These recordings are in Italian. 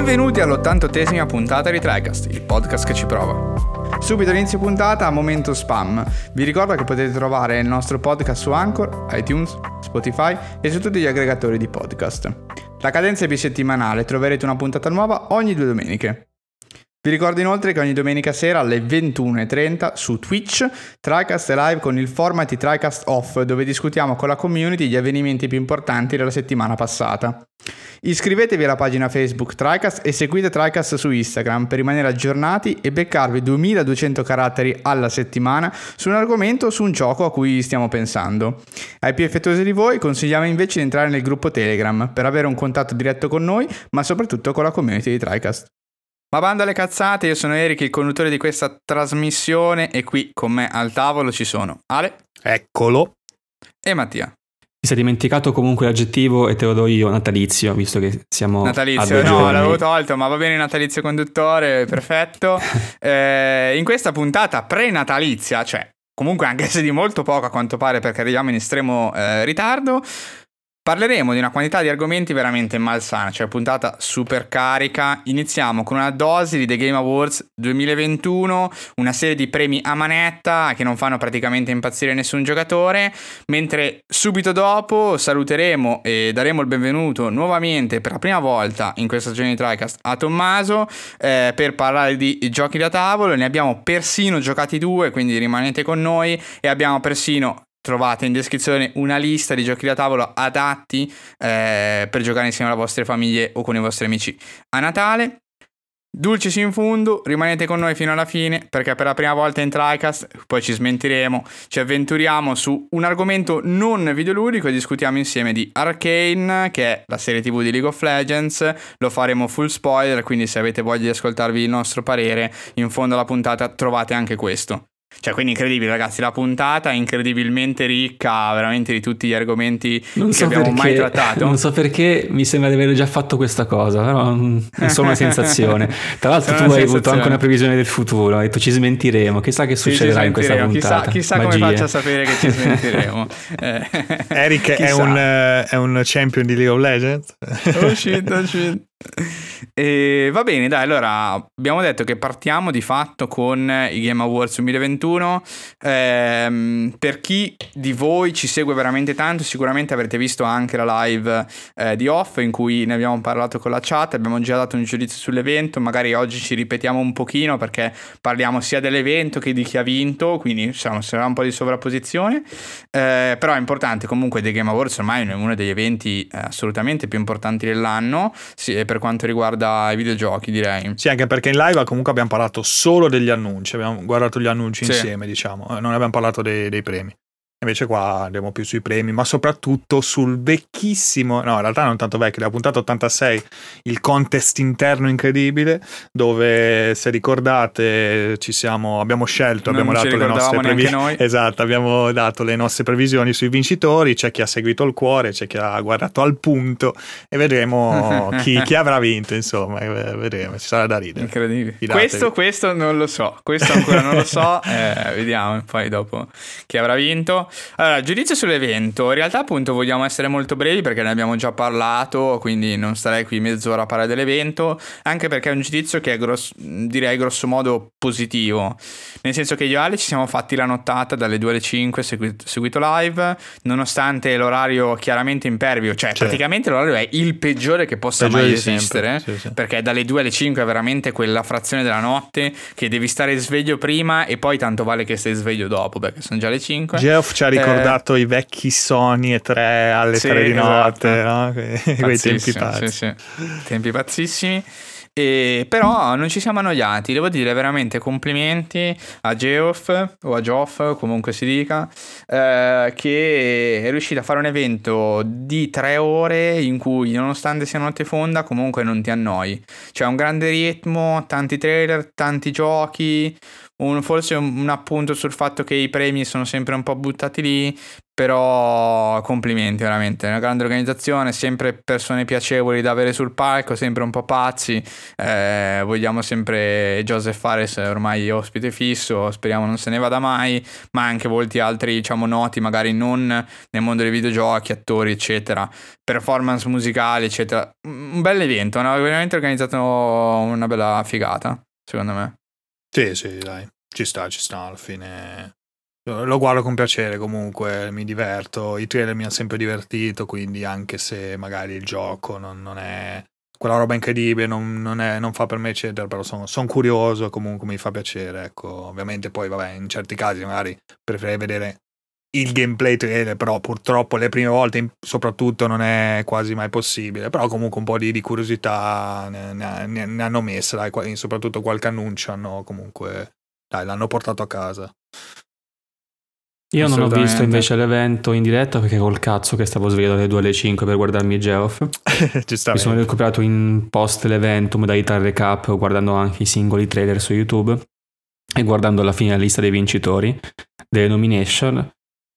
Benvenuti all'88esima puntata di TriCast, il podcast che ci prova. Subito all'inizio puntata, momento spam. Vi ricordo che potete trovare il nostro podcast su Anchor, iTunes, Spotify e su tutti gli aggregatori di podcast. La cadenza è bisettimanale, troverete una puntata nuova ogni 2 domeniche. Vi ricordo inoltre che ogni domenica sera alle 21:30 su Twitch TriCast è live con il format di TriCast Off, dove discutiamo con la community gli avvenimenti più importanti della settimana passata. Iscrivetevi alla pagina Facebook TriCast e seguite TriCast su Instagram per rimanere aggiornati e beccarvi 2200 caratteri alla settimana su un argomento o su un gioco a cui stiamo pensando. Ai più effettuosi di voi consigliamo invece di entrare nel gruppo Telegram per avere un contatto diretto con noi, ma soprattutto con la community di TriCast. Ma bando alle cazzate, io sono Eric, il conduttore di questa trasmissione, e qui con me al tavolo ci sono Ale. Eccolo. E Mattia. Ti sei dimenticato comunque l'aggettivo e te lo do io, natalizio, visto che siamo natalizio, a 2 no, giorni. l'avevo tolto, ma va bene natalizio conduttore, perfetto. In questa puntata pre-natalizia, cioè comunque anche se di molto poco a quanto pare perché arriviamo in estremo ritardo, parleremo di una quantità di argomenti veramente malsana, cioè puntata super carica. Iniziamo con una dose di The Game Awards 2021, una serie di premi a manetta che non fanno praticamente impazzire nessun giocatore, mentre subito dopo saluteremo e daremo il benvenuto nuovamente per la prima volta in questa stagione di TriCast a Tommaso per parlare di giochi da tavolo. Ne abbiamo persino giocati 2, quindi rimanete con noi, e abbiamo persino... Trovate in descrizione una lista di giochi da tavolo adatti per giocare insieme alle vostre famiglie o con i vostri amici a Natale. Dulcis in fundo, rimanete con noi fino alla fine perché per la prima volta in TriCast, poi ci smentiremo, ci avventuriamo su un argomento non videoludico e discutiamo insieme di Arcane, che è la serie TV di League of Legends. Lo faremo full spoiler, quindi se avete voglia di ascoltarvi il nostro parere, in fondo alla puntata trovate anche questo. Cioè, quindi incredibile, ragazzi, la puntata è incredibilmente ricca, veramente di tutti gli argomenti che abbiamo mai trattato. Non so perché mi sembra di aver già fatto questa cosa, però è solo una sensazione. Tra l'altro tu hai avuto anche una previsione del futuro, hai detto ci smentiremo, chissà che succederà in questa puntata. Chissà come faccio a sapere che ci smentiremo. Eric è un champion di League of Legends. Oh shit. E va bene, dai, allora abbiamo detto che partiamo di fatto con i Game Awards 2021. Per chi di voi ci segue veramente tanto, sicuramente avrete visto anche la live di Off, in cui ne abbiamo parlato con la chat, abbiamo già dato un giudizio sull'evento. Magari oggi ci ripetiamo un pochino perché parliamo sia dell'evento che di chi ha vinto, quindi sarà un po' di sovrapposizione, però è importante. Comunque The Game Awards ormai è uno degli eventi assolutamente più importanti dell'anno, per quanto riguarda i videogiochi, direi. Sì, anche perché in live comunque abbiamo parlato solo degli annunci, abbiamo guardato gli annunci insieme, diciamo, non abbiamo parlato dei premi. Invece qua andiamo più sui premi, ma soprattutto sul vecchissimo, no in realtà non tanto vecchio, la puntata 86, il contest interno incredibile, dove se ricordate abbiamo scelto, abbiamo dato le nostre previsioni. Esatto, abbiamo dato le nostre previsioni sui vincitori, c'è chi ha seguito il cuore, c'è chi ha guardato al punto e vedremo chi avrà vinto, insomma, vedremo, ci sarà da ridere. Incredibile. Questo non lo so, questo ancora non lo so, vediamo poi dopo chi avrà vinto. Allora, giudizio sull'evento. In realtà appunto vogliamo essere molto brevi perché ne abbiamo già parlato, quindi non starei qui mezz'ora a parlare dell'evento, anche perché è un giudizio che è direi grosso modo positivo, nel senso che io e Ale ci siamo fatti la nottata dalle 2 alle 5 seguito live, nonostante l'orario chiaramente impervio, cioè praticamente l'orario è il peggiore che possa mai esistere, sì. Perché dalle 2 alle 5 è veramente quella frazione della notte che devi stare sveglio prima e poi tanto vale che stai sveglio dopo perché sono già le 5. Geoff ci ha ricordato i vecchi Sony E3 alle 3 di notte, esatto. No? Quei tempi pazzi. Sì. Tempi pazzissimi. Però non ci siamo annoiati, devo dire veramente complimenti a Geoff o a Geoff, comunque si dica, che è riuscito a fare un evento di 3 ore in cui nonostante sia notte fonda comunque non ti annoi, c'è un grande ritmo, tanti trailer, tanti giochi, forse un appunto sul fatto che i premi sono sempre un po' buttati lì, Però complimenti, veramente, è una grande organizzazione, sempre persone piacevoli da avere sul palco, sempre un po' pazzi, vogliamo sempre Joseph Fares ormai ospite fisso, speriamo non se ne vada mai, ma anche molti altri, diciamo, noti magari non nel mondo dei videogiochi, attori eccetera, performance musicali eccetera. Un bel evento, hanno veramente organizzato una bella figata, secondo me. Sì, dai, ci sta alla fine. Lo guardo con piacere, comunque mi diverto, i trailer mi hanno sempre divertito, quindi anche se magari il gioco non è quella roba incredibile, non fa per me eccetera, però sono curioso, comunque mi fa piacere, ecco. Ovviamente poi vabbè, in certi casi magari preferirei vedere il gameplay trailer, però purtroppo le prime volte soprattutto non è quasi mai possibile, però comunque un po' di curiosità ne hanno messa, dai, soprattutto qualche annuncio l'hanno portato a casa. Io non ho visto invece l'evento in diretta perché col cazzo che stavo svegliato alle 2 alle 5 per guardarmi Geoff. Mi sono recuperato in post l'evento, modalità recap, guardando anche i singoli trailer su YouTube e guardando alla fine la lista dei vincitori delle nomination.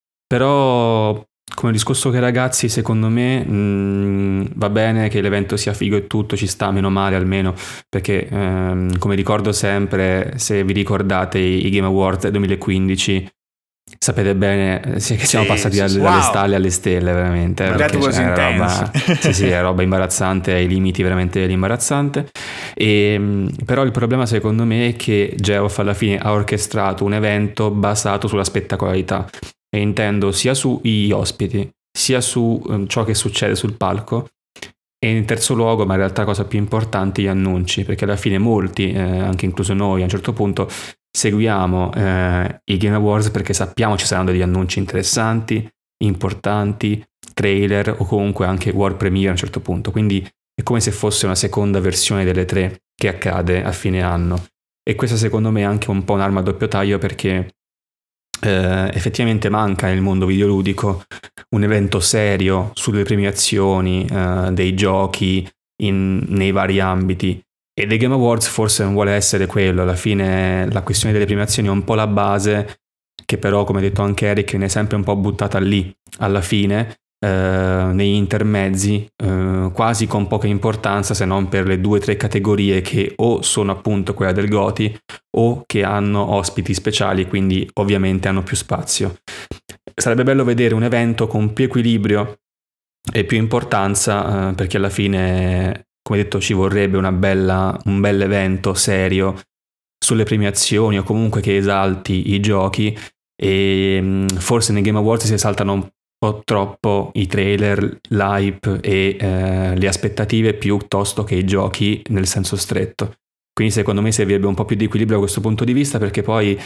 Però come discorso che ragazzi, secondo me va bene che l'evento sia figo e tutto, ci sta, meno male almeno, perché come ricordo sempre, se vi ricordate i Game Awards 2015, sapete bene che siamo passati dalle stalle alle stelle, veramente. That was intense. Sì, è roba imbarazzante, ai limiti veramente dell'imbarazzante. Però il problema secondo me è che Geoff alla fine ha orchestrato un evento basato sulla spettacolarità, e intendo sia sugli ospiti, sia su ciò che succede sul palco, e in terzo luogo, ma in realtà la cosa più importante, gli annunci, perché alla fine molti, anche incluso noi a un certo punto, seguiamo i Game Awards perché sappiamo ci saranno degli annunci interessanti, importanti, trailer o comunque anche world premiere a un certo punto, quindi è come se fosse una seconda versione delle 3 che accade a fine anno, e questa secondo me è anche un po' un'arma a doppio taglio, perché effettivamente manca nel mondo videoludico un evento serio sulle premiazioni dei giochi nei vari ambiti, e The Game Awards forse non vuole essere quello. Alla fine la questione delle premiazioni è un po' la base, che però, come ha detto anche Eric, viene sempre un po' buttata lì alla fine, negli intermezzi, quasi con poca importanza, se non per le 2 o 3 categorie che o sono appunto quella del GOTY o che hanno ospiti speciali, quindi ovviamente hanno più spazio. Sarebbe bello vedere un evento con più equilibrio e più importanza, perché alla fine, come detto, ci vorrebbe un bel evento serio sulle premiazioni o comunque che esalti i giochi, e forse nei Game Awards si esaltano un po' troppo i trailer, l'hype e le aspettative piuttosto che i giochi nel senso stretto. Quindi secondo me servirebbe un po' più di equilibrio da questo punto di vista, perché poi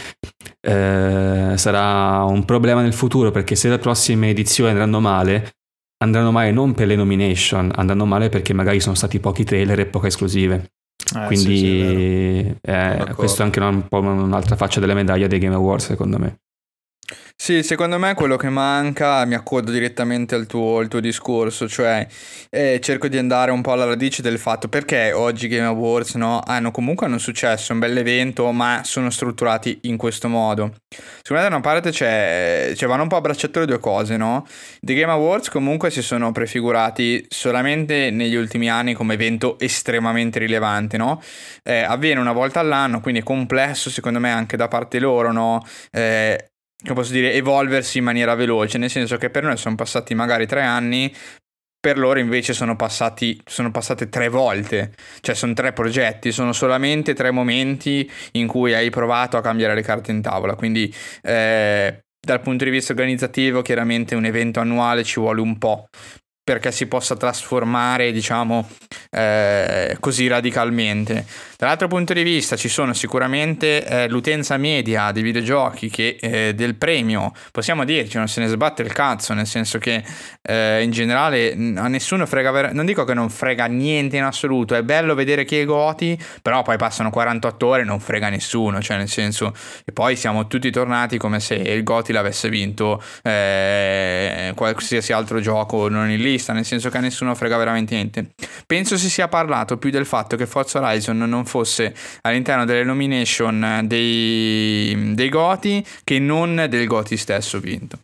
sarà un problema nel futuro, perché se le prossime edizioni andranno male non per le nomination, andranno male perché magari sono stati pochi trailer e poche esclusive. Quindi questo è anche un po' un'altra faccia della medaglia dei Game Awards, secondo me. Sì, secondo me quello che manca, mi accodo direttamente al tuo discorso, cioè cerco di andare un po' alla radice del fatto perché oggi Game Awards, no, hanno successo, un bel evento, ma sono strutturati in questo modo. Secondo me da una parte vanno un po' a braccetto le due cose, no? The Game Awards comunque si sono prefigurati solamente negli ultimi anni come evento estremamente rilevante, no? Avviene una volta all'anno, quindi è complesso secondo me anche da parte loro, no? Come posso dire, evolversi in maniera veloce, nel senso che per noi sono passati magari 3 anni, per loro invece sono passate 3 volte, cioè sono 3 progetti, sono solamente 3 momenti in cui hai provato a cambiare le carte in tavola, quindi dal punto di vista organizzativo chiaramente un evento annuale ci vuole un po' perché si possa trasformare, diciamo, così radicalmente. Dall'altro punto di vista ci sono sicuramente l'utenza media dei videogiochi che del premio, possiamo dirci, non se ne sbatte il cazzo, nel senso che in generale a nessuno frega, non dico che non frega niente in assoluto, è bello vedere chi è GOTY, però poi passano 48 ore e non frega nessuno, cioè nel senso, e poi siamo tutti tornati come se il GOTY l'avesse vinto qualsiasi altro gioco non in lista, nel senso che a nessuno frega veramente niente. Penso si sia parlato più del fatto che Forza Horizon non fosse all'interno delle nomination dei GOTY che non del GOTY stesso vinto.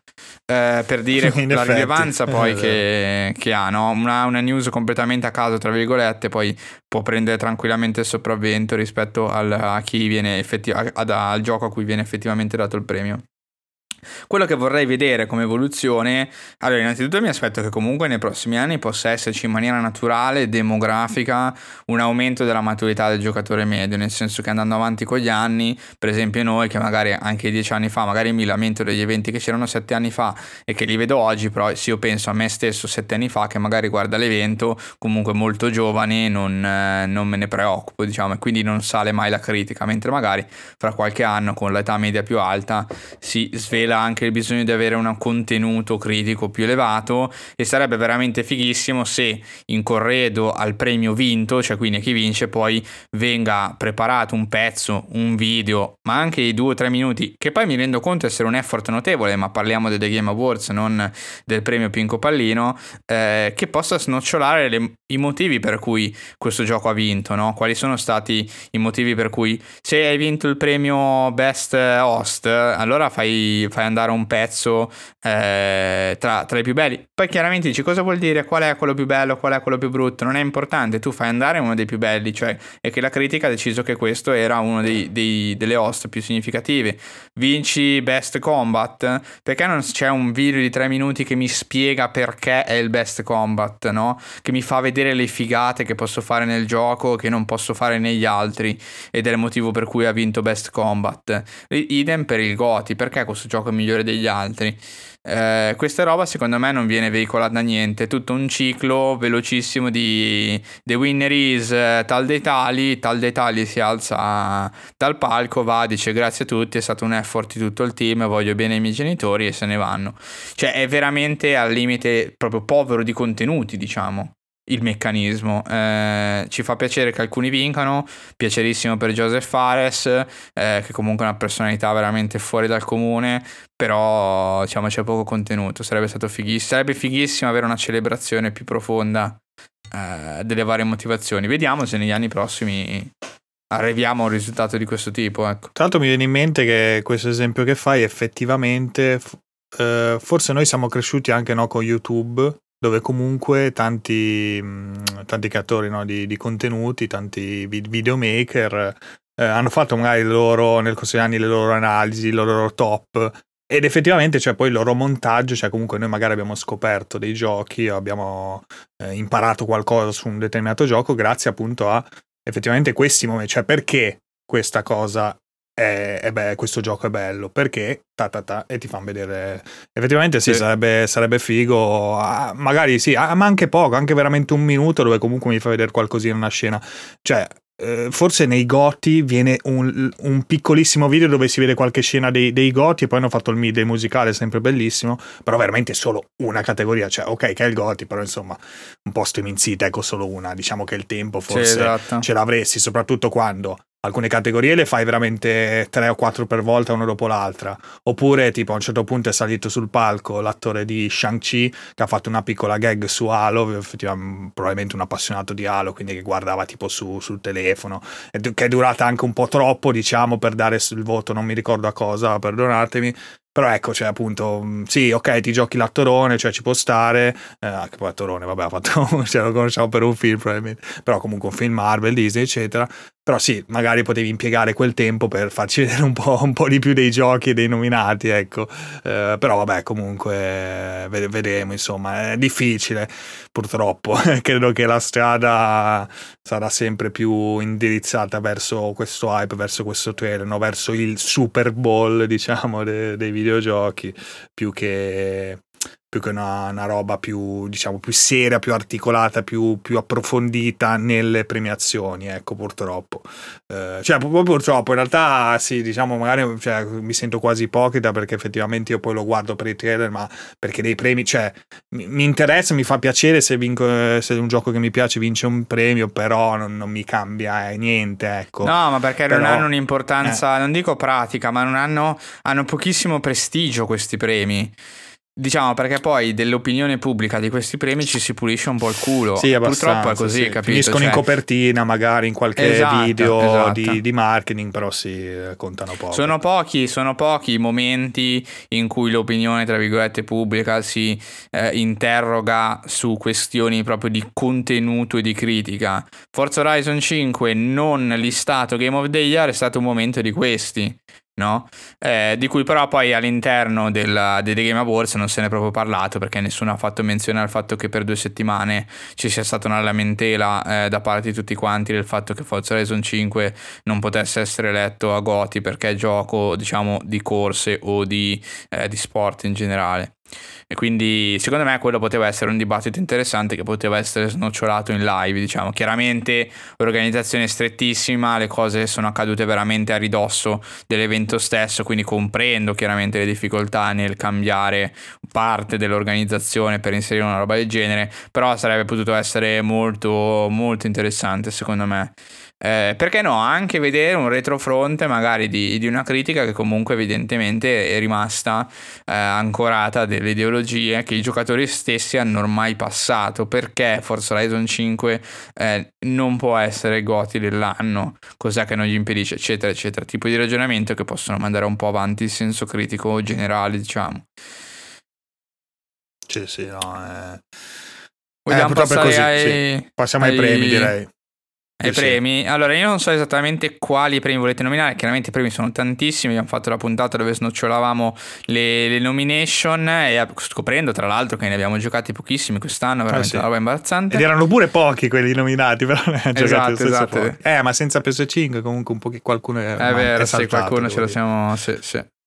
per dire In la effetti. rilevanza poi che ha, no? Una news completamente a caso, tra virgolette, poi può prendere tranquillamente il sopravvento rispetto a chi viene al gioco a cui viene effettivamente dato il premio. Quello che vorrei vedere come evoluzione, allora innanzitutto mi aspetto che comunque nei prossimi anni possa esserci in maniera naturale, demografica, un aumento della maturità del giocatore medio, nel senso che andando avanti con gli anni, per esempio noi che magari anche 10 anni fa, magari mi lamento degli eventi che c'erano 7 anni fa e che li vedo oggi, però se io penso a me stesso 7 anni fa che magari guarda l'evento, comunque molto giovane, non me ne preoccupo, diciamo, e quindi non sale mai la critica, mentre magari fra qualche anno con l'età media più alta si svela anche il bisogno di avere un contenuto critico più elevato, e sarebbe veramente fighissimo se in corredo al premio vinto, cioè quindi a chi vince, poi venga preparato un pezzo, un video, ma anche i 2 o 3 minuti, che poi mi rendo conto essere un effort notevole, ma parliamo dei The Game Awards, non del premio Pinco Pallino, che possa snocciolare i motivi per cui questo gioco ha vinto, no? Quali sono stati i motivi per cui, se hai vinto il premio Best Host, allora fai andare un pezzo tra i più belli. Poi chiaramente dici cosa vuol dire, qual è quello più bello, qual è quello più brutto, non è importante, tu fai andare uno dei più belli, cioè è che la critica ha deciso che questo era uno delle host più significative. Vinci Best Combat, perché non c'è un video di 3 minuti che mi spiega perché è il Best Combat, no? Che mi fa vedere le figate che posso fare nel gioco che non posso fare negli altri, ed è il motivo per cui ha vinto Best Combat. Idem per il GOTY, perché questo gioco è migliore degli altri. Questa roba secondo me non viene veicolata da niente, è tutto un ciclo velocissimo di The winner is tal dei tali si alza dal palco, va, dice grazie a tutti, è stato un effort di tutto il team, voglio bene ai miei genitori, e se ne vanno. Cioè è veramente al limite proprio povero di contenuti, diciamo, il meccanismo. Ci fa piacere che alcuni vincano, piacerissimo per Joseph Fares, che comunque è una personalità veramente fuori dal comune, però diciamo c'è poco contenuto. Sarebbe fighissimo avere una celebrazione più profonda delle varie motivazioni. Vediamo se negli anni prossimi arriviamo a un risultato di questo tipo, ecco. Tra l'altro mi viene in mente che questo esempio che fai effettivamente forse noi siamo cresciuti anche, no, con YouTube, dove comunque tanti creatori, no, di contenuti, tanti videomaker hanno fatto magari nel corso degli anni le loro analisi, i loro top, ed effettivamente cioè poi il loro montaggio, cioè comunque noi magari abbiamo scoperto dei giochi, abbiamo imparato qualcosa su un determinato gioco grazie appunto a effettivamente questi momenti, cioè perché questa cosa questo gioco è bello, perché e ti fanno vedere. Effettivamente sì. Sarebbe figo, magari sì, ma anche poco, anche veramente un minuto dove comunque mi fa vedere qualcosina, una scena, cioè forse nei GOTY viene un piccolissimo video dove si vede qualche scena dei GOTY, e poi hanno fatto il mid musicale, sempre bellissimo, però veramente solo una categoria, cioè ok che è il GOTY, però insomma un po' streaming site, ecco, solo una, diciamo che il tempo forse sì, esatto, ce l'avresti, soprattutto quando alcune categorie le fai veramente 3 o 4 per volta, una dopo l'altra, oppure tipo a un certo punto è salito sul palco l'attore di Shang-Chi che ha fatto una piccola gag su Halo, effettivamente probabilmente un appassionato di Halo, quindi che guardava tipo sul telefono, che è durata anche un po' troppo, diciamo, per dare il voto, non mi ricordo a cosa, perdonatemi. Però ecco, cioè appunto, sì, ok, ti giochi l'attorone, cioè ci può stare, che poi attorone, vabbè, ha fatto, cioè, lo conosciamo per un film probabilmente, però comunque un film Marvel, Disney, eccetera. Però sì, magari potevi impiegare quel tempo per farci vedere un po' di più dei giochi e dei nominati, ecco. Però vabbè, comunque vedremo, insomma, è difficile, purtroppo. Credo che la strada sarà sempre più indirizzata verso questo hype, verso questo trailer, no? Verso il Super Bowl, diciamo, dei videogiochi, più che una roba più, diciamo, più seria, più articolata, più approfondita nelle premiazioni, ecco, purtroppo. Cioè, purtroppo, in realtà, sì, diciamo, magari cioè, mi sento quasi ipocrita, perché effettivamente io poi lo guardo per i trailer, ma perché dei premi, cioè, mi interessa, mi fa piacere se un gioco che mi piace vince un premio, però non mi cambia niente, ecco. No, ma perché non hanno un'importanza, non dico pratica, ma hanno pochissimo prestigio questi premi. diciamo, perché poi dell'opinione pubblica di questi premi ci si pulisce un po' il culo. Sì, purtroppo è così, sì. capito? Finiscono in copertina, magari in qualche video di marketing, però contano poco. Sono pochi i momenti in cui l'opinione, tra virgolette, pubblica si interroga su questioni proprio di contenuto e di critica. Forza Horizon 5 non listato Game of the Year è stato un momento di questi, no? Di cui però poi all'interno dei Game Awards non se ne è proprio parlato, perché nessuno ha fatto menzione al fatto che per 2 settimane ci sia stata una lamentela da parte di tutti quanti del fatto che Forza Horizon 5 non potesse essere eletto a GOTY perché è gioco, diciamo, di corse o di sport in generale. E quindi secondo me quello poteva essere un dibattito interessante che poteva essere snocciolato in live, diciamo. Chiaramente organizzazione strettissima, le cose sono accadute veramente a ridosso dell'evento stesso, quindi comprendo chiaramente le difficoltà nel cambiare parte dell'organizzazione per inserire una roba del genere, però sarebbe potuto essere molto molto interessante secondo me. Perché no, anche vedere un retrofront magari di una critica che comunque evidentemente è rimasta ancorata delle ideologie che i giocatori stessi hanno ormai passato. Perché Forza Horizon 5 non può essere GOTY dell'anno, cos'è che non gli impedisce, eccetera eccetera, tipo di ragionamento che possono mandare un po' avanti il senso critico generale, diciamo. Sì, no, vogliamo passare così, ai passiamo ai premi, direi. Ai premi. Allora, io non so esattamente quali premi volete nominare. Chiaramente i premi sono tantissimi. Abbiamo fatto la puntata dove snocciolavamo le nomination e scoprendo tra l'altro che ne abbiamo giocati pochissimi quest'anno, veramente una roba imbarazzante. Ed erano pure pochi quelli nominati, però esatto. Ma senza PS5 comunque un po' qualcuno è vero, saltato, qualcuno ce lo siamo. Sì.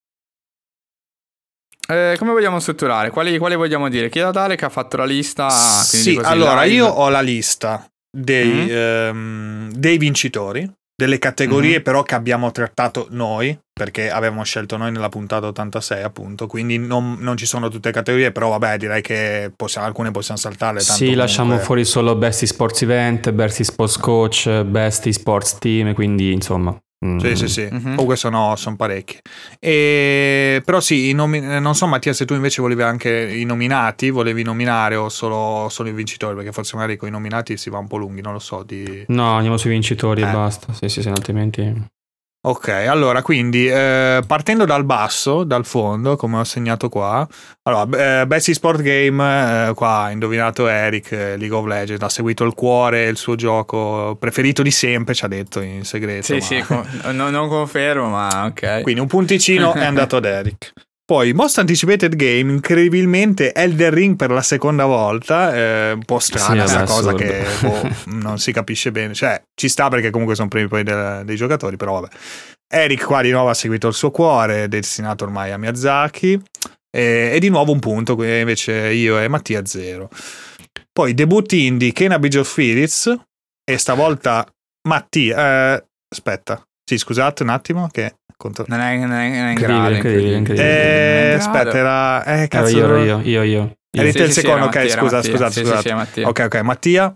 Come vogliamo strutturare? Quali vogliamo dire? Chiedo ad Ale che ha fatto la lista. Sì, allora io ho la lista dei vincitori, delle categorie però che abbiamo trattato noi, perché avevamo scelto noi nella puntata 86 appunto, quindi non ci sono tutte le categorie, però vabbè, direi che alcune possiamo saltarle. Tanto sì, comunque lasciamo fuori solo Best Sports Event, Best Sports Coach, Best Sports Team, quindi insomma. Sì. Comunque sono parecchi. Però sì, non so Mattia se tu invece volevi anche i nominati, volevi nominare o solo i vincitori, perché forse magari con i nominati si va un po' lunghi, non lo so. No, andiamo sui vincitori e basta. Sì, altrimenti. Ok, allora quindi partendo dal basso, dal fondo, come ho segnato qua, allora Best Sport Game, qua ha indovinato Eric, League of Legends, ha seguito il cuore, il suo gioco preferito di sempre, ci ha detto in segreto. Sì, non confermo, ma ok. Quindi un punticino è andato ad Eric. Poi Most Anticipated Game, incredibilmente Elden Ring per la seconda volta, un po' strana questa cosa che non si capisce bene, cioè ci sta perché comunque sono premi poi dei giocatori, però vabbè. Eric qua di nuovo ha seguito il suo cuore, destinato ormai a Miyazaki, e di nuovo un punto, invece io e Mattia 0. Poi debut indie Kena Bridge of Spirits, e stavolta Mattia, aspetta, sì scusate un attimo che... Non è incredibile. Aspetta, era cazzo, ero io. Eri te il secondo, ok, scusate. Mattia. Ok, Mattia.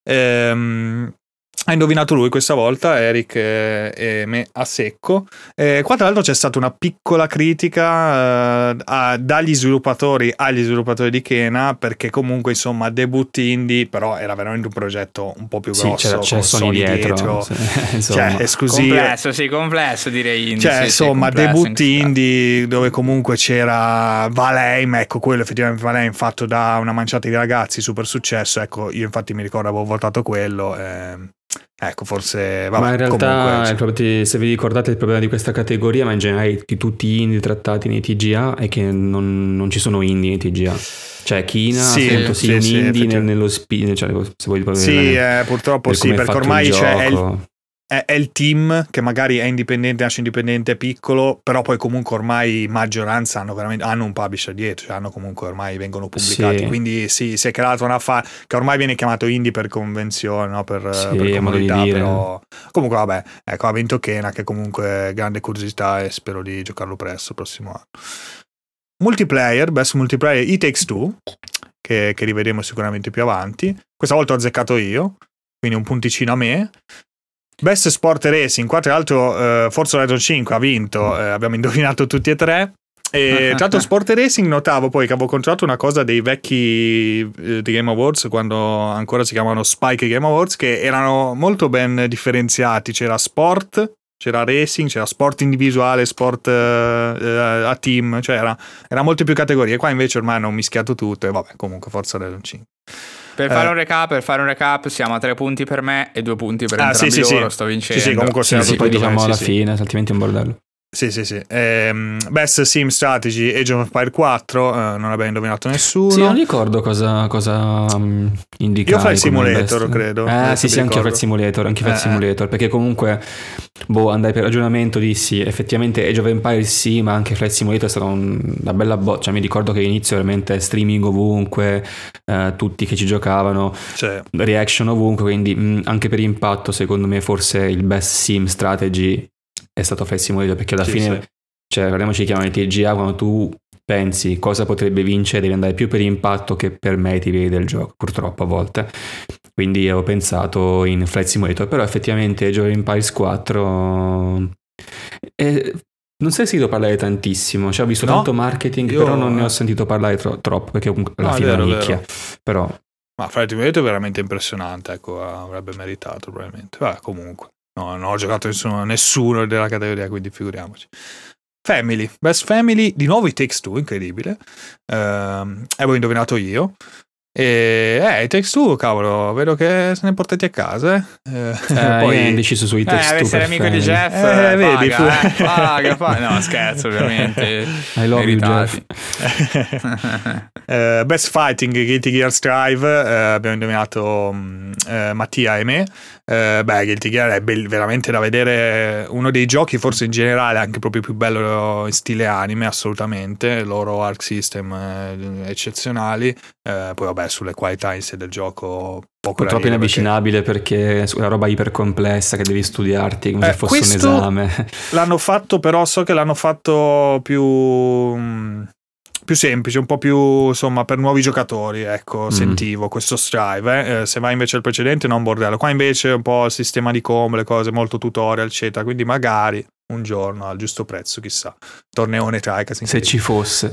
Ha indovinato lui questa volta, Eric e me a secco. Qua tra l'altro c'è stata una piccola critica dagli sviluppatori agli sviluppatori di Kena, perché comunque insomma debut indie, però era veramente un progetto un po' più grosso, c'è Sony dietro. Cioè esclusive, complesso direi indie, cioè insomma debut indie dove comunque c'era Valheim, ecco quello effettivamente Valheim fatto da una manciata di ragazzi, super successo, ecco io infatti mi ricordo avevo votato quello. Ecco, forse vabbè, ma in realtà se vi ricordate il problema di questa categoria, ma in generale di tutti gli indie trattati nei TGA, è che non ci sono indie nei TGA. Cioè Kena un indie nello spin, cioè, se vuoi purtroppo sì, perché ormai è il team che magari è indipendente, nasce indipendente, è piccolo, però poi comunque ormai maggioranza hanno un publisher dietro, cioè ormai vengono pubblicati, quindi si è creato una che ormai viene chiamato indie per convenzione, no? per comodità, però comunque vabbè, ecco, ha vinto Kena, che comunque grande curiosità e spero di giocarlo presto, prossimo anno. Multiplayer, Best Multiplayer It Takes Two, che rivedremo sicuramente più avanti, questa volta ho azzeccato io, quindi un punticino a me. Best Sport Racing, qua tra l'altro Forza Horizon 5 ha vinto, abbiamo indovinato tutti e tre, E tra l'altro Sport e Racing notavo poi che avevo controllato una cosa dei vecchi di Game Awards, quando ancora si chiamavano Spike Game Awards, che erano molto ben differenziati. C'era sport, c'era racing, c'era sport individuale, sport a team, cioè era molte più categorie. Qua invece ormai hanno mischiato tutto e vabbè, comunque Forza Horizon 5. Per fare un recap, siamo a 3 punti per me e 2 punti per entrambi loro. Sto vincendo. Sì, comunque poi diciamo alla fine, altrimenti è un bordello. Sì. Best Sim Strategy, Age of Empire 4, non abbiamo indovinato nessuno. Sì, non ricordo cosa indicare. Io Flight Simulator, credo. Sì, anche Flight Simulator, perché comunque, andai per ragionamento, dissi, effettivamente Age of Empire sì, ma anche Flight Simulator è stata una bella boccia. Mi ricordo che all'inizio veramente streaming ovunque, tutti che ci giocavano, reaction ovunque, quindi anche per impatto, secondo me, forse il Best Sim Strategy è stato Flight Simulator, perché alla fine, cioè, parliamoci, chiamano TGA, quando tu pensi cosa potrebbe vincere devi andare più per impatto che per meriti del gioco, purtroppo a volte. Quindi ho pensato in Flight Simulator, però effettivamente Age of Empires 4 non si è sentito parlare tantissimo, cioè ho visto tanto marketing, però non ne ho sentito parlare troppo, perché comunque alla fine è una nicchia. Però ma Flight Simulator è veramente impressionante, ecco, avrebbe meritato probabilmente. Comunque no, non ho giocato nessuno della categoria, quindi figuriamoci. Family, Best Family, di nuovo i Takes Two, incredibile. Avevo indovinato io. E i Takes Two, cavolo, vedo che se ne portati a casa. Poi hai deciso sui Takes Two. Essere amico di Jeff, vedi, paga. No, scherzo, ovviamente. I love you, Jeff. Best Fighting, Guilty Gear Strive, abbiamo indovinato Mattia e me. Guilty Gear è veramente da vedere, uno dei giochi forse in generale anche proprio più bello in stile anime, assolutamente. Loro arc system eccezionali, poi vabbè, sulle qualità in sé del gioco poco purtroppo inavvicinabile, perché è una roba ipercomplessa che devi studiarti come se fosse un esame. L'hanno fatto, però so che l'hanno fatto più semplice, un po' più insomma per nuovi giocatori, ecco. Sentivo questo Strive, se vai invece al precedente non bordello, qua invece è un po' il sistema di combo, le cose, molto tutorial eccetera, quindi magari un giorno al giusto prezzo, chissà, torneone Tricast se ci fosse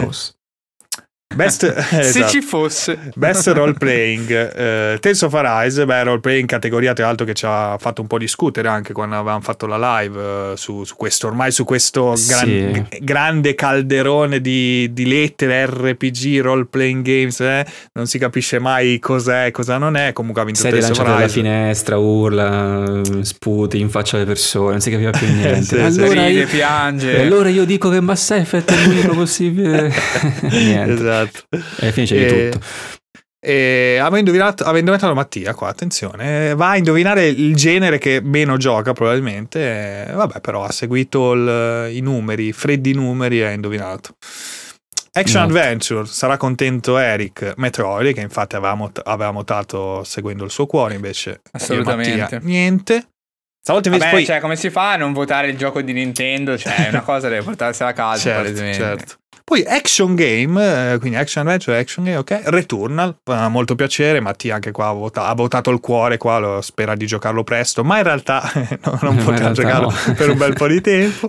Best, se ci fosse Best Role Playing, Tales of Arise, role playing, categoria tra l'altro che ci ha fatto un po' discutere anche quando avevamo fatto la live su questo, ormai su questo grande calderone di lettere, RPG, role playing games, non si capisce mai cos'è e cosa non è. Comunque ha vinto Tales of Arise, dalla finestra, urla, sputi in faccia alle persone, non si capiva più niente. Allora ride, piange. Allora io dico che Mass Effect è l'unico possibile. Niente. Esatto. E finisce di tutto. E aveva indovinato Mattia qua, attenzione, va a indovinare il genere che meno gioca probabilmente, vabbè, però ha seguito i numeri, freddi numeri, e ha indovinato. Action Adventure, sarà contento Eric. Metroid, che infatti aveva votato seguendo il suo cuore, invece assolutamente Mattia, niente. Stavolta invece poi, cioè, come si fa a non votare il gioco di Nintendo? Cioè, una cosa deve portarsela a casa, palesemente. Certo. Poi Action Game, quindi Action Adventure, Action Game, ok. Returnal, molto piacere. Mattia anche qua ha votato il cuore, qua spera di giocarlo presto, ma in realtà non potrà giocarlo per un bel po' di tempo.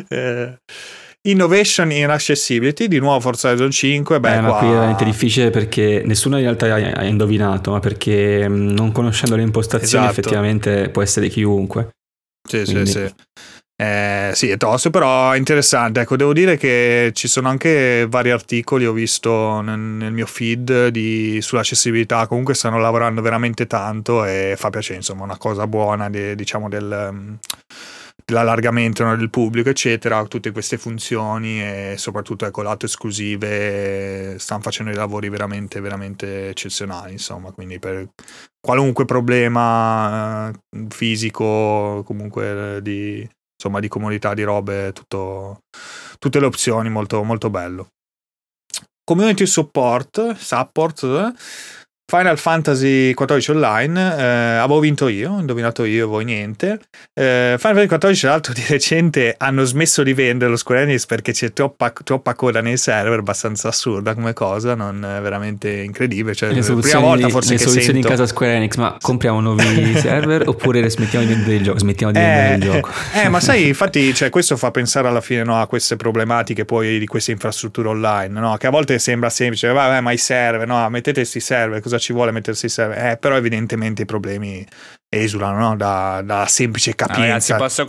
Innovation in Accessibility, di nuovo Forza Horizon 5. Ma qui è veramente difficile, perché nessuno in realtà ha indovinato, ma perché non conoscendo le impostazioni effettivamente può essere chiunque. Sì. Sì, è tosto, però è interessante. Ecco, devo dire che ci sono anche vari articoli, ho visto nel mio feed sull'accessibilità. Comunque stanno lavorando veramente tanto e fa piacere, insomma, una cosa buona diciamo dell'allargamento del pubblico eccetera, tutte queste funzioni, e soprattutto ecco lato esclusive stanno facendo dei lavori veramente veramente eccezionali, insomma, quindi per qualunque problema fisico, comunque di comodità, di robe, tutte le opzioni, molto molto bello. Community support, Final Fantasy XIV Online, avevo vinto io, ho indovinato io, voi niente. Final Fantasy XIV, tra l'altro, di recente hanno smesso di venderlo Square Enix perché c'è troppa coda nei server, abbastanza assurda come cosa, non veramente incredibile. Cioè, le prima volta forse le che soluzioni sento... in casa Square Enix, ma compriamo nuovi server oppure smettiamo di vendere il gioco? Smettiamo di vendere il gioco. Ma sai, infatti, cioè, questo fa pensare alla fine, no, a queste problematiche poi di queste infrastrutture online, no? Che a volte sembra semplice, vabbè, ma i server, no, mettete questi server, cosa ci vuole mettersi i server? Però evidentemente i problemi esulano, no? da semplice capienza. Ragazzi, posso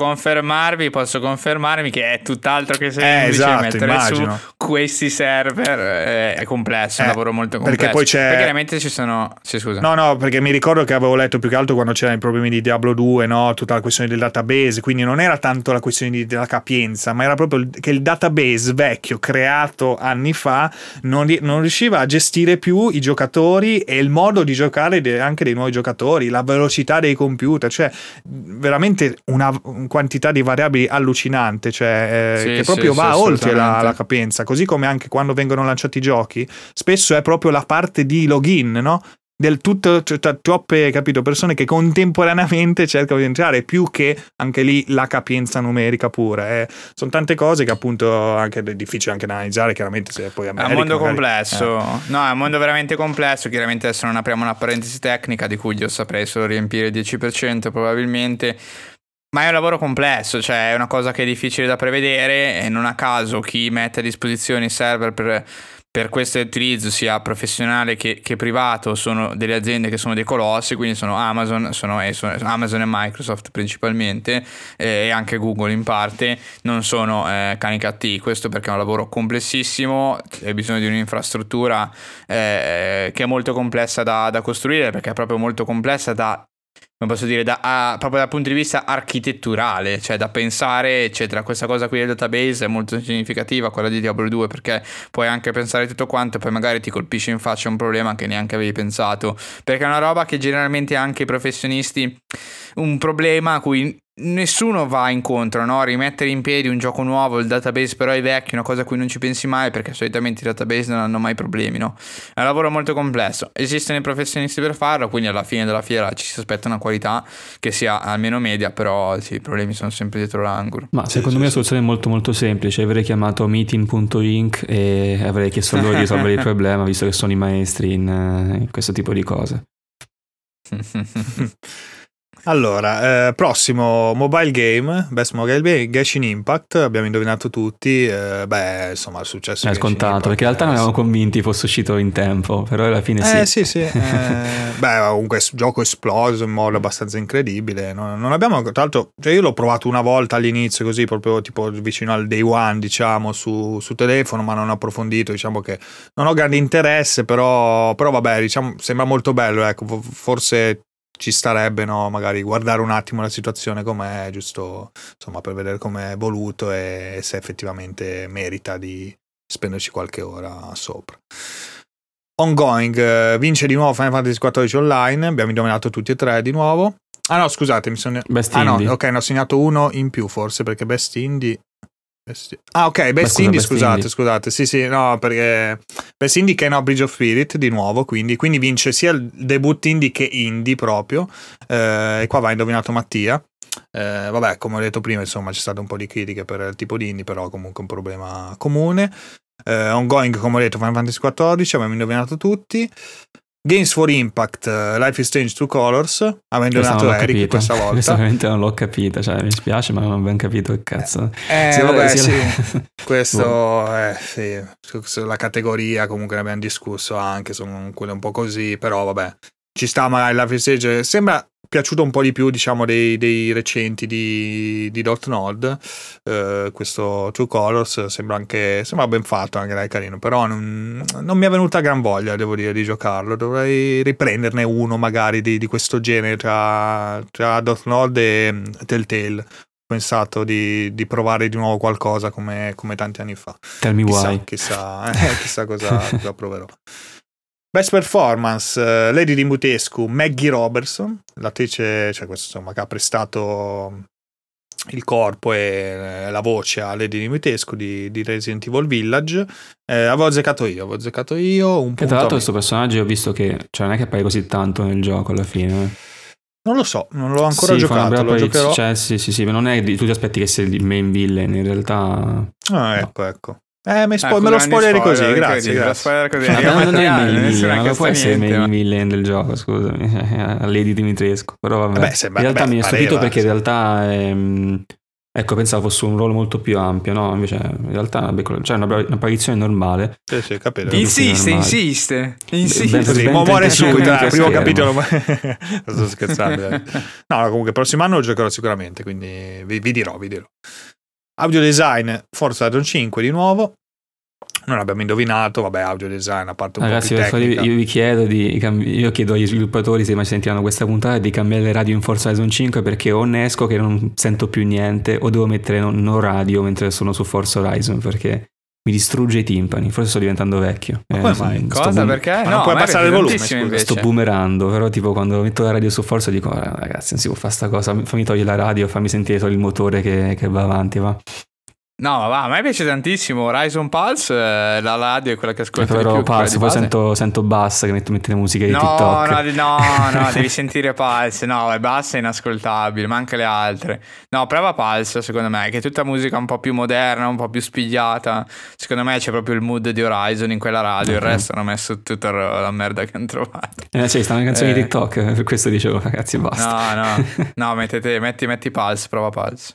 confermarvi che è tutt'altro che semplice. Esatto, mettere immagino. su questi server è complesso, è un lavoro molto complesso. Perché poi c'è... Perché chiaramente ci sono... Sì, scusa. No, perché mi ricordo che avevo letto più che altro quando c'erano i problemi di Diablo 2, no? Tutta la questione del database, quindi non era tanto la questione della capienza, ma era proprio che il database vecchio, creato anni fa, non riusciva a gestire più i giocatori e il modo di giocare anche dei nuovi giocatori, la velocità dei computer, cioè veramente una quantità di variabili allucinante, cioè che proprio va oltre la capienza, così come anche quando vengono lanciati i giochi spesso è proprio la parte di login, no? Del tutto, cioè, troppe, capito, persone che contemporaneamente cercano di entrare, più che anche lì la capienza numerica pura. Sono tante cose che appunto anche è difficile anche da analizzare, chiaramente se poi America, è un mondo magari, complesso, no, è un mondo veramente complesso. Chiaramente adesso non apriamo una parentesi tecnica di cui io saprei solo riempire il 10% probabilmente. Ma è un lavoro complesso, cioè è una cosa che è difficile da prevedere e non a caso chi mette a disposizione i server per questo utilizzo, sia professionale che privato, sono delle aziende che sono dei colossi, quindi sono Amazon, sono Amazon e Microsoft principalmente, e anche Google in parte, non sono cani cattivi. Questo perché è un lavoro complessissimo, c'è bisogno di un'infrastruttura che è molto complessa da costruire, perché è proprio molto complessa come posso dire, proprio dal punto di vista architetturale, cioè da pensare, eccetera. Questa cosa qui del database è molto significativa, quella di Diablo 2, perché puoi anche pensare tutto quanto e poi magari ti colpisce in faccia un problema che neanche avevi pensato, perché è una roba che generalmente anche i professionisti, un problema a cui nessuno va incontro, no? Rimettere in piedi un gioco nuovo, il database però è vecchio, una cosa a cui non ci pensi mai, perché solitamente i database non hanno mai problemi, no? È un lavoro molto complesso, esistono i professionisti per farlo, quindi alla fine della fiera ci si aspetta una qualità che sia almeno media, però sì, i problemi sono sempre dietro l'angolo. Ma secondo me la soluzione è molto molto semplice. Avrei chiamato meeting.inc e avrei chiesto a loro di risolvere il problema, visto che sono i maestri in questo tipo di cose. Allora, prossimo mobile game, Best Mobile Game, Genshin Impact, abbiamo indovinato tutti, insomma il successo è scontato, Impact, perché in realtà non eravamo convinti fosse uscito in tempo, però alla fine sì. Sì. Comunque gioco esploso in modo abbastanza incredibile, non abbiamo, tra l'altro, cioè io l'ho provato una volta all'inizio così, proprio tipo vicino al day one, diciamo, su telefono, ma non ho approfondito, diciamo che non ho grande interesse, però vabbè, diciamo, sembra molto bello, ecco, forse ci starebbe, no, magari guardare un attimo la situazione com'è, giusto, insomma, per vedere com'è evoluto e se effettivamente merita di spenderci qualche ora sopra. Ongoing, vince di nuovo Final Fantasy XIV Online, abbiamo indovinato tutti e tre di nuovo. Ah no, scusate, mi sono... Best Indie. No, ok, ne ho segnato uno in più forse, perché Best Indie... ok, Best Indie, scusate, sì, no, perché Best Indie che è no Bridge of Spirit di nuovo, quindi vince sia il debut indie che indie proprio, e qua va indovinato Mattia. Vabbè, come ho detto prima, insomma, c'è stato un po' di critiche per il tipo di indie, però comunque un problema comune. Ongoing, come ho detto, Final Fantasy XIV, abbiamo indovinato tutti. Games for Impact, Life is Strange True Colors, avevo indovinato Eric questa volta. Questa veramente non l'ho capita, cioè mi spiace, ma non ho ben capito che cazzo. Sì. Questo sì, la categoria comunque ne abbiamo discusso anche, sono quelle un po' così, però vabbè, ci sta magari Life is Strange, sembra piaciuto un po' di più, diciamo, dei recenti di Dotnod. Questo True Colors sembra ben fatto, anche dai, carino, però non mi è venuta gran voglia, devo dire, di giocarlo. Dovrei riprenderne uno magari di questo genere tra Dotnod e Telltale. Ho pensato di provare di nuovo qualcosa come tanti anni fa. Tell me why. Chissà cosa proverò. Best Performance, Lady Dimitrescu, Maggie Robertson, l'attrice, cioè questo, insomma, che ha prestato il corpo e la voce a Lady Dimitrescu di Resident Evil Village. Avevo azzeccato io un che punto. Tra l'altro questo personaggio ho visto che non è che appare così tanto nel gioco alla fine. Non lo so, non l'ho ancora giocato, lo giocherò. Cioè, sì, ma non è tu ti aspetti che sia il main villain, in realtà. Ecco. Me lo spoileri così, grazie. Ma non è il main villain, ma può essere il main villain del gioco, scusami, a Lady Dimitrescu. Però vabbè, in realtà mi ha stupito perché in realtà ecco, pensavo fosse un ruolo molto più ampio, no? Invece in realtà è un'apparizione normale. Sì, capito. Insiste. Muore subito, primo capitolo. Sto scherzando. No, comunque il prossimo anno lo giocherò sicuramente, quindi vi dirò. Audio design, Forza Horizon 5 di nuovo. Non abbiamo indovinato, audio design a parte un ragazzi, po' più tecnica. io vi chiedo io chiedo agli sviluppatori, se mai sentiranno questa puntata, di cambiare le radio in Forza Horizon 5, perché o ne esco che non sento più niente, o devo mettere no radio mentre sono su Forza Horizon, perché mi distrugge i timpani. Forse sto diventando vecchio. Come mai? Cosa? Perché? Non puoi passare il volume, scusa. Sto boomerando, però tipo quando metto la radio su Forza dico ragazzi, non si può fare sta cosa, fammi togliere la radio, fammi sentire il motore che va avanti, va. No, ma a me piace tantissimo Horizon Pulse, la radio è quella che ascolto di più. Pulse, poi sento Bass che mette le musiche di TikTok. No, devi sentire Pulse. No, Bass è inascoltabile, ma anche le altre. No, prova Pulse, secondo me, che è tutta musica un po' più moderna, un po' più spigliata. Secondo me c'è proprio il mood di Horizon in quella radio, il resto hanno messo tutta la merda che hanno trovato. Stanno le canzoni di TikTok, per questo dicevo, ragazzi, basta. No, metti Pulse, prova Pulse.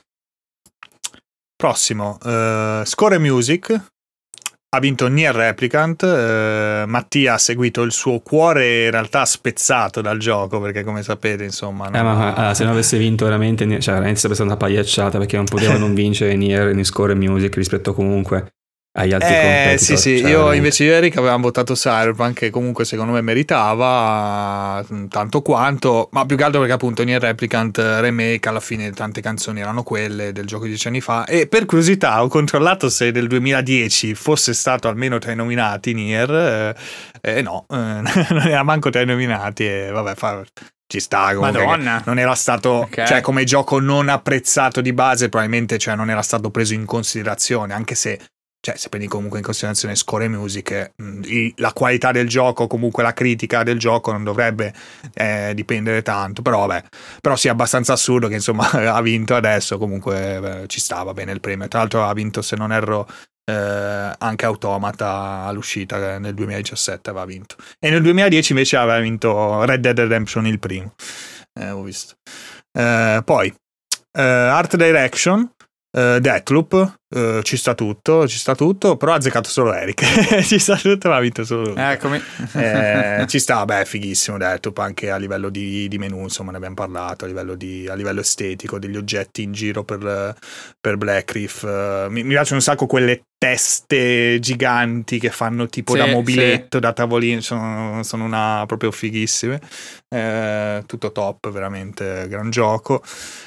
Prossimo, Score Music, ha vinto Nier Replicant. Mattia ha seguito il suo cuore in realtà spezzato dal gioco, perché come sapete insomma se non avesse vinto veramente sarebbe stata una pagliacciata, perché non poteva non vincere Nier né Score Music rispetto comunque agli altri competitor. Sì, io invece di Eric avevamo votato Cyberpunk, che comunque secondo me meritava tanto quanto, ma più che altro perché appunto Nier Replicant Remake alla fine tante canzoni erano quelle del gioco di 10 anni fa, e per curiosità ho controllato se nel 2010 fosse stato almeno tra i nominati Nier, no, non era manco tra i nominati, e vabbè ci sta comunque. Madonna. Non era stato cioè come gioco non apprezzato di base, probabilmente non era stato preso in considerazione, anche se se prendi comunque in considerazione Score Music, la qualità del gioco, comunque la critica del gioco non dovrebbe dipendere tanto, però sì, è abbastanza assurdo che insomma ha vinto adesso, comunque ci stava bene il premio. Tra l'altro ha vinto, se non erro, anche Automata all'uscita nel 2017 aveva vinto, e nel 2010 invece aveva vinto Red Dead Redemption il primo, ho visto. Poi Art Direction, Deathloop, ci sta tutto, però ha azzeccato solo Eric. Ci sta tutto, ma ha vinto solo lui. Eccomi. Ci sta, fighissimo Deathloop, anche a livello di menu, insomma ne abbiamo parlato, a livello estetico, degli oggetti in giro per Black Reef. Mi piacciono un sacco quelle teste giganti che fanno tipo da mobiletto, da tavolino, sono proprio fighissime. Tutto top, veramente gran gioco.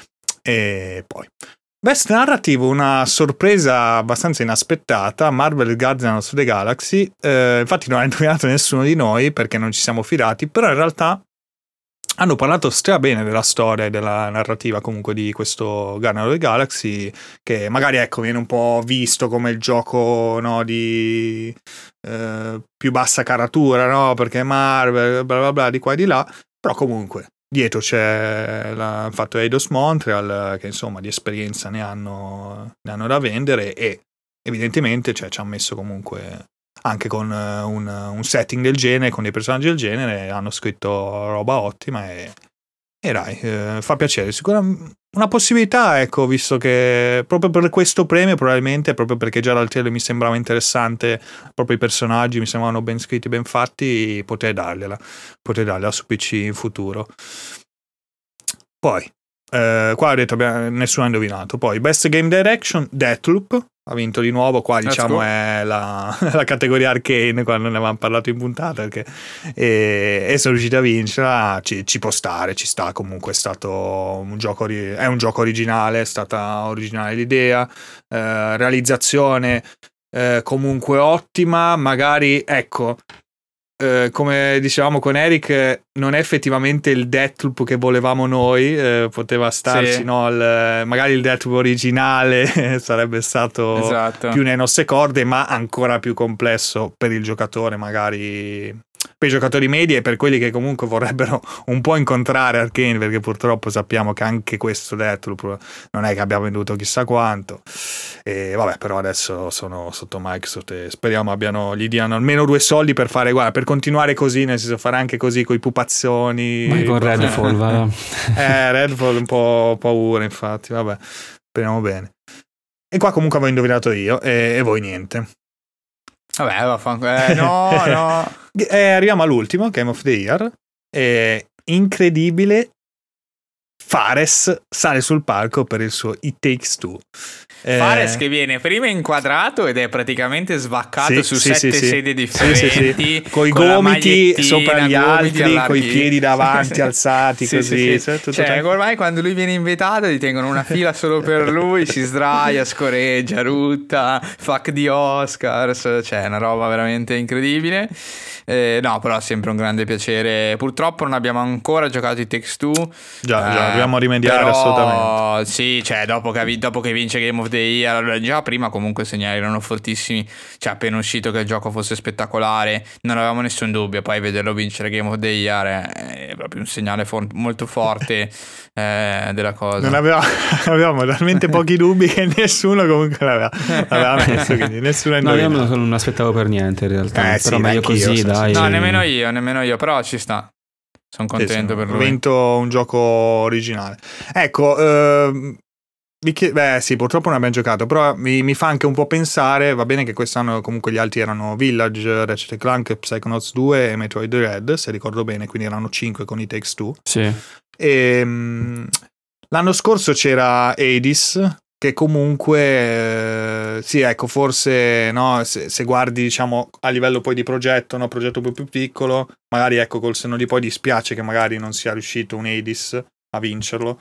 E poi Best Narrative, una sorpresa abbastanza inaspettata, Marvel Guardians of the Galaxy. Infatti non ha indovinato nessuno di noi perché non ci siamo fidati, però in realtà hanno parlato bene della storia e della narrativa comunque di questo Guardians of the Galaxy, che magari viene un po' visto come il gioco, no, di più bassa caratura, no, perché Marvel bla bla bla di qua e di là, però comunque dietro c'è il fatto Eidos Montreal, che insomma di esperienza ne hanno da vendere, e evidentemente ci hanno messo comunque anche con un setting del genere, con dei personaggi del genere, hanno scritto roba ottima, e dai, fa piacere. Sicuramente una possibilità, visto che proprio per questo premio, probabilmente proprio perché già dal trailer mi sembrava interessante, proprio i personaggi mi sembravano ben scritti, ben fatti, potrei dargliela su PC in futuro. Poi qua ho detto nessuno ha indovinato. Poi Best Game Direction, Deathloop ha vinto di nuovo. Qua diciamo è la categoria Arcane, quando ne avevamo parlato in puntata, e sono riusciti a vincerla. Ci può stare, ci sta. Comunque è stato un gioco, è un gioco originale, è stata originale l'idea, realizzazione comunque ottima. Magari come dicevamo con Eric, non è effettivamente il Deathloop che volevamo noi, poteva starci, Sì. no, magari il Deathloop originale sarebbe stato Esatto. più nelle nostre corde, ma ancora più complesso per il giocatore, magari per i giocatori medi e per quelli che comunque vorrebbero un po' incontrare Arcane, perché purtroppo sappiamo che anche questo Deathloop non è che abbia venduto chissà quanto, e vabbè, però adesso sono sotto Microsoft e speriamo gli diano almeno 2 soldi per fare, guarda, per continuare così, nel senso fare anche così coi pupazzoni. Ma con Redfall va. Redfall un po' paura, infatti, vabbè, speriamo bene. E qua comunque avevo indovinato io e voi niente. Vabbè, no. Arriviamo all'ultimo, Game of the Year. Incredibile, Fares sale sul palco per il suo It Takes Two. Fares che viene prima inquadrato ed è praticamente svaccato su 7 sedie differenti, con i gomiti sopra gli altri, con i piedi davanti alzati, così. Cioè, ormai quando lui viene invitato gli tengono una fila solo per lui, si sdraia, scoreggia, rutta, fuck di Oscars, cioè una roba veramente incredibile. No, però è sempre un grande piacere. Purtroppo non abbiamo ancora giocato It Takes Two. Già, dobbiamo rimediare, però, assolutamente. Sì, cioè dopo che vince Game of the Year, già prima comunque i segnali erano fortissimi. Cioè appena uscito che il gioco fosse spettacolare, non avevamo nessun dubbio. Poi vederlo vincere Game of the Year è proprio un segnale molto forte della cosa. Non avevamo talmente pochi dubbi che nessuno comunque l'aveva messo, quindi nessuno no, io non aspettavo per niente in realtà, però sì, meglio così, dai. No, nemmeno io, però ci sta. Sono contento per lui. Ha vinto un gioco originale. Ecco, sì, purtroppo non abbiamo giocato, però mi fa anche un po' pensare, va bene che quest'anno comunque gli altri erano Village, Ratchet & Clank, Psychonauts 2 e Metroid Dread, se ricordo bene, quindi erano 5 con It Takes Two. Sì. E l'anno scorso c'era Hades, che comunque sì, ecco, forse no, se guardi diciamo a livello poi di progetto, no, progetto più piccolo, magari ecco col senno di poi dispiace che magari non sia riuscito un Hades a vincerlo,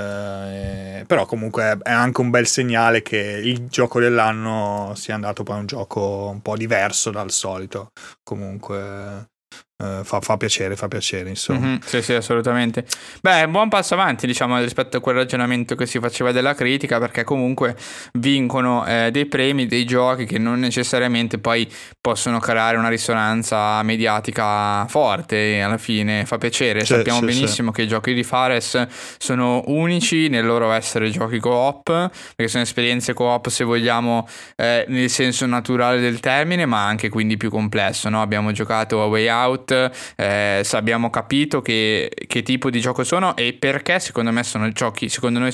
però comunque è anche un bel segnale che il gioco dell'anno sia andato poi a un gioco un po' diverso dal solito. Comunque fa piacere, insomma. Mm-hmm, sì, assolutamente. Beh, è un buon passo avanti, diciamo, rispetto a quel ragionamento che si faceva della critica, perché comunque vincono dei premi, dei giochi che non necessariamente poi possono creare una risonanza mediatica forte, e alla fine fa piacere. Sappiamo benissimo che i giochi di Fares sono unici nel loro essere giochi co-op, perché sono esperienze co-op, se vogliamo, nel senso naturale del termine, ma anche quindi più complesso, no? Abbiamo giocato a Way Out, abbiamo capito che tipo di gioco sono e perché secondo noi sono giochi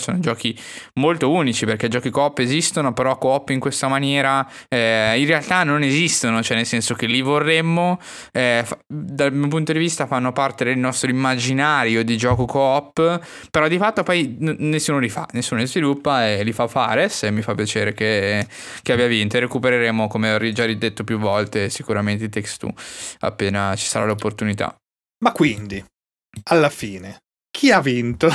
molto unici, perché giochi co-op esistono, però co-op in questa maniera in realtà non esistono, cioè nel senso che li vorremmo, dal mio punto di vista fanno parte del nostro immaginario di gioco co-op, però di fatto poi nessuno li fa, nessuno li sviluppa e li fa Fares, e mi fa piacere che abbia vinto. E recupereremo, come ho già detto più volte, sicuramente It Takes Two appena ci sarà l'opportunità. Ma quindi alla fine chi ha vinto?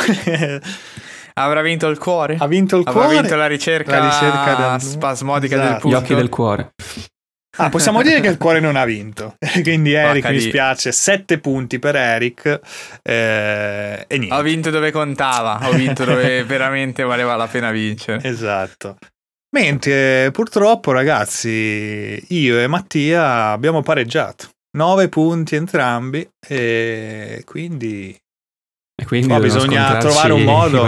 Avrà vinto il cuore? Ha vinto il cuore? Avrà vinto la ricerca spasmodica del punto. Gli occhi del cuore. Possiamo dire che il cuore non ha vinto. Quindi Eric, mi spiace, 7 punti per Eric e niente. Ho vinto dove contava, ho vinto dove veramente valeva la pena vincere. Esatto. Mentre purtroppo, ragazzi, io e Mattia abbiamo pareggiato 9 punti entrambi, e quindi bisogna trovare un modo.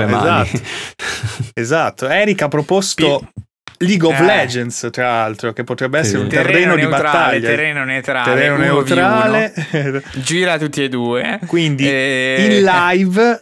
Esatto. Eric ha proposto League of Legends, tra l'altro, che potrebbe essere un terreno di battaglia. Terreno neutrale. Gira tutti e due. Quindi in live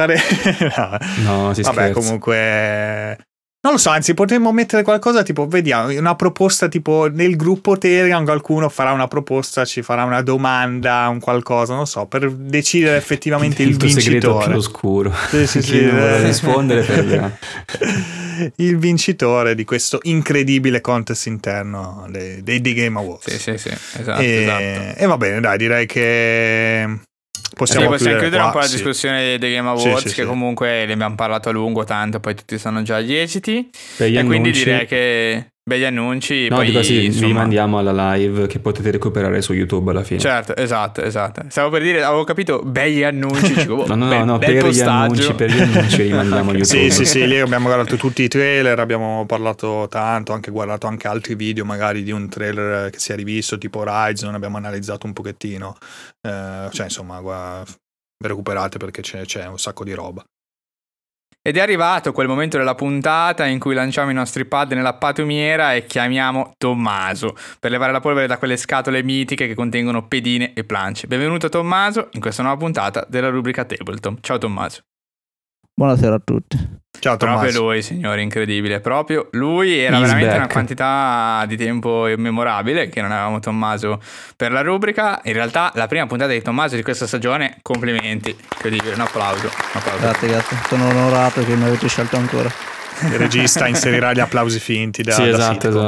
no, si scherza. Vabbè, comunque non lo so, anzi potremmo mettere qualcosa tipo, vediamo, una proposta tipo nel gruppo Telegram, qualcuno farà una proposta, ci farà una domanda, un qualcosa, non so, per decidere effettivamente il vincitore. Segreto più oscuro. Sì. Chi non vuole rispondere per il vincitore di questo incredibile contest interno dei Game Awards. Sì, esatto. E va bene, dai, direi che possiamo chiudere un po' la discussione dei Game Awards, che comunque ne abbiamo parlato a lungo, tanto poi tutti sanno già gli esiti, e quindi direi che Begli annunci. No, poi, dico sì, insomma... vi mandiamo alla live che potete recuperare su YouTube alla fine. Certo, esatto. Stavo per dire, avevo capito, begli annunci. No, per gli annunci li mandiamo a YouTube. Sì, lì abbiamo guardato tutti i trailer, abbiamo parlato tanto, anche guardato anche altri video magari di un trailer che si è rivisto, tipo Horizon, abbiamo analizzato un pochettino. Cioè, insomma, recuperate perché c'è un sacco di roba. Ed è arrivato quel momento della puntata in cui lanciamo i nostri pad nella patumiera e chiamiamo Tommaso per levare la polvere da quelle scatole mitiche che contengono pedine e plance. Benvenuto Tommaso in questa nuova puntata della rubrica Tabletop. Ciao Tommaso. Buonasera a tutti. Ciao Tommaso. Proprio lui, signore, incredibile. Proprio lui, era He's veramente back. una quantità di tempo immemorabile che non avevamo Tommaso per la rubrica. In realtà la prima puntata di Tommaso di questa stagione, complimenti, incredibile, un applauso. Grazie, sono onorato che mi avete scelto ancora. Il regista inserirà gli applausi finti da Esatto.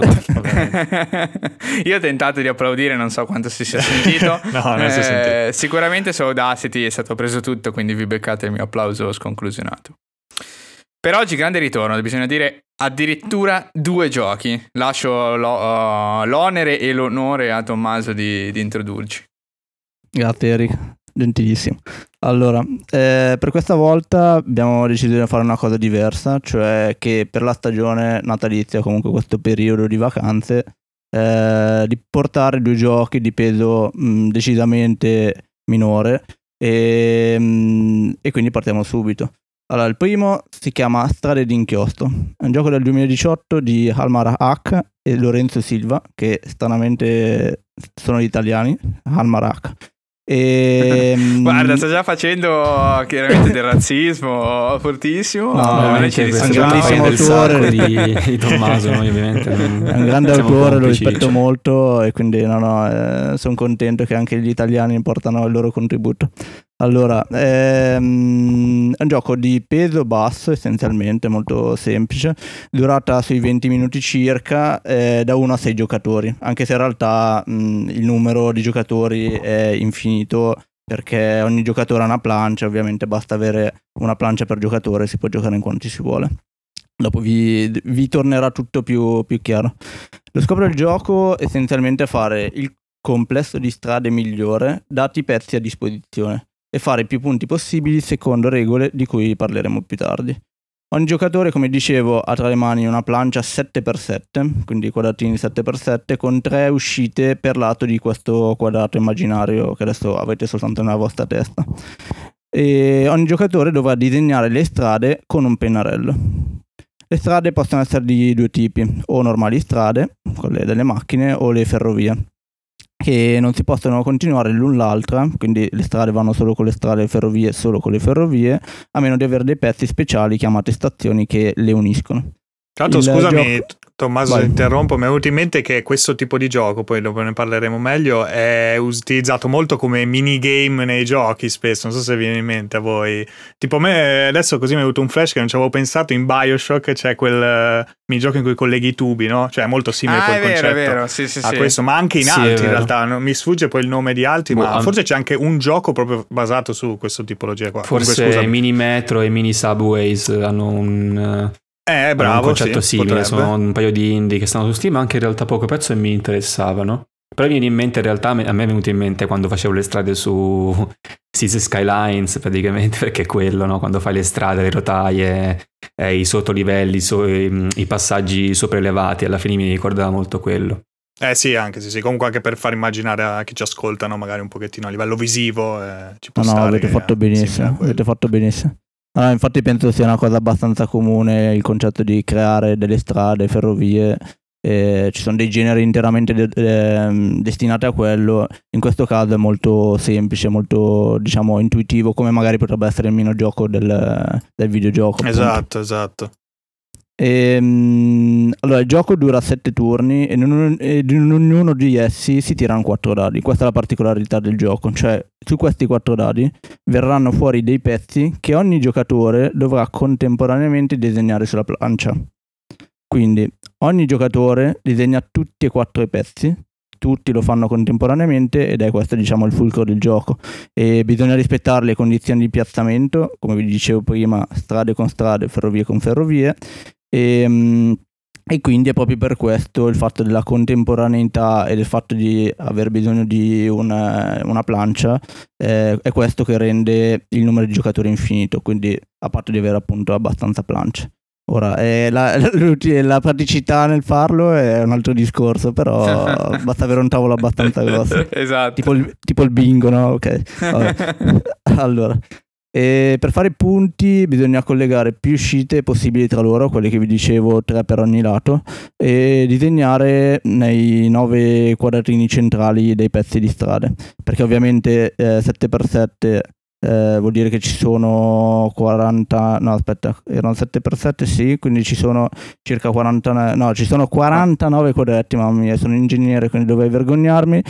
Io ho tentato di applaudire, non so quanto si sia sentito. No, non si è sentito. Sicuramente su Audacity è stato preso tutto, quindi vi beccate il mio applauso sconclusionato. Per oggi grande ritorno, bisogna dire addirittura 2 giochi. Lascio l'onere e l'onore a Tommaso di introdurci. Grazie Eric, gentilissimo. Allora, per questa volta abbiamo deciso di fare una cosa diversa, cioè che per la stagione natalizia, comunque questo periodo di vacanze, di portare 2 giochi di peso decisamente minore e quindi partiamo subito. Allora, il primo si chiama Strade d'inchiostro, è un gioco del 2018 di Almar Hack e Lorenzo Silva, che stranamente sono gli italiani, Almar Hack. Guarda, sto già facendo chiaramente del razzismo fortissimo. Ovviamente è un grandissimo autore di Tommaso, noi ovviamente è un grande autore, lo rispetto molto e quindi sono contento che anche gli italiani portano il loro contributo. Allora, è un gioco di peso basso essenzialmente, molto semplice, durata sui 20 minuti circa, da 1 a 6 giocatori, anche se in realtà il numero di giocatori è infinito perché ogni giocatore ha una plancia, ovviamente basta avere una plancia per giocatore, si può giocare in quanti si vuole. Dopo vi tornerà tutto più chiaro. Lo scopo del gioco è essenzialmente fare il complesso di strade migliore dati i pezzi a disposizione e fare più punti possibili secondo regole di cui parleremo più tardi. Ogni giocatore, come dicevo, ha tra le mani una plancia 7x7, quindi quadratini 7x7, con 3 uscite per lato di questo quadrato immaginario che adesso avete soltanto nella vostra testa. E ogni giocatore dovrà disegnare le strade con un pennarello. Le strade possono essere di 2 tipi, o normali strade, quelle delle macchine, o le ferrovie, che non si possono continuare l'un l'altra, quindi le strade vanno solo con le strade, le ferrovie solo con le ferrovie, a meno di avere dei pezzi speciali chiamate stazioni che le uniscono. Tra l'altro, scusami Tommaso, se interrompo, mi è venuto in mente che questo tipo di gioco, poi dopo ne parleremo meglio, è utilizzato molto come minigame nei giochi spesso, non so se viene in mente a voi. Tipo a me adesso così mi è venuto un flash che non ci avevo pensato, in Bioshock c'è quel minigioco in cui colleghi i tubi, no? Cioè è molto simile quel concetto. È vero, sì. A questo, ma anche in altri in realtà, non mi sfugge poi il nome di altri, ma forse c'è anche un gioco proprio basato su questo tipologia qua. Forse comunque, Mini Metro e Mini Subways hanno un concetto simile, sono un paio di indie che stanno su Steam, anche in realtà poco prezzo e mi interessavano. Però mi viene in mente, in realtà a me è venuto in mente quando facevo le strade su Cities Skylines praticamente, perché è quello, no? Quando fai le strade, le rotaie, i sottolivelli, i passaggi sopraelevati, alla fine mi ricordava molto quello. Sì, anche sì, comunque anche per far immaginare a chi ci ascoltano magari un pochettino a livello visivo ci può stare. Avete fatto benissimo. Allora, infatti penso sia una cosa abbastanza comune il concetto di creare delle strade, ferrovie, ci sono dei generi interamente destinati a quello. In questo caso è molto semplice, molto diciamo intuitivo, come magari potrebbe essere il minigioco del videogioco. Esatto. Allora, il gioco dura 7 turni e in ognuno di essi si tirano 4 dadi. Questa è la particolarità del gioco, cioè su questi 4 dadi verranno fuori dei pezzi che ogni giocatore dovrà contemporaneamente disegnare sulla plancia. Quindi ogni giocatore disegna tutti e 4 i pezzi, tutti lo fanno contemporaneamente ed è questo diciamo il fulcro del gioco, e bisogna rispettare le condizioni di piazzamento, come vi dicevo prima, strade con strade, ferrovie con ferrovie, e E quindi è proprio per questo il fatto della contemporaneità e del fatto di aver bisogno di una plancia è questo che rende il numero di giocatori infinito, quindi a parte di avere appunto abbastanza plance. Ora, la praticità nel farlo è un altro discorso, però basta avere un tavolo abbastanza grosso. Esatto. Tipo il bingo, no? Ok. Allora, per fare punti bisogna collegare più uscite possibili tra loro, quelle che vi dicevo, 3 per ogni lato, e disegnare nei 9 quadratini centrali dei pezzi di strade, perché ovviamente 7x7 vuol dire che ci sono 40, no aspetta, erano 7x7, sì, quindi ci sono circa 40, no, ci sono 49 quadrati, mamma mia, sono ingegnere, quindi dovrei vergognarmi,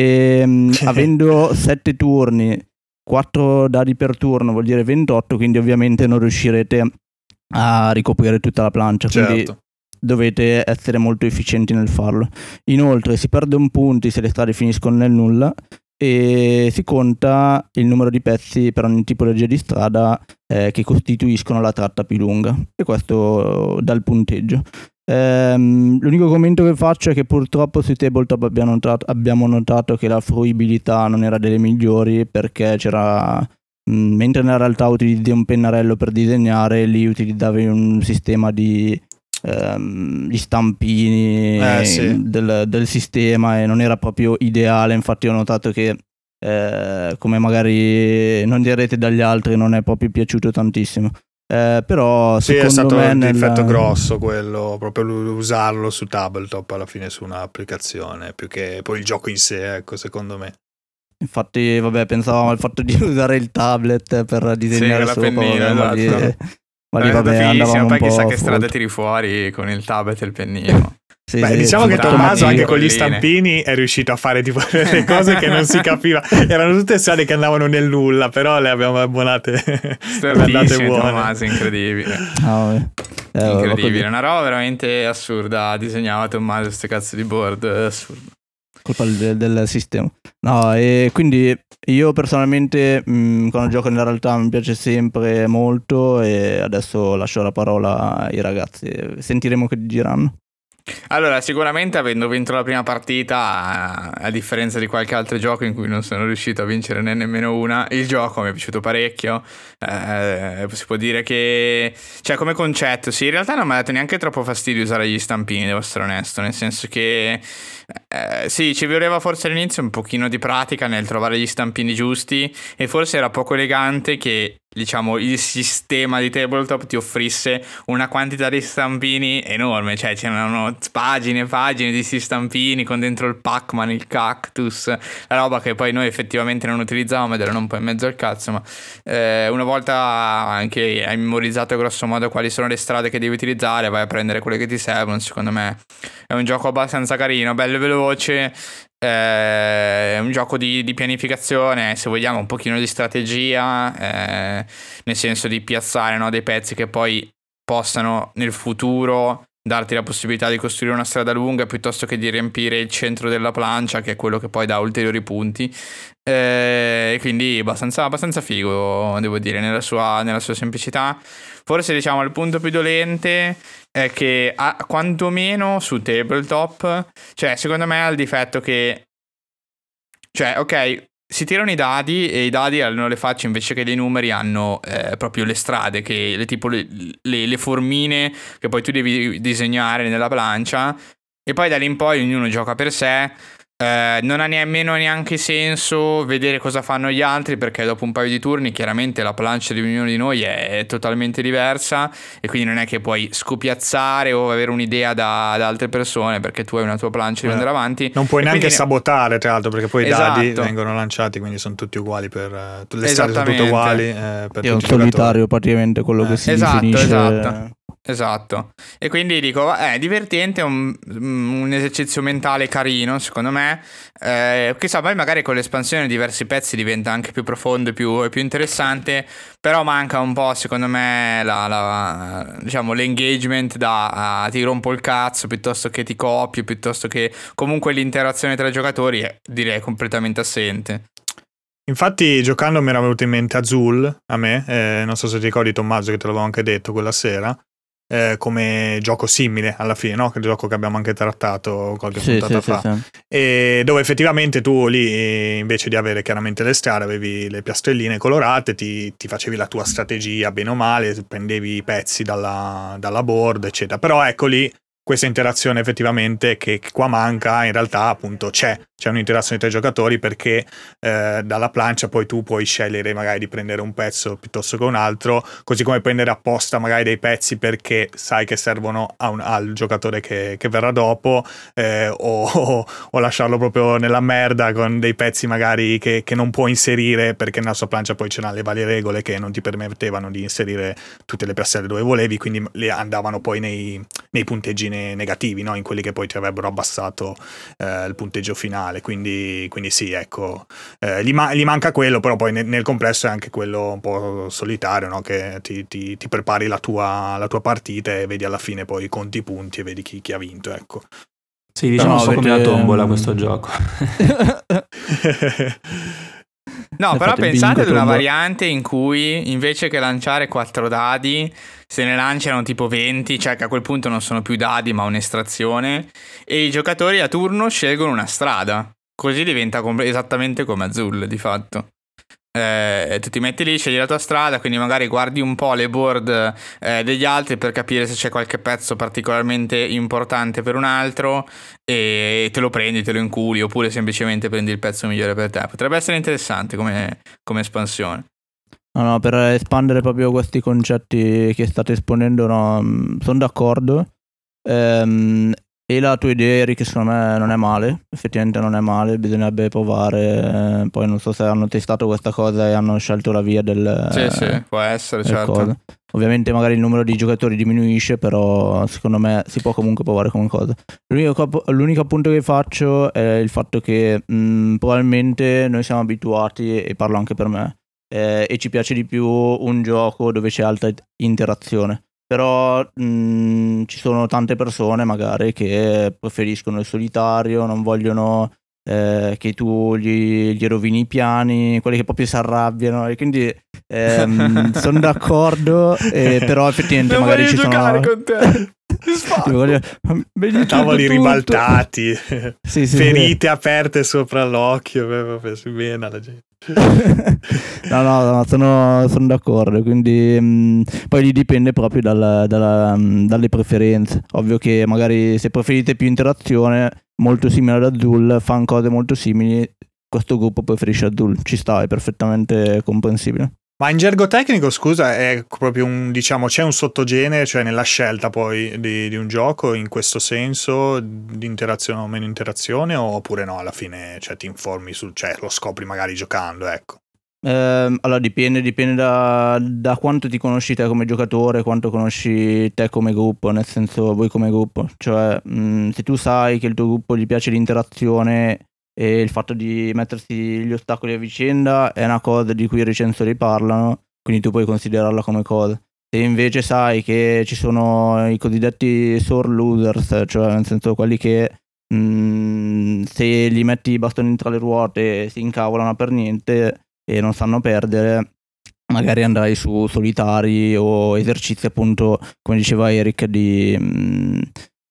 e avendo 7 turni, 4 dadi per turno vuol dire 28, quindi ovviamente non riuscirete a ricoprire tutta la plancia, quindi dovete essere molto efficienti nel farlo. Inoltre si perdono punti se le strade finiscono nel nulla e si conta il numero di pezzi per ogni tipologia di strada che costituiscono la tratta più lunga, e questo dal punteggio. L'unico commento che faccio è che purtroppo su Tabletop abbiamo notato che la fruibilità non era delle migliori, perché c'era, mentre nella realtà utilizzi un pennarello per disegnare, lì utilizzavi un sistema di gli stampini del sistema, e non era proprio ideale. Infatti ho notato che come magari non direte dagli altri, non è proprio piaciuto tantissimo. Però sì, è stato un difetto grosso quello, proprio usarlo su tabletop alla fine su un'applicazione, più che poi il gioco in sé, ecco, secondo me. Infatti vabbè, pensavamo al fatto di usare il tablet per disegnare sopra, pennino, ma lì vabbè, andavamo poi un chissà po' che strada tiri fuori con il tablet e il pennino. Beh, diciamo che Tommaso anche con gli stampini è riuscito a fare tipo delle cose che non si capiva, erano tutte strade che andavano nel nulla, però le abbiamo abbonate buone. Tommaso, incredibile. Incredibile, una roba veramente assurda disegnava Tommaso, queste cazzo di board, assurdo. Colpa del sistema. No, e quindi io personalmente quando gioco nella realtà mi piace sempre molto, e adesso lascio la parola ai ragazzi, sentiremo che diranno. Allora, sicuramente avendo vinto la prima partita, a differenza di qualche altro gioco in cui non sono riuscito a vincere nemmeno una, il gioco mi è piaciuto parecchio. Si può dire che, cioè, come concetto, sì, in realtà non mi ha dato neanche troppo fastidio usare gli stampini, devo essere onesto, nel senso che sì, ci voleva forse all'inizio un pochino di pratica nel trovare gli stampini giusti, e forse era poco elegante che, diciamo, il sistema di Tabletop ti offrisse una quantità di stampini enorme, cioè c'erano pagine e pagine di questi stampini con dentro il Pac-Man, il cactus, la roba che poi noi effettivamente non utilizzavamo ed erano un po' in mezzo al cazzo, ma una volta anche hai memorizzato grosso modo quali sono le strade che devi utilizzare, vai a prendere quelle che ti servono. Secondo me è un gioco abbastanza carino, bello e veloce. È un gioco di pianificazione, se vogliamo un pochino di strategia, nel senso di piazzare, no, dei pezzi che poi possano nel futuro darti la possibilità di costruire una strada lunga, piuttosto che di riempire il centro della plancia, che è quello che poi dà ulteriori punti, e quindi abbastanza figo, devo dire, nella sua semplicità. Forse, diciamo, il punto più dolente è che quantomeno su Tabletop, cioè, secondo me ha il difetto che, cioè, ok, si tirano i dadi, e i dadi hanno le facce invece che dei numeri, hanno proprio le strade, che tipo le formine che poi tu devi disegnare nella plancia, e poi da lì in poi ognuno gioca per sé. Non ha nemmeno neanche senso vedere cosa fanno gli altri, perché dopo un paio di turni chiaramente la plancia di ognuno di noi è totalmente diversa, e quindi non è che puoi scopiazzare o avere un'idea da altre persone, perché tu hai una tua plancia di andare avanti. Non puoi neanche sabotare, tra l'altro, perché poi i dadi vengono lanciati, quindi sono tutti uguali, le strade sono tutte uguali per è un solitario praticamente quello che si definisce. Esatto, e quindi dico, è divertente, un esercizio mentale carino, secondo me. Chissà, poi magari con l'espansione diversi pezzi diventa anche più profondo e più interessante, però manca un po', secondo me, diciamo, l'engagement ti rompo il cazzo, piuttosto che ti copio, piuttosto che comunque l'interazione tra i giocatori direi completamente assente. Infatti, giocando mi era venuto in mente Azul, a me, non so se ti ricordi, Tommaso, che te l'avevo anche detto quella sera. come gioco simile alla fine, no? Che è il gioco che abbiamo anche trattato qualche puntata fa. Sì. E dove effettivamente tu lì, invece di avere chiaramente le strade, avevi le piastrelline colorate, ti facevi la tua strategia bene o male, prendevi i pezzi dalla board, eccetera. Però ecco lì questa interazione effettivamente che qua manca, in realtà appunto c'è un'interazione tra i giocatori, perché dalla plancia poi tu puoi scegliere magari di prendere un pezzo piuttosto che un altro, così come prendere apposta magari dei pezzi perché sai che servono al giocatore che verrà dopo, o lasciarlo proprio nella merda con dei pezzi magari che non puoi inserire perché nella sua plancia poi c'erano le varie regole che non ti permettevano di inserire tutte le piastrelle dove volevi, quindi le andavano poi nei punteggi negativi, no? In quelli che poi ti avrebbero abbassato il punteggio finale. Quindi sì, ecco, gli manca quello, però poi nel complesso è anche quello un po' solitario, no? Che ti prepari la tua partita e vedi alla fine poi conti i punti e vedi chi ha vinto, ecco. Sì, diciamo un po' come la tombola questo gioco. No, però pensate ad una variante in cui invece che lanciare 4 dadi se ne lanciano tipo 20, cioè che a quel punto non sono più dadi ma un'estrazione, e i giocatori a turno scelgono una strada, così diventa esattamente come Azul di fatto. Tu ti metti lì, scegli la tua strada, quindi magari guardi un po' le board degli altri per capire se c'è qualche pezzo particolarmente importante per un altro e te lo prendi, te lo inculi, oppure semplicemente prendi il pezzo migliore per te. Potrebbe essere interessante come espansione. No, per espandere proprio questi concetti che state esponendo, no, sono d'accordo. E la tua idea, Eric, secondo me non è male, effettivamente non è male, bisognerebbe provare. Poi non so se hanno testato questa cosa e hanno scelto la via del... Sì, può essere, certo. Cosa. Ovviamente magari il numero di giocatori diminuisce, però secondo me si può comunque provare come cosa. L'unico appunto che faccio è il fatto che probabilmente noi siamo abituati, e parlo anche per me, e ci piace di più un gioco dove c'è alta interazione. Però ci sono tante persone magari che preferiscono il solitario, non vogliono che tu gli rovini i piani, quelli che proprio si arrabbiano, e quindi sono d'accordo, però effettivamente non magari ci giocare sono... con te. Tavoli ribaltati, sì, ferite aperte sopra l'occhio, si viene alla gente. No, sono d'accordo, quindi poi lì dipende proprio dalle preferenze. Ovvio che magari se preferite più interazione, molto simile ad Azul, fanno cose molto simili, questo gruppo preferisce Azul, ci sta, è perfettamente comprensibile. Ma in gergo tecnico, scusa, è proprio c'è un sottogenere, cioè nella scelta poi di un gioco in questo senso, di interazione o meno interazione, oppure no, alla fine ti informi cioè lo scopri magari giocando, ecco. Allora dipende da quanto ti conosci te come giocatore, quanto conosci te come gruppo, nel senso voi come gruppo, cioè se tu sai che il tuo gruppo gli piace l'interazione e il fatto di mettersi gli ostacoli a vicenda è una cosa di cui i recensori parlano, quindi tu puoi considerarla come cosa. Se invece sai che ci sono i cosiddetti sore losers, cioè nel senso quelli che se gli metti i bastoni tra le ruote si incavolano per niente e non sanno perdere, magari andrai su solitari o esercizi appunto, come diceva Eric, di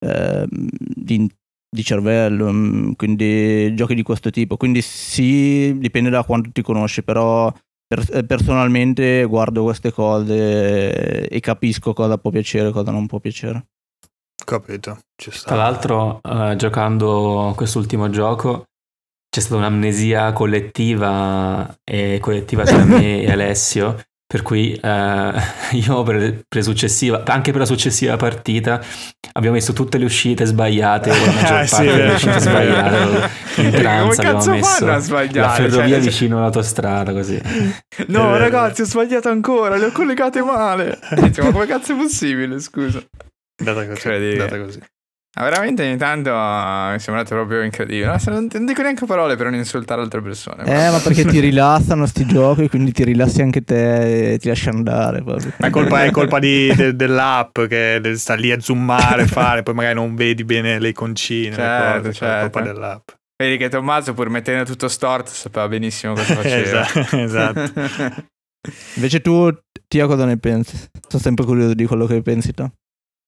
cervello, quindi giochi di questo tipo. Quindi sì, dipende da quanto ti conosci, però personalmente guardo queste cose e capisco cosa può piacere e cosa non può piacere. Capito, ci sta. Tra l'altro giocando quest'ultimo gioco c'è stata un'amnesia collettiva tra me e Alessio, per cui io anche per la successiva partita abbiamo messo tutte le uscite sbagliate, la maggior parte delle uscite sbagliate, in tranza abbiamo messo la ferrovia vicino all'autostrada, così. No ragazzi, ho sbagliato ancora, le ho collegate male. Ma come cazzo è possibile, scusa? Data così. Ma veramente ogni tanto mi è sembrato proprio incredibile. Non dico neanche parole per non insultare altre persone. Ma perché ti rilassano sti giochi, quindi ti rilassi anche te e ti lasci andare proprio. È colpa dell'app che sta lì a zoomare, fare, poi magari non vedi bene le iconcine. Certo. È colpa dell'app. Vedi che Tommaso, pur mettendo tutto storto, sapeva benissimo cosa faceva. Esatto. Invece tu, Tia, cosa ne pensi? Sono sempre curioso di quello che pensi tu.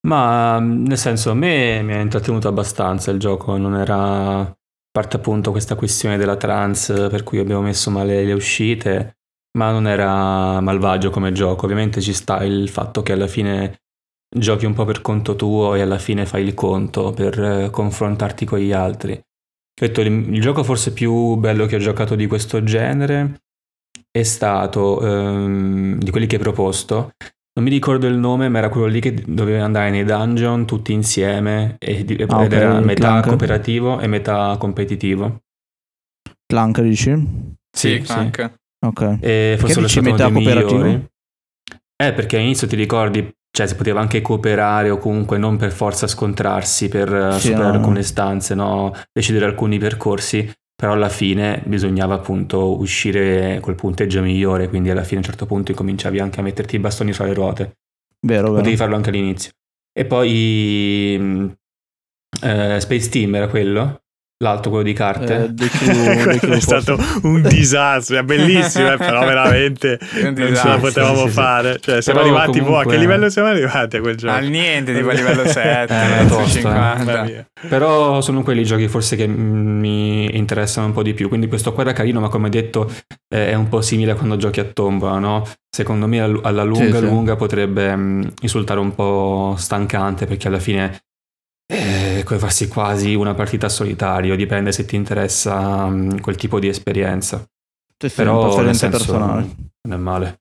Ma nel senso, a me mi ha intrattenuto abbastanza il gioco, non era, a parte appunto questa questione della trans per cui abbiamo messo male le uscite, ma non era malvagio come gioco. Ovviamente ci sta il fatto che alla fine giochi un po' per conto tuo e alla fine fai il conto per confrontarti con gli altri. Ho detto, il gioco forse più bello che ho giocato di questo genere è stato di quelli che hai proposto. Non mi ricordo il nome, ma era quello lì che doveva andare nei dungeon tutti insieme ed era metà Clank. cooperativo e metà competitivo. Clank dici? Sì, Clank. Ok. E forse lo stato dei migliori. Perché all'inizio ti ricordi, cioè si poteva anche cooperare o comunque non per forza scontrarsi per superare alcune stanze, no? Decidere alcuni percorsi. Però alla fine bisognava appunto uscire col punteggio migliore, quindi alla fine a un certo punto incominciavi anche a metterti i bastoni fra le ruote. Vero. Potevi farlo anche all'inizio. E poi Space Team era quello? L'altro, quello di carte? Quello è stato un disastro, è bellissimo, però veramente non ce la potevamo fare. Cioè, siamo arrivati, comunque... a che livello siamo arrivati a quel gioco? Al niente, tipo a livello 7, tosto, 50. Però sono quelli giochi forse che mi interessano un po' di più. Quindi questo qua era carino, ma come detto è un po' simile a quando giochi a tombola, no? Secondo me alla lunga potrebbe risultare un po' stancante, perché alla fine come farsi quasi una partita a solitario, dipende se ti interessa quel tipo di esperienza. Però nel senso personale non è male.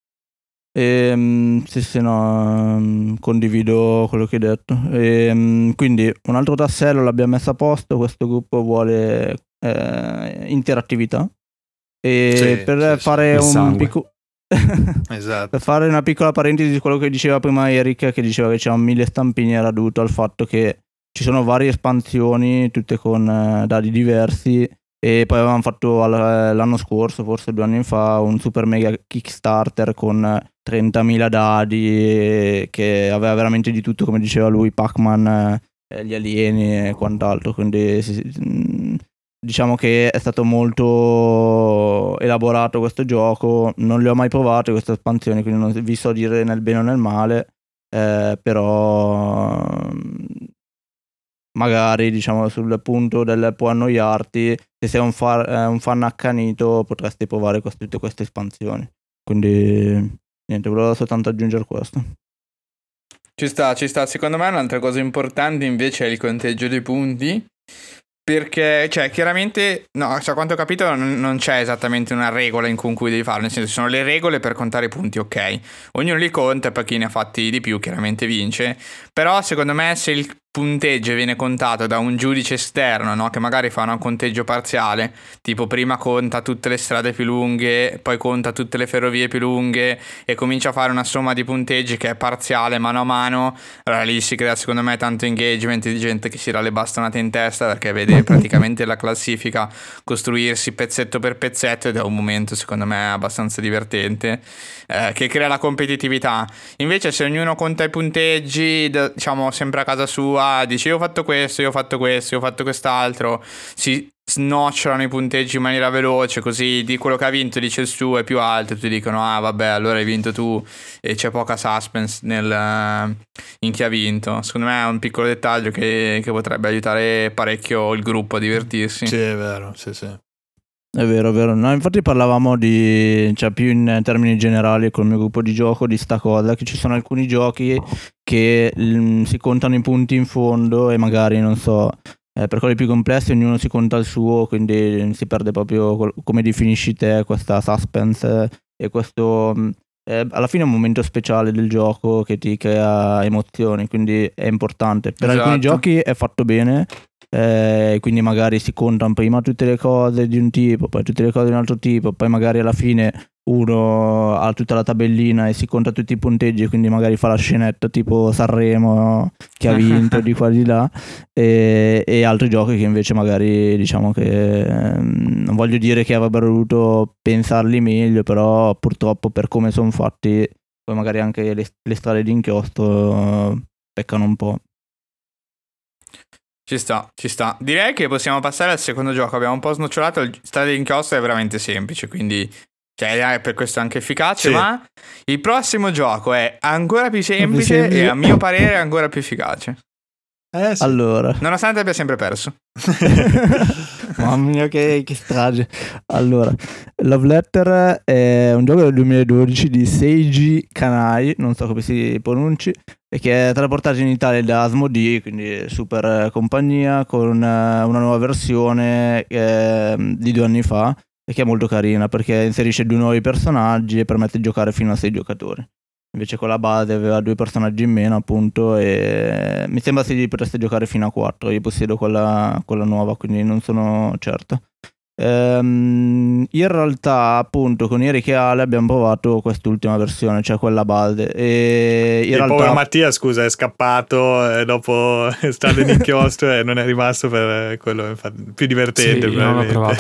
Condivido quello che hai detto. Quindi un altro tassello l'abbiamo messo a posto. Questo gruppo vuole interattività per fare un piccolo esatto. Per fare una piccola parentesi di quello che diceva prima Eric, che diceva che c'erano 1000 stampini, era dovuto al fatto che ci sono varie espansioni tutte con dadi diversi, e poi avevamo fatto l'anno scorso, forse 2 anni fa, un super mega Kickstarter con 30.000 dadi che aveva veramente di tutto, come diceva lui, Pac-Man, gli alieni e quant'altro. Quindi diciamo che è stato molto elaborato questo gioco. Non le ho mai provate queste espansioni, quindi non vi so dire nel bene o nel male, però magari, diciamo, sul punto del può annoiarti, se sei un fan accanito potresti provare tutte queste espansioni. Quindi niente, volevo soltanto aggiungere questo. Ci sta. Secondo me un'altra cosa importante invece è il conteggio dei punti, perché, cioè, chiaramente, no, a quanto ho capito non c'è esattamente una regola in cui devi farlo, nel senso, ci sono le regole per contare i punti, ok, ognuno li conta e poi chi ne ha fatti di più chiaramente vince. Però secondo me se il punteggio viene contato da un giudice esterno, no, che magari fa un conteggio parziale, tipo prima conta tutte le strade più lunghe, poi conta tutte le ferrovie più lunghe e comincia a fare una somma di punteggi che è parziale mano a mano, allora lì si crea secondo me tanto engagement di gente che si dà le bastonate in testa, perché vede praticamente la classifica costruirsi pezzetto per pezzetto, ed è un momento secondo me abbastanza divertente, che crea la competitività. Invece se ognuno conta i punteggi, diciamo sempre a casa sua, dice io ho fatto questo, io ho fatto questo, io ho fatto quest'altro, si snocciolano i punteggi in maniera veloce, così di quello che ha vinto dice il suo è più alto e tutti dicono ah vabbè allora hai vinto tu, e c'è poca suspense in chi ha vinto. Secondo me è un piccolo dettaglio che potrebbe aiutare parecchio il gruppo a divertirsi. Sì, è vero, sì. È vero. No, infatti parlavamo cioè più in termini generali col mio gruppo di gioco di sta cosa, che ci sono alcuni giochi che si contano i punti in fondo e magari, non so, per quelli più complessi ognuno si conta il suo, quindi si perde proprio, come definisci te, questa suspense e questo alla fine è un momento speciale del gioco che ti crea emozioni, quindi è importante. Per alcuni giochi è fatto bene, quindi magari si contano prima tutte le cose di un tipo, poi tutte le cose di un altro tipo, poi magari alla fine uno ha tutta la tabellina e si conta tutti i punteggi, quindi magari fa la scenetta tipo Sanremo che ha vinto di qua di là, e altri giochi che invece magari, diciamo che non voglio dire che avrebbero dovuto pensarli meglio, però purtroppo per come sono fatti poi magari anche le strade di inchiostro peccano un po'. Ci sta. Direi che possiamo passare al secondo gioco. Abbiamo un po' snocciolato. Il strade di inchiostro è veramente semplice, quindi cioè per questo è anche efficace, Sì. ma il prossimo gioco è ancora più semplice e a mio parere è ancora più efficace. Sì. Allora, Nonostante abbia sempre perso. mamma mia che strage. Allora, Love Letter è un gioco del 2012 di Seiji Kanai, non so come si pronunci, e che è trasportato in Italia da Asmodee, quindi super compagnia, con una nuova versione di 2 anni fa, e che è molto carina perché inserisce 2 nuovi personaggi e permette di giocare fino a 6 giocatori. Invece con la base aveva 2 personaggi in meno, appunto, e mi sembra si potreste giocare fino a 4. Io possiedo quella nuova, quindi non sono certo. In realtà, appunto, con Eric e Ale abbiamo provato quest'ultima versione, cioè quella base. E in realtà... povero Mattia, scusa, è scappato dopo è stato in inchiostro e non è rimasto per quello più divertente. Sì, non l'ho provato.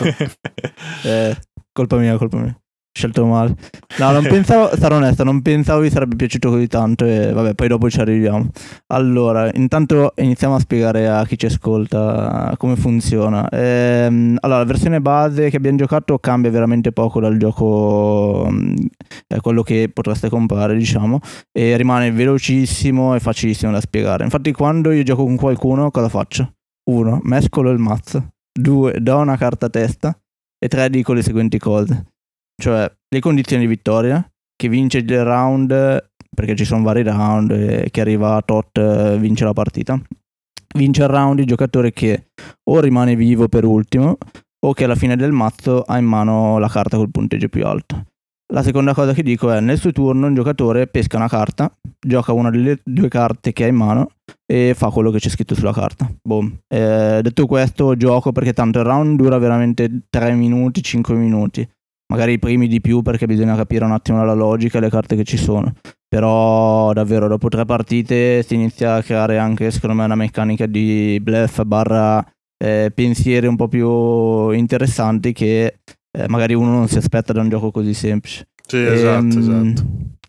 Colpa mia. Scelto male. No, non pensavo, sarò onesto, non pensavo vi sarebbe piaciuto così tanto e vabbè, poi dopo ci arriviamo. Allora, intanto iniziamo a spiegare a chi ci ascolta come funziona. Allora, la versione base che abbiamo giocato cambia veramente poco dal gioco, quello che potreste comprare, diciamo, e rimane velocissimo e facilissimo da spiegare. Infatti quando io gioco con qualcuno, cosa faccio? 1. Mescolo il mazzo. 2. Do una carta a testa. E 3. Dico le seguenti cose. Cioè le condizioni di vittoria, che vince il round, perché ci sono vari round e chi arriva a tot vince la partita. Vince il round il giocatore che o rimane vivo per ultimo o che alla fine del mazzo ha in mano la carta col punteggio più alto. La seconda cosa che dico è: nel suo turno un giocatore pesca una carta, gioca una delle 2 carte che ha in mano e fa quello che c'è scritto sulla carta. Boom. Detto questo, gioco perché tanto il round dura veramente 3 minuti, 5 minuti. Magari i primi di più perché bisogna capire un attimo la logica e le carte che ci sono. Però davvero dopo 3 partite si inizia a creare anche secondo me una meccanica di bluff barra pensieri un po' più interessanti che magari uno non si aspetta da un gioco così semplice. Sì, esatto.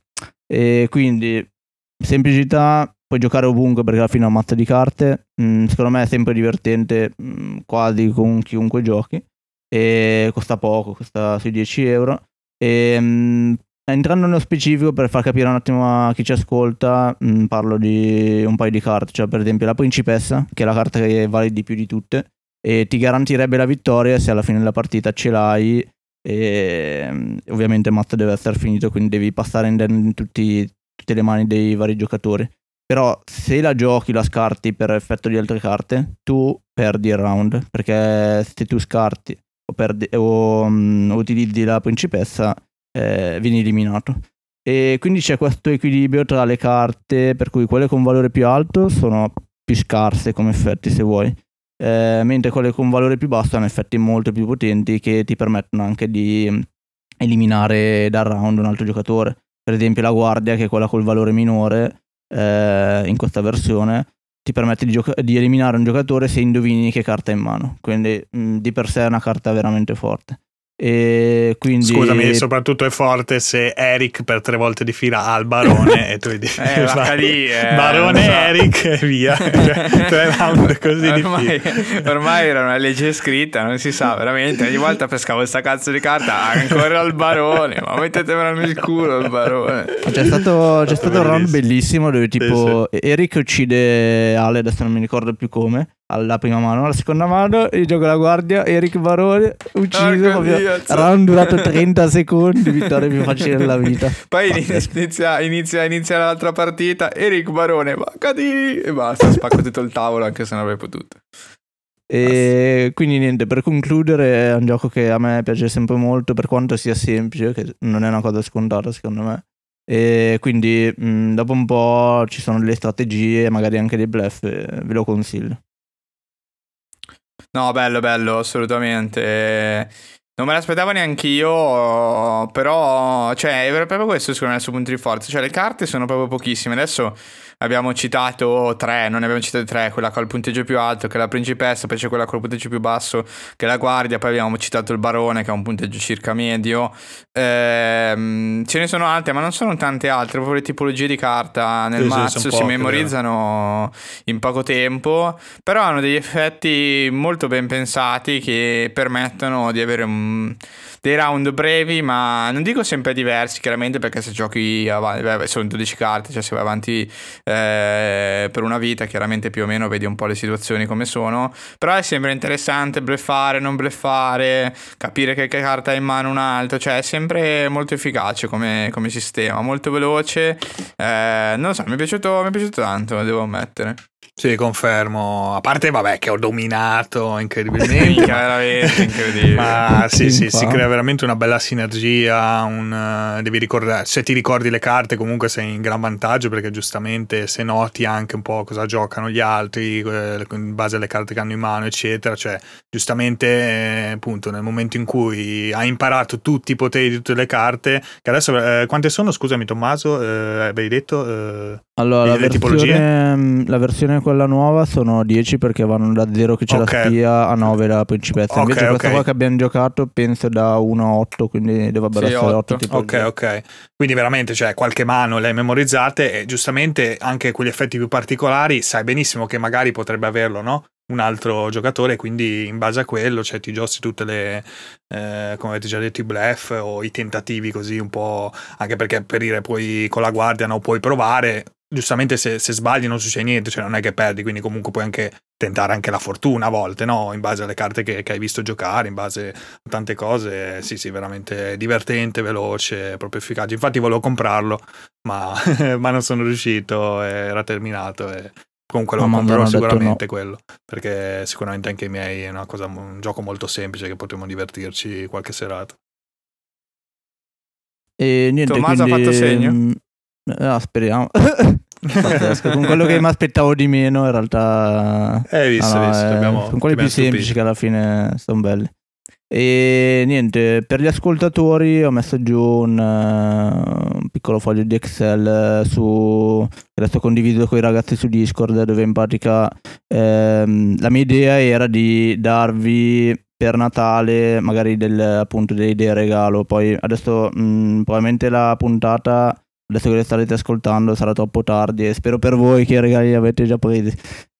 E quindi semplicità, puoi giocare ovunque perché alla fine è un mazzo di carte. Secondo me è sempre divertente, quasi con chiunque giochi. E costa poco, costa sui 10 euro. E entrando nello specifico, per far capire un attimo a chi ci ascolta, parlo di un paio di carte. Cioè per esempio la principessa, che è la carta che vale di più di tutte e ti garantirebbe la vittoria se alla fine della partita ce l'hai. E ovviamente il mazzo deve essere finito, quindi devi passare in tutte le mani dei vari giocatori. Però se la giochi, la scarti per effetto di altre carte, tu perdi il round, perché se tu scarti o utilizzi la principessa, vieni eliminato. E quindi c'è questo equilibrio tra le carte, per cui quelle con valore più alto sono più scarse come effetti, se vuoi, mentre quelle con valore più basso hanno effetti molto più potenti che ti permettono anche di eliminare dal round un altro giocatore. Per esempio la guardia, che è quella col valore minore in questa versione, ti permette di eliminare un giocatore se indovini che carta è in mano, quindi di per sé è una carta veramente forte. E quindi scusami, soprattutto è forte se Eric per 3 volte di fila ha il barone e tu dici barone so. Eric e via. 3 round così ormai, di fila. Ormai era una legge scritta, non si sa veramente, ogni volta pescavo sta cazzo di carta ancora il barone, ma mettetemelo nel culo il barone. C'è stato un round bellissimo dove tipo Eric uccide Ale, adesso non mi ricordo più come, alla prima mano, alla seconda mano io gioco la guardia, Eric barone ucciso, proprio round durato 30 secondi, vittoria più facile della vita. Poi inizia l'altra partita, Eric barone, vaccati, e basta, spacco tutto il tavolo anche se non avrei potuto. E quindi niente, per concludere è un gioco che a me piace sempre molto, per quanto sia semplice, che non è una cosa scontata secondo me. E quindi dopo un po' ci sono delle strategie, magari anche dei bluff, ve lo consiglio. No, bello, assolutamente. Non me l'aspettavo neanche io, però, cioè, è proprio questo secondo me il suo punto di forza. Cioè, le carte sono proprio pochissime. Adesso abbiamo citato 3, non ne abbiamo citate 3, quella col punteggio più alto, che è la principessa, poi c'è quella col punteggio più basso, che è la guardia, poi abbiamo citato il barone, che ha un punteggio circa medio. Ce ne sono altre, ma non sono tante altre, proprio le tipologie di carta nel mazzo si memorizzano in poco tempo, però hanno degli effetti molto ben pensati che permettono di avere un dei round brevi, ma non dico sempre diversi, chiaramente, perché se giochi avanti, sono 12 carte, cioè se vai avanti per una vita, chiaramente più o meno vedi un po' le situazioni come sono, però è sempre interessante bluffare, non bluffare, capire che carta hai in mano un altro, cioè è sempre molto efficace come sistema, molto veloce, non lo so, mi è piaciuto tanto, devo ammettere. Sì, confermo. A parte, vabbè, che ho dominato incredibilmente. Veramente incredibile. Ma sì, si crea veramente una bella sinergia. Devi ricordare, se ti ricordi le carte, comunque sei in gran vantaggio, perché giustamente se noti anche un po' cosa giocano gli altri, in base alle carte che hanno in mano, eccetera. Cioè, giustamente, appunto, nel momento in cui hai imparato tutti i poteri di tutte le carte, che adesso quante sono? Scusami, Tommaso, avevi detto? Allora, la versione quella nuova sono 10, perché vanno da 0 che c'è la spia a 9 la principessa. Invece questa qua che abbiamo giocato penso da 1 a 8, quindi dovrebbero essere 8 tipo. Ok. Quindi veramente, cioè, qualche mano le hai memorizzate, e giustamente anche quegli effetti più particolari sai benissimo che magari potrebbe averlo, no? Un altro giocatore, quindi in base a quello, cioè, ti giossi tutte le come avete già detto, i bluff o i tentativi, così un po', anche perché per dire poi con la guardia non puoi provare. Giustamente se sbagli non succede niente, cioè non è che perdi, quindi comunque puoi anche tentare anche la fortuna a volte, no? In base alle carte che hai visto giocare, in base a tante cose. Sì, veramente divertente, veloce, proprio efficace. Infatti volevo comprarlo, ma non sono riuscito, era terminato, e comunque lo comprerò sicuramente quello, perché sicuramente anche i miei è un gioco molto semplice che potremo divertirci qualche serata. E niente, Tommaso ha fatto segno? Speriamo. Pazzesco. Con quello che mi aspettavo di meno, in realtà visto, sono quelli più semplici che alla fine sono belli. E niente, per gli ascoltatori ho messo giù un piccolo foglio di Excel che adesso condivido con i ragazzi su Discord, dove in pratica la mia idea era di darvi per Natale magari appunto delle idee regalo. Poi adesso probabilmente la puntata, adesso che le starete ascoltando, sarà troppo tardi, e spero per voi che i regali li avete già presi.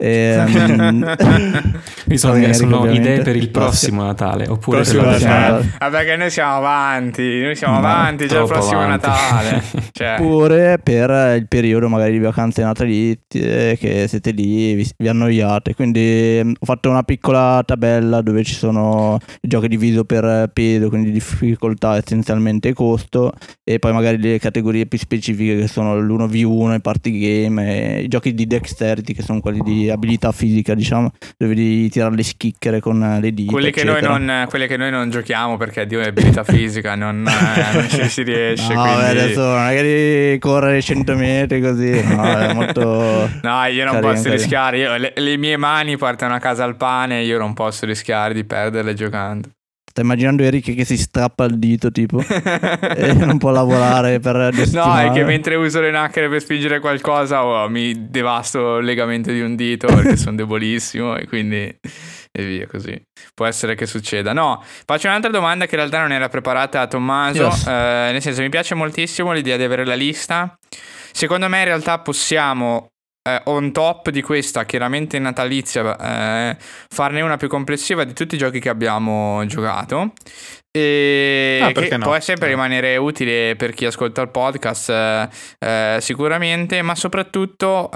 Sono idee per il prossimo Natale, oppure per Natale. Perché noi siamo avanti già il prossimo avanti. Natale. Cioè. Oppure per il periodo magari di vacanze natalizie, che siete lì, vi annoiate. Quindi ho fatto una piccola tabella dove ci sono i giochi diviso per peso, quindi difficoltà, essenzialmente costo, e poi magari le categorie più specifiche, che sono l'1v1, i party game, e i giochi di dexterity, che sono quelli di abilità fisica, diciamo, dove devi tirare le schicchere con le dita, quelle che noi non giochiamo, perché Dio è abilità fisica, non ci si riesce. No, quindi... adesso magari correre 100 metri così, no, è molto no, io non posso rischiare, le mie mani portano a casa il pane, io non posso rischiare di perderle giocando. Sto immaginando Eric che si strappa il dito tipo e non può lavorare per 2 settimane. No, è che mentre uso le nacchere per spingere qualcosa mi devasto il legamento di un dito, perché sono debolissimo, e quindi e via così. Può essere che succeda. No, faccio un'altra domanda che in realtà non era preparata a Tommaso. Yes. Nel senso, mi piace moltissimo l'idea di avere la lista. Secondo me in realtà possiamo on top di questa, chiaramente natalizia, farne una più complessiva di tutti i giochi che abbiamo giocato, e che può sempre rimanere utile per chi ascolta il podcast, sicuramente, ma soprattutto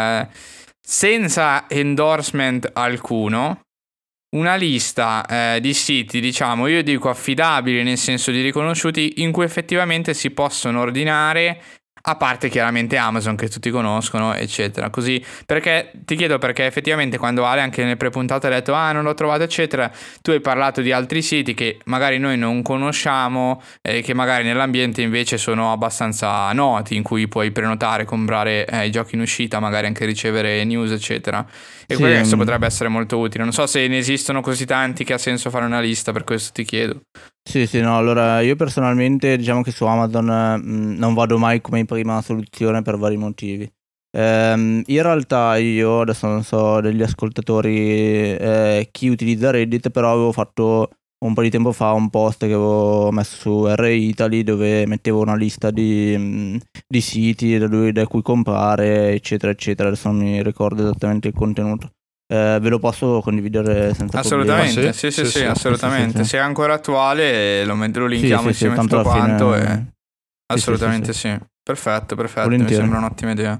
senza endorsement alcuno. Una lista di siti, diciamo, io dico affidabili, nel senso di riconosciuti, in cui effettivamente si possono ordinare, a parte chiaramente Amazon, che tutti conoscono, eccetera. Così, perché ti chiedo, perché effettivamente quando Ale anche nelle prepuntate ha detto non l'ho trovato, eccetera, tu hai parlato di altri siti che magari noi non conosciamo, che magari nell'ambiente invece sono abbastanza noti, in cui puoi prenotare, comprare i giochi in uscita, magari anche ricevere news, eccetera. E sì, questo potrebbe essere molto utile. Non so se ne esistono così tanti che ha senso fare una lista, per questo ti chiedo. Sì, no, allora io personalmente diciamo che su Amazon non vado mai come prima soluzione per vari motivi. In realtà io, adesso non so degli ascoltatori chi utilizza Reddit, però avevo fatto un po' di tempo fa un post che avevo messo su R-Italy, dove mettevo una lista di siti da cui comprare, eccetera eccetera. Adesso non mi ricordo esattamente il contenuto, ve lo posso condividere senza assolutamente, problemi. Sì, assolutamente. Se è ancora attuale lo linkiamo insieme a tutto quanto. Assolutamente sì. Perfetto, mi sembra un'ottima idea.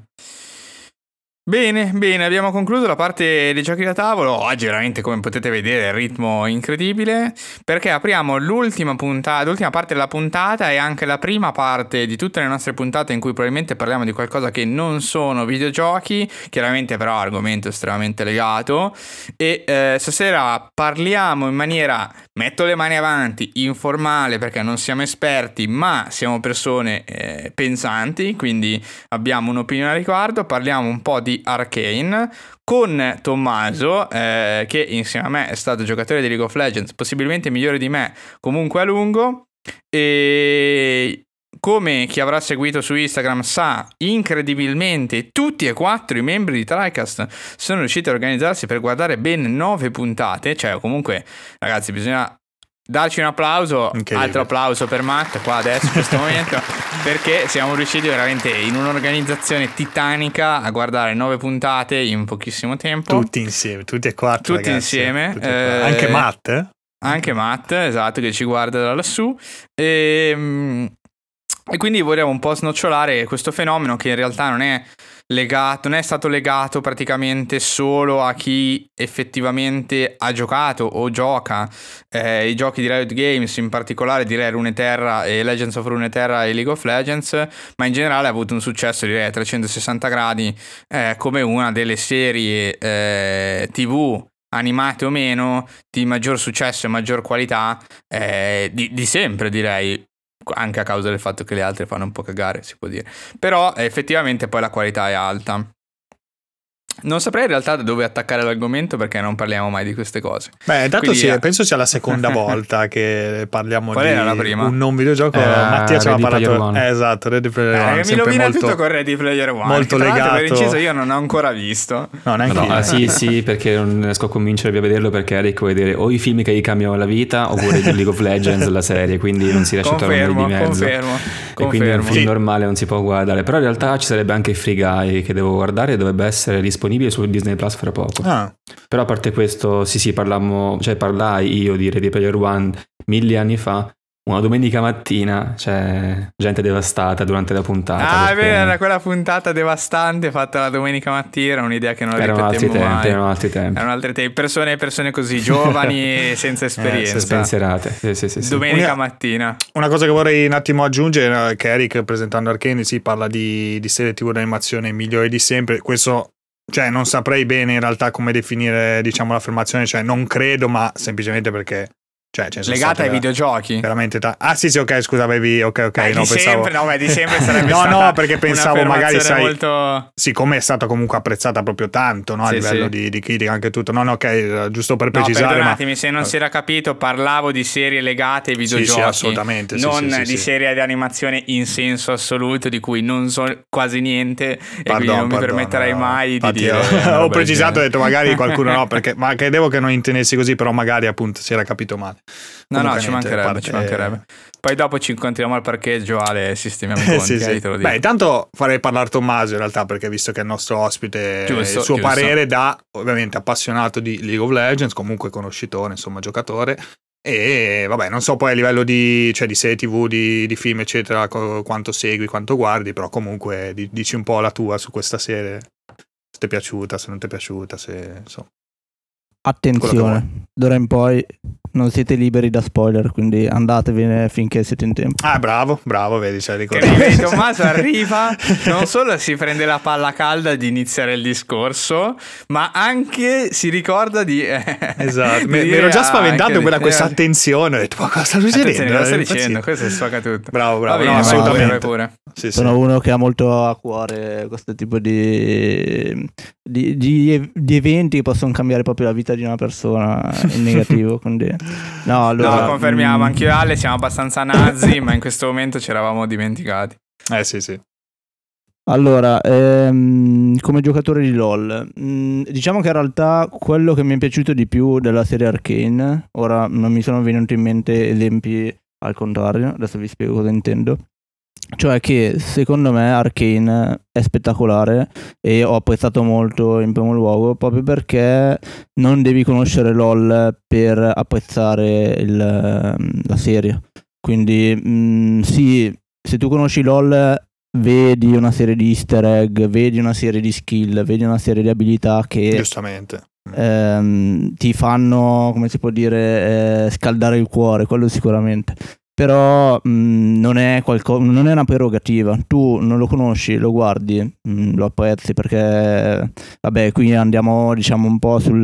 Bene, abbiamo concluso la parte dei giochi da tavolo. Oggi veramente, come potete vedere, il ritmo incredibile, perché apriamo l'ultima parte della puntata e anche la prima parte di tutte le nostre puntate in cui probabilmente parliamo di qualcosa che non sono videogiochi, chiaramente però argomento estremamente legato, e stasera parliamo in maniera, metto le mani avanti, informale, perché non siamo esperti ma siamo persone pensanti, quindi abbiamo un'opinione al riguardo. Parliamo un po' di Arcane con Tommaso, che insieme a me è stato giocatore di League of Legends, possibilmente migliore di me comunque a lungo, e come chi avrà seguito su Instagram sa, incredibilmente tutti e 4 i membri di TriCast sono riusciti a organizzarsi per guardare ben 9 puntate. Cioè comunque ragazzi, bisogna darci un applauso, altro applauso per Matt qua adesso in questo momento, perché siamo riusciti veramente in un'organizzazione titanica a guardare 9 puntate in pochissimo tempo. Tutti insieme, tutti e 4 tutti ragazzi, insieme. Anche Matt? Anche Matt, esatto, che ci guarda da lassù. E quindi volevo un po' snocciolare questo fenomeno che in realtà non è stato legato praticamente solo a chi effettivamente ha giocato o gioca i giochi di Riot Games, in particolare direi Runeterra e Legends of Runeterra e League of Legends, ma in generale ha avuto un successo direi a 360 gradi, come una delle serie TV animate o meno di maggior successo e maggior qualità di sempre, direi, anche a causa del fatto che le altre fanno un po' cagare, si può dire, però effettivamente poi la qualità è alta. Non saprei in realtà da dove attaccare l'argomento, perché non parliamo mai di queste cose. Beh, tanto penso sia la seconda volta che parliamo. Qual era la prima? Un non videogioco. Mattia ci aveva parlato. Esatto, Ready Player One. Mi rovina tutto con Ready Player One. Molto legato. Per inciso, io non ho ancora visto. No, neanche io. Sì, perché non riesco a convincervi a vederlo, perché Eric vuole vedere o i film che gli cambiano la vita oppure League of Legends, la serie, quindi non si riesce a trovare di mezzo. Confermo. Quindi un film normale non si può guardare. Però in realtà ci sarebbe anche Free Guy che devo guardare, dovrebbe essere disponibile su Disney Plus fra poco. Però a parte questo, parlai io di Ready Player One 1000 anni fa, una domenica mattina, cioè gente devastata durante la puntata. È vero, era quella puntata devastante fatta la domenica mattina, era un'idea che non ripetemmo mai. Erano altri tempi. Persone così giovani e senza esperienza. Spensierate. Sì. Domenica mattina. Una cosa che vorrei un attimo aggiungere, che Eric presentando Arcane parla di serie TV d'animazione migliori di sempre. Questo, cioè, non saprei bene in realtà come definire, diciamo, l'affermazione, cioè non credo, ma semplicemente perché legata ai videogiochi veramente sì, ok, scusa, avevi ok no, pensavo sempre di sempre sarebbe no, perché pensavo magari molto... siccome è stata comunque apprezzata proprio tanto, no? A livello di critica anche tutto, ok, giusto per precisare, perdonatemi se non si era capito, parlavo di serie legate ai videogiochi, sì, assolutamente, non di serie di animazione in senso assoluto, di cui non so quasi niente, e quindi non mi permetterei mai di dire ho precisato, ho detto magari qualcuno no, perché ma credevo che non intendersi così, però magari appunto si era capito male. No, ci mancherebbe. Poi dopo ci incontriamo al parcheggio, Ale, sistemiamo i conti. Te lo dico. Beh, intanto farei parlare Tommaso in realtà, perché visto che è il nostro ospite, il suo parere da ovviamente appassionato di League of Legends, comunque conoscitore, insomma giocatore, e vabbè, non so poi a livello di serie TV, di film eccetera, quanto segui, quanto guardi, però comunque dici un po' la tua su questa serie, se ti è piaciuta, se non ti è piaciuta, se insomma. Attenzione, d'ora in poi non siete liberi da spoiler, quindi andatevene finché siete in tempo. Bravo, vedi, c'hai ricordato. Tommaso arriva, non solo si prende la palla calda di iniziare il discorso, ma anche si ricorda di esatto, mi ero già spaventato per questa attenzione, ho detto ma cosa sta succedendo? Cosa stai dicendo? Questo sfoca tutto. Bravo, bene, no, assolutamente pure. Sì. Sono uno che ha molto a cuore questo tipo di eventi che possono cambiare proprio la vita di una persona in negativo, quindi no, confermiamo, anch'io e Ale siamo abbastanza nazi, ma in questo momento ci eravamo dimenticati. Sì. Allora, come giocatore di LoL, diciamo che in realtà quello che mi è piaciuto di più della serie Arcane, ora non mi sono venuti in mente esempi al contrario, adesso vi spiego cosa intendo, Cioè che secondo me Arcane è spettacolare e ho apprezzato molto in primo luogo proprio perché non devi conoscere LOL per apprezzare la serie. Quindi sì, se tu conosci LOL vedi una serie di easter egg, vedi una serie di skill, vedi una serie di abilità che giustamente ti fanno, come si può dire, scaldare il cuore, quello sicuramente. Però non è una prerogativa. Tu non lo conosci, lo guardi, lo apprezzi, perché vabbè, qui andiamo diciamo un po' sul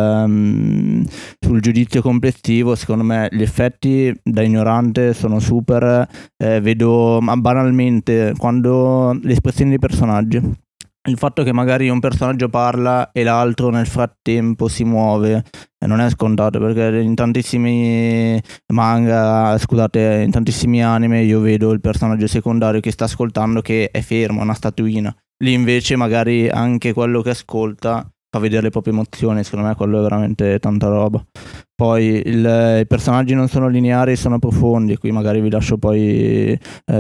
giudizio complessivo. Secondo me gli effetti da ignorante sono super. Vedo banalmente quando le espressioni dei personaggi, il fatto che magari un personaggio parla e l'altro nel frattempo si muove non è scontato, perché in tantissimi manga, scusate, in tantissimi anime io vedo il personaggio secondario che sta ascoltando che è fermo, una statuina. Lì invece magari anche quello che ascolta fa vedere le proprie emozioni. Secondo me quello è veramente tanta roba. Poi i personaggi non sono lineari, sono profondi. Qui magari vi lascio poi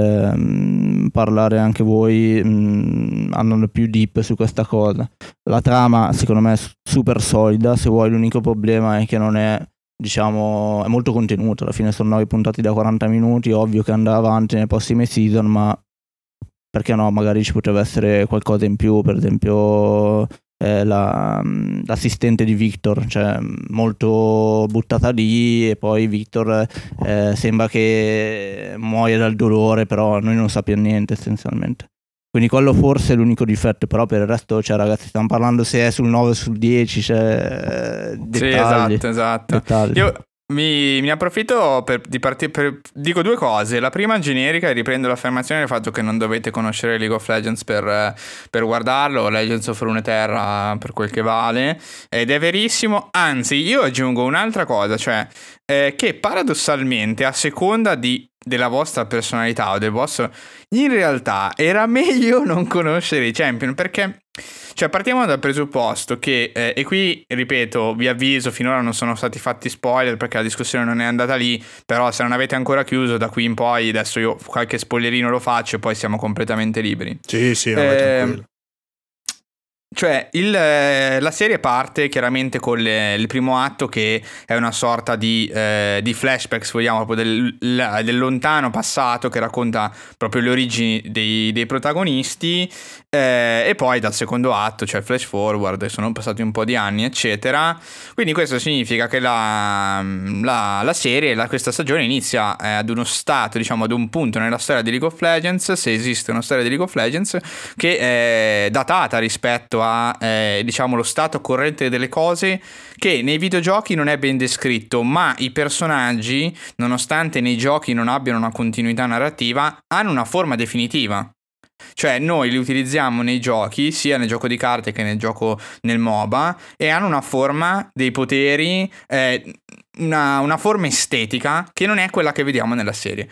parlare anche voi andando più deep su questa cosa. La trama secondo me è super solida, se vuoi. L'unico problema è che non è, diciamo, è molto contenuta. Alla fine sono 9 puntate da 40 minuti. Ovvio che andrà avanti nei prossimi season, ma perché no, magari ci potrebbe essere qualcosa in più. Per esempio l'assistente di Victor, cioè molto buttata lì, e poi Victor sembra che muoia dal dolore, però noi non sappiamo niente essenzialmente. Quindi quello forse è l'unico difetto, però per il resto, cioè ragazzi, stiamo parlando se è sul 9 o sul 10, cioè dettagli. Sì, esatto. Dettagli. Io mi approfitto di partire dico due cose. La prima generica, e riprendo l'affermazione del fatto che non dovete conoscere League of Legends per guardarlo, Legends of Runeterra per quel che vale, ed è verissimo. Anzi, io aggiungo un'altra cosa, cioè che paradossalmente, a seconda della vostra personalità o del vostro, in realtà era meglio non conoscere i champion, perché cioè partiamo dal presupposto che e qui ripeto, vi avviso, finora non sono stati fatti spoiler perché la discussione non è andata lì, però se non avete ancora chiuso, da qui in poi adesso io qualche spoilerino lo faccio e poi siamo completamente liberi. Sì, tranquillo. Cioè la serie parte chiaramente con il primo atto, che è una sorta di flashback, se vogliamo, proprio del lontano passato, che racconta proprio le origini dei protagonisti, e poi dal secondo atto, cioè il flash forward, sono passati un po' di anni eccetera. Quindi questo significa che la serie, questa stagione inizia ad uno stato, diciamo ad un punto nella storia di League of Legends, se esiste una storia di League of Legends, che è datata rispetto a diciamo lo stato corrente delle cose, che nei videogiochi non è ben descritto, ma i personaggi, nonostante nei giochi non abbiano una continuità narrativa, hanno una forma definitiva. Cioè noi li utilizziamo nei giochi, sia nel gioco di carte che nel MOBA, e hanno una forma, dei poteri, una forma estetica che non è quella che vediamo nella serie.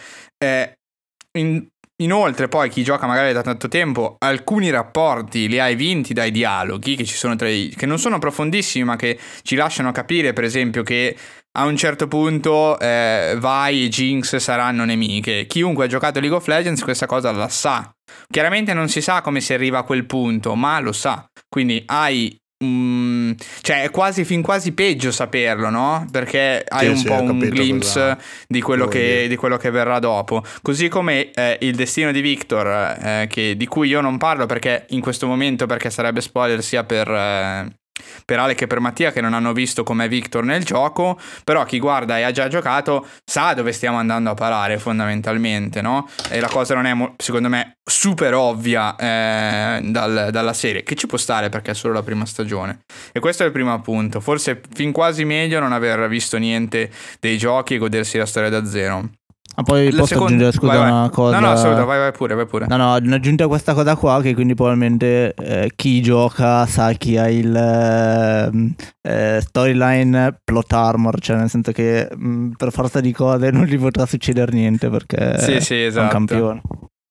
Inoltre poi chi gioca magari da tanto tempo, alcuni rapporti li hai vinti dai dialoghi che ci sono che non sono profondissimi, ma che ci lasciano capire, per esempio, che a un certo punto Vi e Jinx saranno nemiche. Chiunque ha giocato League of Legends questa cosa la sa. Chiaramente non si sa come si arriva a quel punto, ma lo sa. Quindi hai cioè è fin quasi peggio saperlo, no? Perché hai un po' un glimpse di quello che verrà dopo. Così come il destino di Victor, di cui io non parlo perché in questo momento, perché sarebbe spoiler sia per Alec e per Mattia, che non hanno visto com'è Victor nel gioco, però chi guarda e ha già giocato sa dove stiamo andando a parare fondamentalmente, no? E la cosa non è secondo me super ovvia dalla serie, che ci può stare perché è solo la prima stagione. E questo è il primo appunto. Forse fin quasi meglio non aver visto niente dei giochi e godersi la storia da zero. Ah, poi posso aggiungere, scusa, vai. Una cosa? No, assolutamente, vai pure. No, in aggiunta a questa cosa qua, che quindi probabilmente chi gioca sa chi ha il storyline plot armor, cioè nel senso che per forza di cose non gli potrà succedere niente perché sì, esatto. è un campione.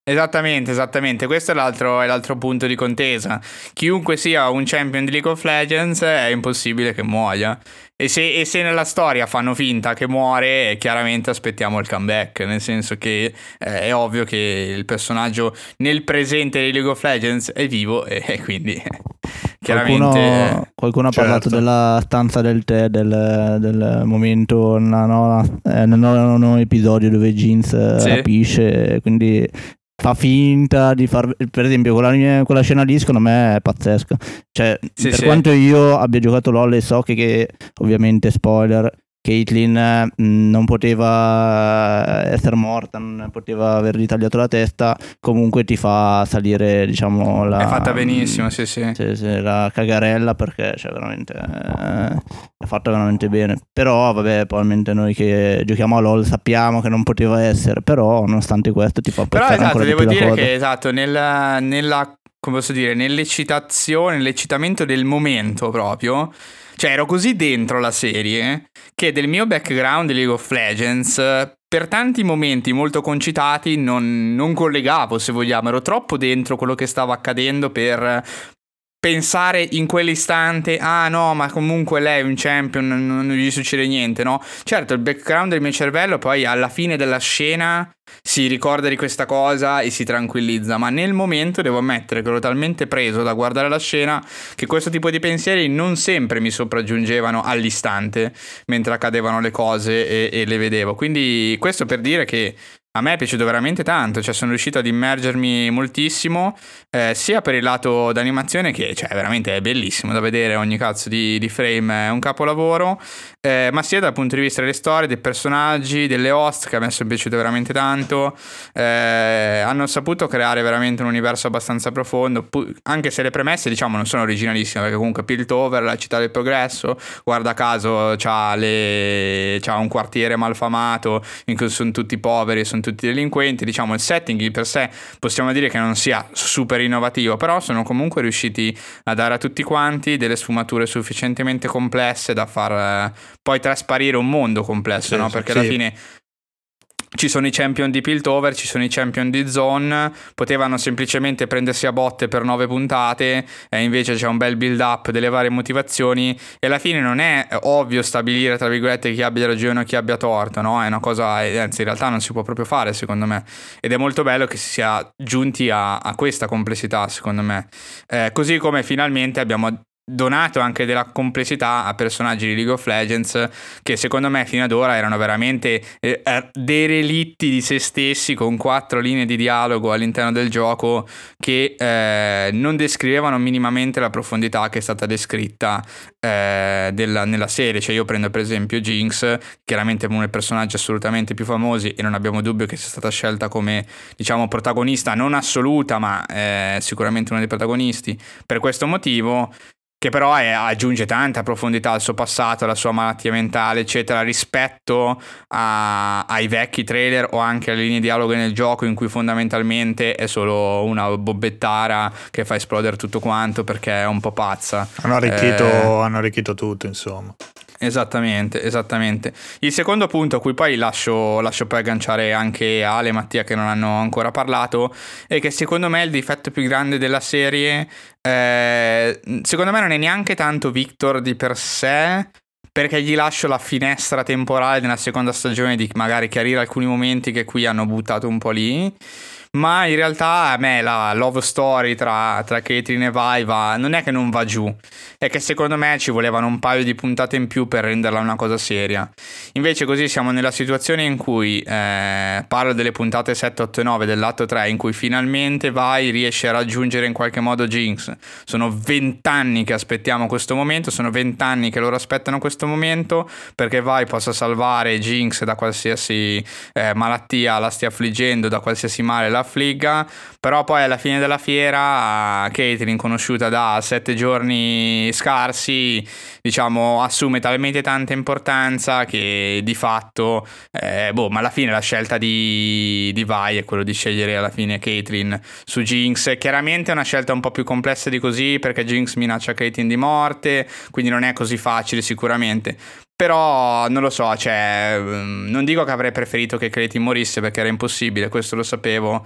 Esattamente, questo è l'altro punto di contesa. Chiunque sia un champion di League of Legends è impossibile che muoia. E se nella storia fanno finta che muore, chiaramente aspettiamo il comeback, nel senso che è ovvio che il personaggio nel presente di League of Legends è vivo e quindi chiaramente... Qualcuno ha parlato della stanza del tè, del momento nel nono episodio dove Jinx rapisce, quindi... fa finta di far, per esempio quella scena lì secondo me è pazzesca, cioè quanto io abbia giocato LoL e so che ovviamente spoiler, Caitlyn non poteva essere morta, non poteva aver ritagliato la testa, comunque ti fa salire, diciamo, è fatta benissimo, sì, la cagarella, perché cioè veramente è fatta veramente bene. Però vabbè, probabilmente noi che giochiamo a LoL sappiamo che non poteva essere, però nonostante questo ti fa apprezzare ancora di più la cosa. Devo dire che esatto, nella come posso dire, nell'eccitazione, nell'eccitamento del momento proprio, cioè ero così dentro la serie che del mio background di League of Legends per tanti momenti molto concitati non collegavo, se vogliamo, ero troppo dentro quello che stava accadendo per pensare in quell'istante, ah no, ma comunque lei è un champion, non gli succede niente, no? Certo, il background del mio cervello poi alla fine della scena si ricorda di questa cosa e si tranquillizza, ma nel momento devo ammettere che ero talmente preso da guardare la scena che questo tipo di pensieri non sempre mi sopraggiungevano all'istante mentre accadevano le cose e le vedevo. Quindi questo per dire che a me è piaciuto veramente tanto, cioè sono riuscito ad immergermi moltissimo, sia per il lato d'animazione che cioè veramente è bellissimo da vedere, ogni cazzo di frame è un capolavoro, ma sia dal punto di vista delle storie, dei personaggi, delle host, che a me sono piaciute veramente tanto. Hanno saputo creare veramente un universo abbastanza profondo, anche se le premesse diciamo non sono originalissime, perché comunque Piltover, la città del progresso, guarda caso c'ha un quartiere malfamato in cui sono tutti poveri, sono tutti delinquenti, diciamo il setting di per sé possiamo dire che non sia super innovativo, però sono comunque riusciti a dare a tutti quanti delle sfumature sufficientemente complesse da far poi trasparire un mondo complesso, no? Perché alla fine ci sono i champion di Piltover, ci sono i champion di Zone, potevano semplicemente prendersi a botte per 9 puntate, e invece c'è un bel build up delle varie motivazioni e alla fine non è ovvio stabilire tra virgolette chi abbia ragione o chi abbia torto, no? È una cosa, anzi in realtà non si può proprio fare secondo me, ed è molto bello che si sia giunti a questa complessità secondo me, così come finalmente abbiamo donato anche della complessità a personaggi di League of Legends che secondo me fino ad ora erano veramente derelitti di se stessi, con 4 linee di dialogo all'interno del gioco che non descrivevano minimamente la profondità che è stata descritta nella serie. Cioè io prendo per esempio Jinx, chiaramente uno dei personaggi assolutamente più famosi e non abbiamo dubbio che sia stata scelta come diciamo protagonista non assoluta ma sicuramente uno dei protagonisti per questo motivo, che però aggiunge tanta profondità al suo passato, alla sua malattia mentale, eccetera, rispetto ai vecchi trailer o anche alle linee di dialogo nel gioco in cui fondamentalmente è solo una bobbettara che fa esplodere tutto quanto perché è un po' pazza. Hanno arricchito tutto, insomma. Esattamente. Il secondo punto a cui poi lascio poi agganciare anche Ale e Mattia che non hanno ancora parlato è che secondo me il difetto più grande della serie secondo me non è neanche tanto Victor di per sé, perché gli lascio la finestra temporale nella seconda stagione di magari chiarire alcuni momenti che qui hanno buttato un po' lì. Ma in realtà a me la love story tra Caitlyn e Vi non è che non va giù, è che secondo me ci volevano un paio di puntate in più per renderla una cosa seria. Invece così siamo nella situazione in cui parlo delle puntate 7, 8 e 9 del lato 3 in cui finalmente Vi riesce a raggiungere in qualche modo Jinx. Sono 20 anni che aspettiamo questo momento, sono 20 anni che loro aspettano questo momento perché Vi possa salvare Jinx da qualsiasi malattia la stia affliggendo, da qualsiasi male la affligga. Però poi alla fine della fiera Caitlyn, conosciuta da 7 giorni scarsi, diciamo assume talmente tanta importanza che di fatto ma alla fine la scelta di Vi è quello di scegliere alla fine Caitlyn su Jinx. Chiaramente è una scelta un po' più complessa di così perché Jinx minaccia Caitlyn di morte, quindi non è così facile sicuramente. Però non lo so, cioè non dico che avrei preferito che Caitlyn morisse perché era impossibile, questo lo sapevo,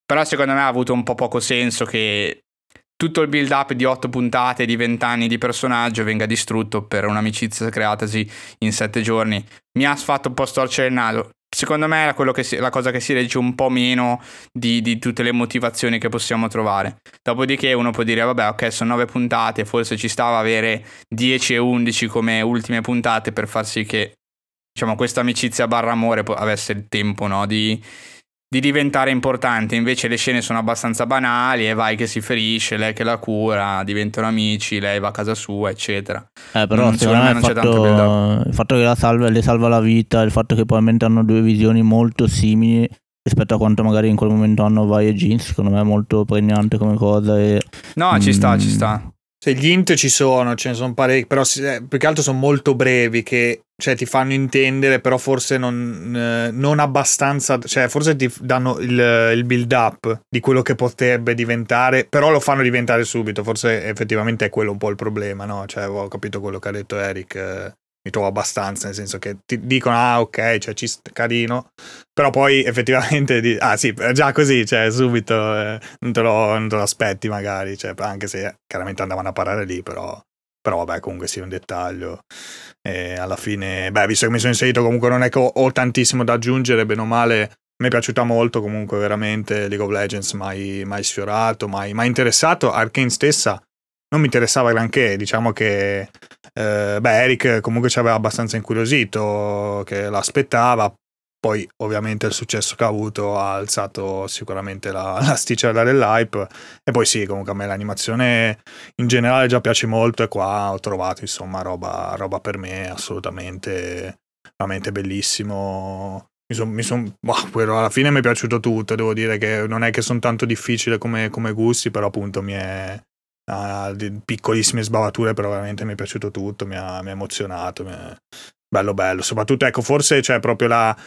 Però secondo me ha avuto un po' poco senso che tutto il build up di 8 puntate, di 20 anni di personaggio venga distrutto per un'amicizia creatasi in 7 giorni. Mi ha fatto un po' storcere il naso. Secondo me è la cosa che si regge un po' meno di tutte le motivazioni che possiamo trovare. Dopodiché uno può dire vabbè, ok, sono 9 puntate, forse ci stava avere 10 e 11 come ultime puntate per far sì che, diciamo, questa amicizia barra amore avesse il tempo, no, di diventare importante. Invece le scene sono abbastanza banali e vai che si ferisce, lei che la cura, diventano amici, lei va a casa sua, eccetera. Però secondo me non c'è tanto build-up. Il fatto che le salva la vita, il fatto che probabilmente hanno due visioni molto simili rispetto a quanto magari in quel momento hanno Vi e Jinx, secondo me è molto pregnante come cosa. No, ci sta. Se gli int ci sono, ce ne sono parecchi, però più che altro sono molto brevi, che cioè ti fanno intendere, però forse non abbastanza, cioè forse ti danno il build up di quello che potrebbe diventare, però lo fanno diventare subito. Forse effettivamente è quello un po' il problema, no? Cioè ho capito quello che ha detto Eric, mi trovo abbastanza, nel senso che ti dicono ok, cioè carino, però poi effettivamente sì, già così, cioè subito non te lo aspetti magari, cioè, anche se chiaramente andavano a parare lì, però vabbè, comunque sì, un dettaglio. E alla fine, visto che mi sono inserito, comunque non è che ho tantissimo da aggiungere, bene o male. Mi è piaciuta molto comunque, veramente. League of Legends mai sfiorato, mai interessato. Arcane stessa non mi interessava granché, diciamo che Eric comunque ci aveva abbastanza incuriosito, che l'aspettava. Poi ovviamente il successo che ha avuto ha alzato sicuramente la sticella dell'hype, e poi sì, comunque a me l'animazione in generale già piace molto, e qua ho trovato insomma roba per me, assolutamente, veramente bellissimo. Quello alla fine mi è piaciuto tutto, devo dire che non è che sono tanto difficile come gusti, però appunto piccolissime sbavature, però veramente mi è piaciuto tutto, mi ha emozionato, bello, soprattutto ecco, forse c'è proprio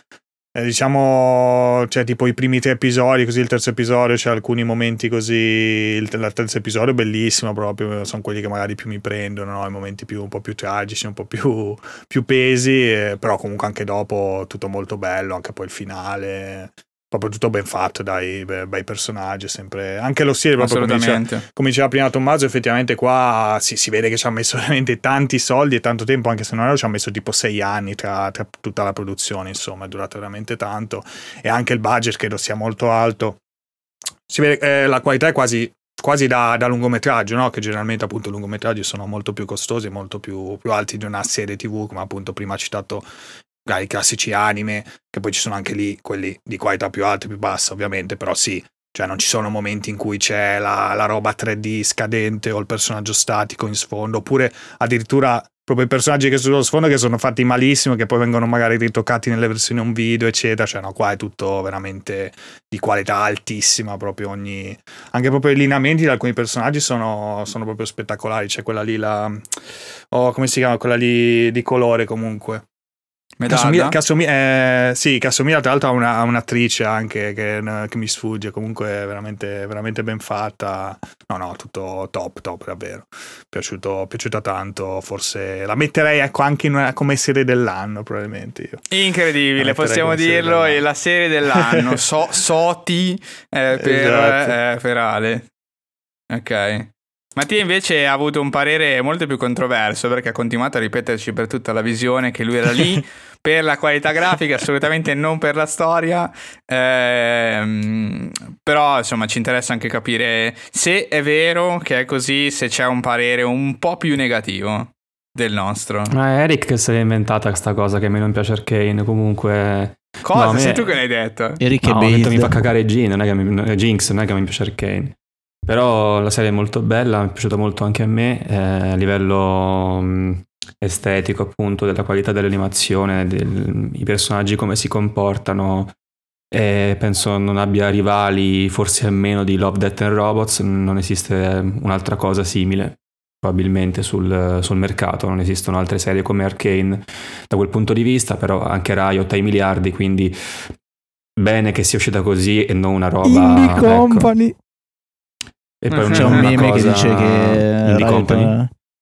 diciamo, cioè tipo i primi 3 episodi, così il terzo episodio c'è alcuni momenti così, il terzo episodio è bellissimo, proprio sono quelli che magari più mi prendono, no? I momenti un po' più tragici, un po' più pesi, però comunque anche dopo tutto molto bello, anche poi il finale, proprio tutto ben fatto dai bei personaggi, sempre anche lo stile, proprio come diceva prima Tommaso, effettivamente qua si vede che ci ha messo veramente tanti soldi e tanto tempo, anche se non ero, ci ha messo tipo 6 anni tra tutta la produzione, insomma è durato veramente tanto, e anche il budget credo sia molto alto, si vede, la qualità è quasi da lungometraggio, no? Che generalmente appunto i lungometraggi sono molto più costosi, molto più alti di una serie TV, come appunto prima citato i classici anime, che poi ci sono anche lì quelli di qualità più alta e più bassa ovviamente, però sì, cioè non ci sono momenti in cui c'è la roba 3D scadente o il personaggio statico in sfondo, oppure addirittura proprio i personaggi che sono sullo sfondo che sono fatti malissimo, che poi vengono magari ritoccati nelle versioni un video eccetera, cioè no, qua è tutto veramente di qualità altissima, proprio anche proprio i lineamenti di alcuni personaggi sono proprio spettacolari, c'è quella lì come si chiama, quella lì di colore comunque, che assomiglia tra l'altro a un'attrice anche che mi sfugge, comunque è veramente, veramente ben fatta, no, tutto top davvero, piaciuta tanto, forse la metterei ecco anche come serie dell'anno probabilmente io. Incredibile, possiamo dirlo, è la serie dell'anno. Soti per Ale. Ok. Mattia invece ha avuto un parere molto più controverso, perché ha continuato a ripeterci per tutta la visione che lui era lì per la qualità grafica, assolutamente non per la storia, però insomma ci interessa anche capire se è vero che è così, se c'è un parere un po' più negativo del nostro. Ma è Eric che si è inventata questa cosa che a me non piace Arcane, comunque. Cosa? No, sei tu che l'hai detto? Eric no, ho detto mi fa cagare Jinx, non è che mi piace Arcane. Però la serie è molto bella, mi è piaciuta molto anche a me, a livello estetico appunto, della qualità dell'animazione, i personaggi come si comportano, penso non abbia rivali, forse a meno di Love, Death and Robots, non esiste un'altra cosa simile probabilmente sul mercato, non esistono altre serie come Arcane da quel punto di vista, però anche Riot ha i miliardi, quindi bene che sia uscita così e non una roba Indie Company. E poi c'è un meme che dice che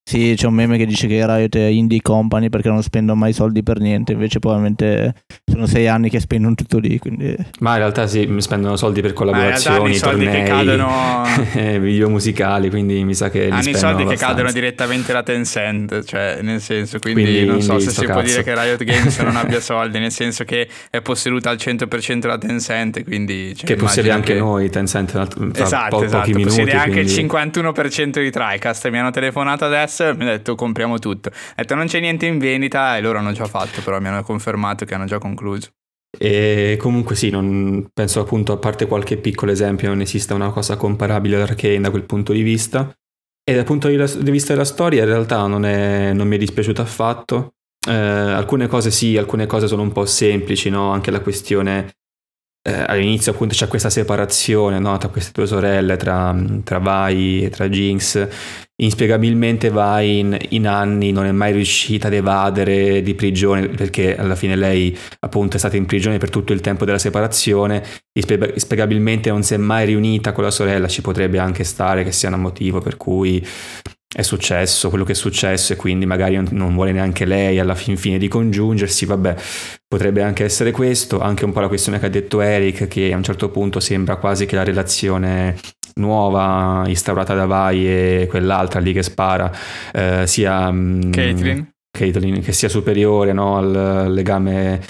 Sì, c'è un meme che dice che Riot è indie company perché non spendono mai soldi per niente, invece probabilmente sono 6 anni che spendono tutto lì, quindi... Ma in realtà sì, spendono soldi per collaborazioni, soldi tornei, che cadono... video musicali, quindi mi sa che hanno i soldi abbastanza. che cadono direttamente da Tencent, cioè nel senso, quindi non so se si può dire che Riot Games non abbia soldi, nel senso che è posseduta al 100% da Tencent, quindi... Cioè, che possiede anche noi, Tencent, tra pochi minuti. Possiede anche quindi... il 51% di TriCast, mi hanno telefonato adesso e mi hanno detto compriamo tutto. Ho detto non c'è niente in vendita e loro hanno già fatto, però mi hanno confermato che hanno già concluso. E comunque sì, non penso, appunto, a parte qualche piccolo esempio, non esista una cosa comparabile ad Arcane da quel punto di vista. E dal punto di vista della storia in realtà non mi è dispiaciuta affatto. Alcune cose sì, alcune cose sono un po' semplici, no? Anche la questione... all'inizio appunto c'è questa separazione, no, tra queste due sorelle, tra Vi e tra Jinx. Inspiegabilmente Vi in anni non è mai riuscita ad evadere di prigione, perché alla fine lei appunto è stata in prigione per tutto il tempo della separazione. Inspiegabilmente non si è mai riunita con la sorella. Ci potrebbe anche stare che sia un motivo per cui è successo quello che è successo e quindi magari non vuole neanche lei alla fine di congiungersi. Vabbè, potrebbe anche essere questo, anche un po' la questione che ha detto Eric, che a un certo punto sembra quasi che la relazione nuova instaurata da Vi e quell'altra lì che spara sia Caitlyn, che sia superiore, no, al legame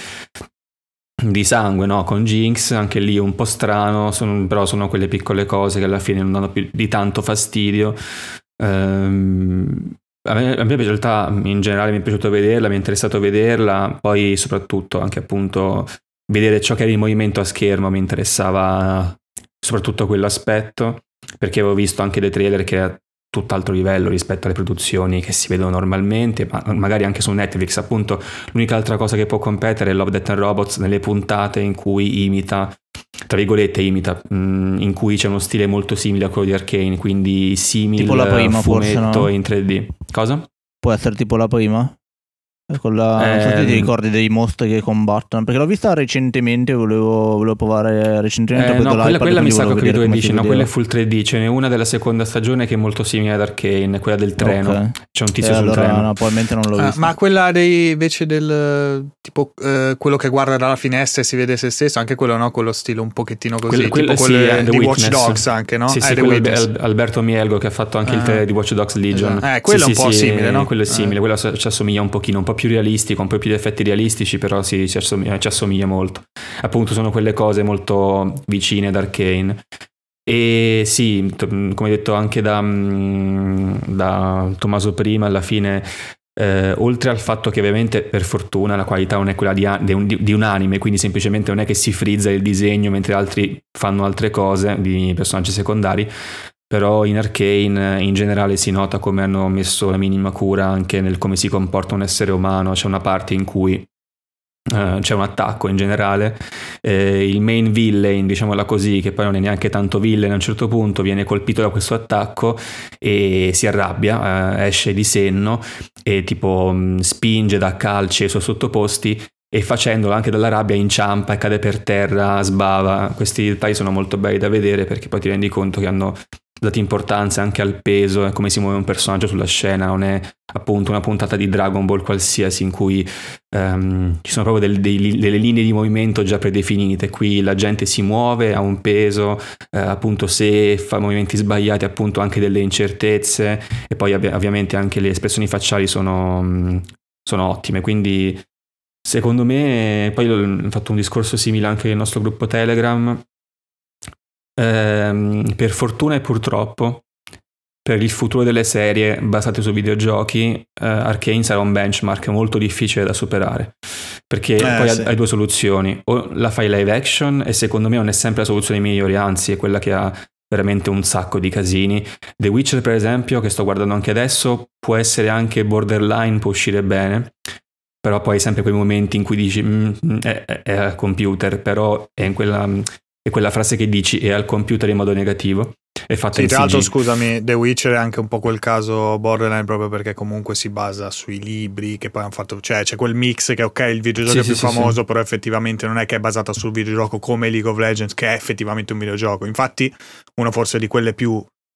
di sangue, no, con Jinx. Anche lì un po' strano, però sono quelle piccole cose che alla fine non danno più di tanto fastidio. A me in realtà in generale mi è piaciuto vederla, mi è interessato vederla, poi soprattutto anche appunto vedere ciò che era in movimento a schermo mi interessava, soprattutto quell'aspetto, perché avevo visto anche dei trailer che era tutt'altro livello rispetto alle produzioni che si vedono normalmente, ma magari anche su Netflix. Appunto l'unica altra cosa che può competere è Love, Death and Robots nelle puntate in cui imita, tra virgolette in cui c'è uno stile molto simile a quello di Arcane, quindi simile tipo la prima, fumetto, forse, no? in 3D. Cosa? Può essere tipo la prima? Con non so se ti ricordi dei mostri che combattono, perché l'ho vista recentemente, volevo provare recentemente. No, quella mi sa che ho capito che dici, no, quella è full 3D, ce n'è una della seconda stagione che è molto simile ad Arcane, quella del treno, okay. C'è un tizio sul treno. No, probabilmente non l'ho vista. Ma quella invece del tipo quello che guarda dalla finestra e si vede se stesso, anche quello, no, con lo stile un pochettino così, tipo quello di Watch Dogs anche, no? Sì, quello Alberto Mielgo che ha fatto anche il trailer di Watch Dogs Legion. Quello è un po' simile, no? Quello è simile, quello ci assomiglia un pochino, un po' più realistico, un po' più di effetti realistici, però sì, ci assomiglia molto. Appunto sono quelle cose molto vicine ad Arcane. E sì, come detto anche da Tommaso prima, alla fine oltre al fatto che ovviamente per fortuna la qualità non è quella di un anime, quindi semplicemente non è che si frizza il disegno mentre altri fanno altre cose di personaggi secondari, però in Arcane in generale si nota come hanno messo la minima cura anche nel come si comporta un essere umano. C'è una parte in cui c'è un attacco in generale, il main villain, diciamola così, che poi non è neanche tanto villain, a un certo punto viene colpito da questo attacco e si arrabbia, esce di senno e tipo spinge da calci ai suoi sottoposti, e facendolo anche dalla rabbia inciampa e cade per terra, sbava. Questi dettagli sono molto belli da vedere, perché poi ti rendi conto che hanno dato importanza anche al peso e come si muove un personaggio sulla scena. Non è appunto una puntata di Dragon Ball qualsiasi in cui ci sono proprio delle linee di movimento già predefinite. Qui la gente si muove, ha un peso, appunto se fa movimenti sbagliati appunto anche delle incertezze, e poi ovviamente anche le espressioni facciali sono ottime. Quindi secondo me, poi ho fatto un discorso simile anche nel nostro gruppo Telegram, per fortuna e purtroppo per il futuro delle serie basate su videogiochi, Arcane sarà un benchmark molto difficile da superare, perché poi sì, hai due soluzioni: o la fai live action, e secondo me non è sempre la soluzione migliore, anzi è quella che ha veramente un sacco di casini. The Witcher per esempio, che sto guardando anche adesso, può essere anche borderline, può uscire bene, però poi hai sempre quei momenti in cui dici è al computer, però è quella frase che dici è al computer in modo negativo, è fatta sì, in tra l'altro CG. Scusami, The Witcher è anche un po' quel caso borderline, proprio perché comunque si basa sui libri che poi hanno fatto, cioè c'è quel mix che ok, il videogioco è più famoso, però effettivamente non è che è basato sul videogioco come League of Legends, che è effettivamente un videogioco. Infatti uno forse di quelle più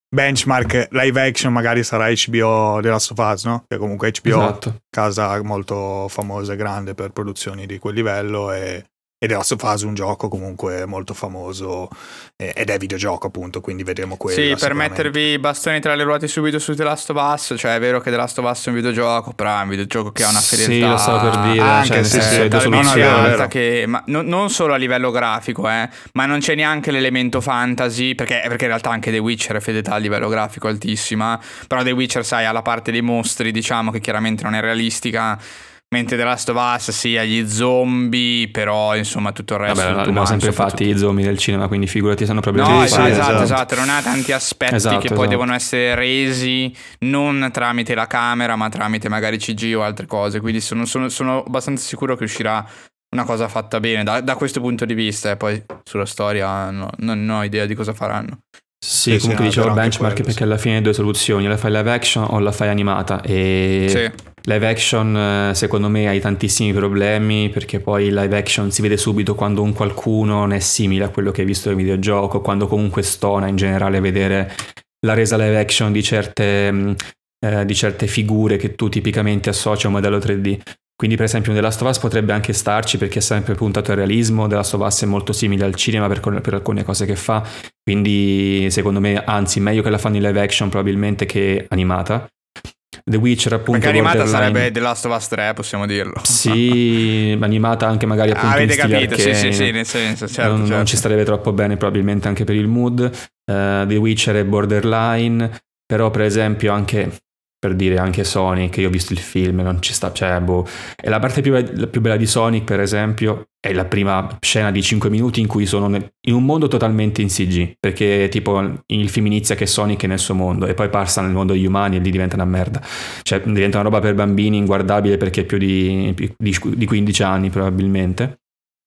benchmark live action magari sarà HBO The Last of Us, no? Che comunque HBO, esatto, casa molto famosa e grande per produzioni di quel livello, e The Last of Us un gioco comunque molto famoso ed è videogioco appunto, quindi vedremo quello. Sì, per mettervi i bastoni tra le ruote subito su The Last of Us, cioè è vero che The Last of Us è un videogioco, però è un videogioco che ha una fedeltà. Sì, lo stavo per dire, anche cioè, talmente alta che non solo a livello grafico, ma non c'è neanche l'elemento fantasy, perché in realtà anche The Witcher è fedeltà a livello grafico altissima, però The Witcher, sai, ha la parte dei mostri, diciamo, che chiaramente non è realistica. Mentre The Last of Us sì, agli zombie, però insomma tutto il resto. Vabbè, abbiamo sempre fatti i zombie nel cinema, quindi figurati, sanno proprio no, che fare. Esatto, non ha tanti aspetti che poi devono essere resi non tramite la camera, ma tramite magari CG o altre cose. Quindi sono abbastanza sicuro che uscirà una cosa fatta bene da questo punto di vista, e poi sulla storia non ho idea di cosa faranno. Sì, comunque dicevo benchmark perché alla fine hai due soluzioni, la fai live action o la fai animata, e live action secondo me hai tantissimi problemi, perché poi live action si vede subito quando un qualcuno non è simile a quello che hai visto nel videogioco, quando comunque stona in generale vedere la resa live action di certe figure che tu tipicamente associ a un modello 3D. Quindi per esempio The Last of Us potrebbe anche starci, perché è sempre puntato al realismo. The Last of Us è molto simile al cinema per alcune cose che fa, quindi secondo me anzi meglio che la fanno in live action probabilmente che animata. The Witcher appunto, perché animata sarebbe The Last of Us 3, possiamo dirlo. Sì, animata anche magari appunto avete in stile capito, Arcane. sì, nel senso, certo. Non ci starebbe troppo bene probabilmente anche per il mood. The Witcher è borderline, però per esempio anche, per dire, anche Sonic, io ho visto il film, non ci sta, cioè e la parte più bella di Sonic per esempio è la prima scena di 5 minuti in cui sono in un mondo totalmente in CG, perché tipo il film inizia che Sonic è nel suo mondo e poi passa nel mondo degli umani e lì diventa una merda, cioè diventa una roba per bambini inguardabile, perché è più di 15 anni probabilmente.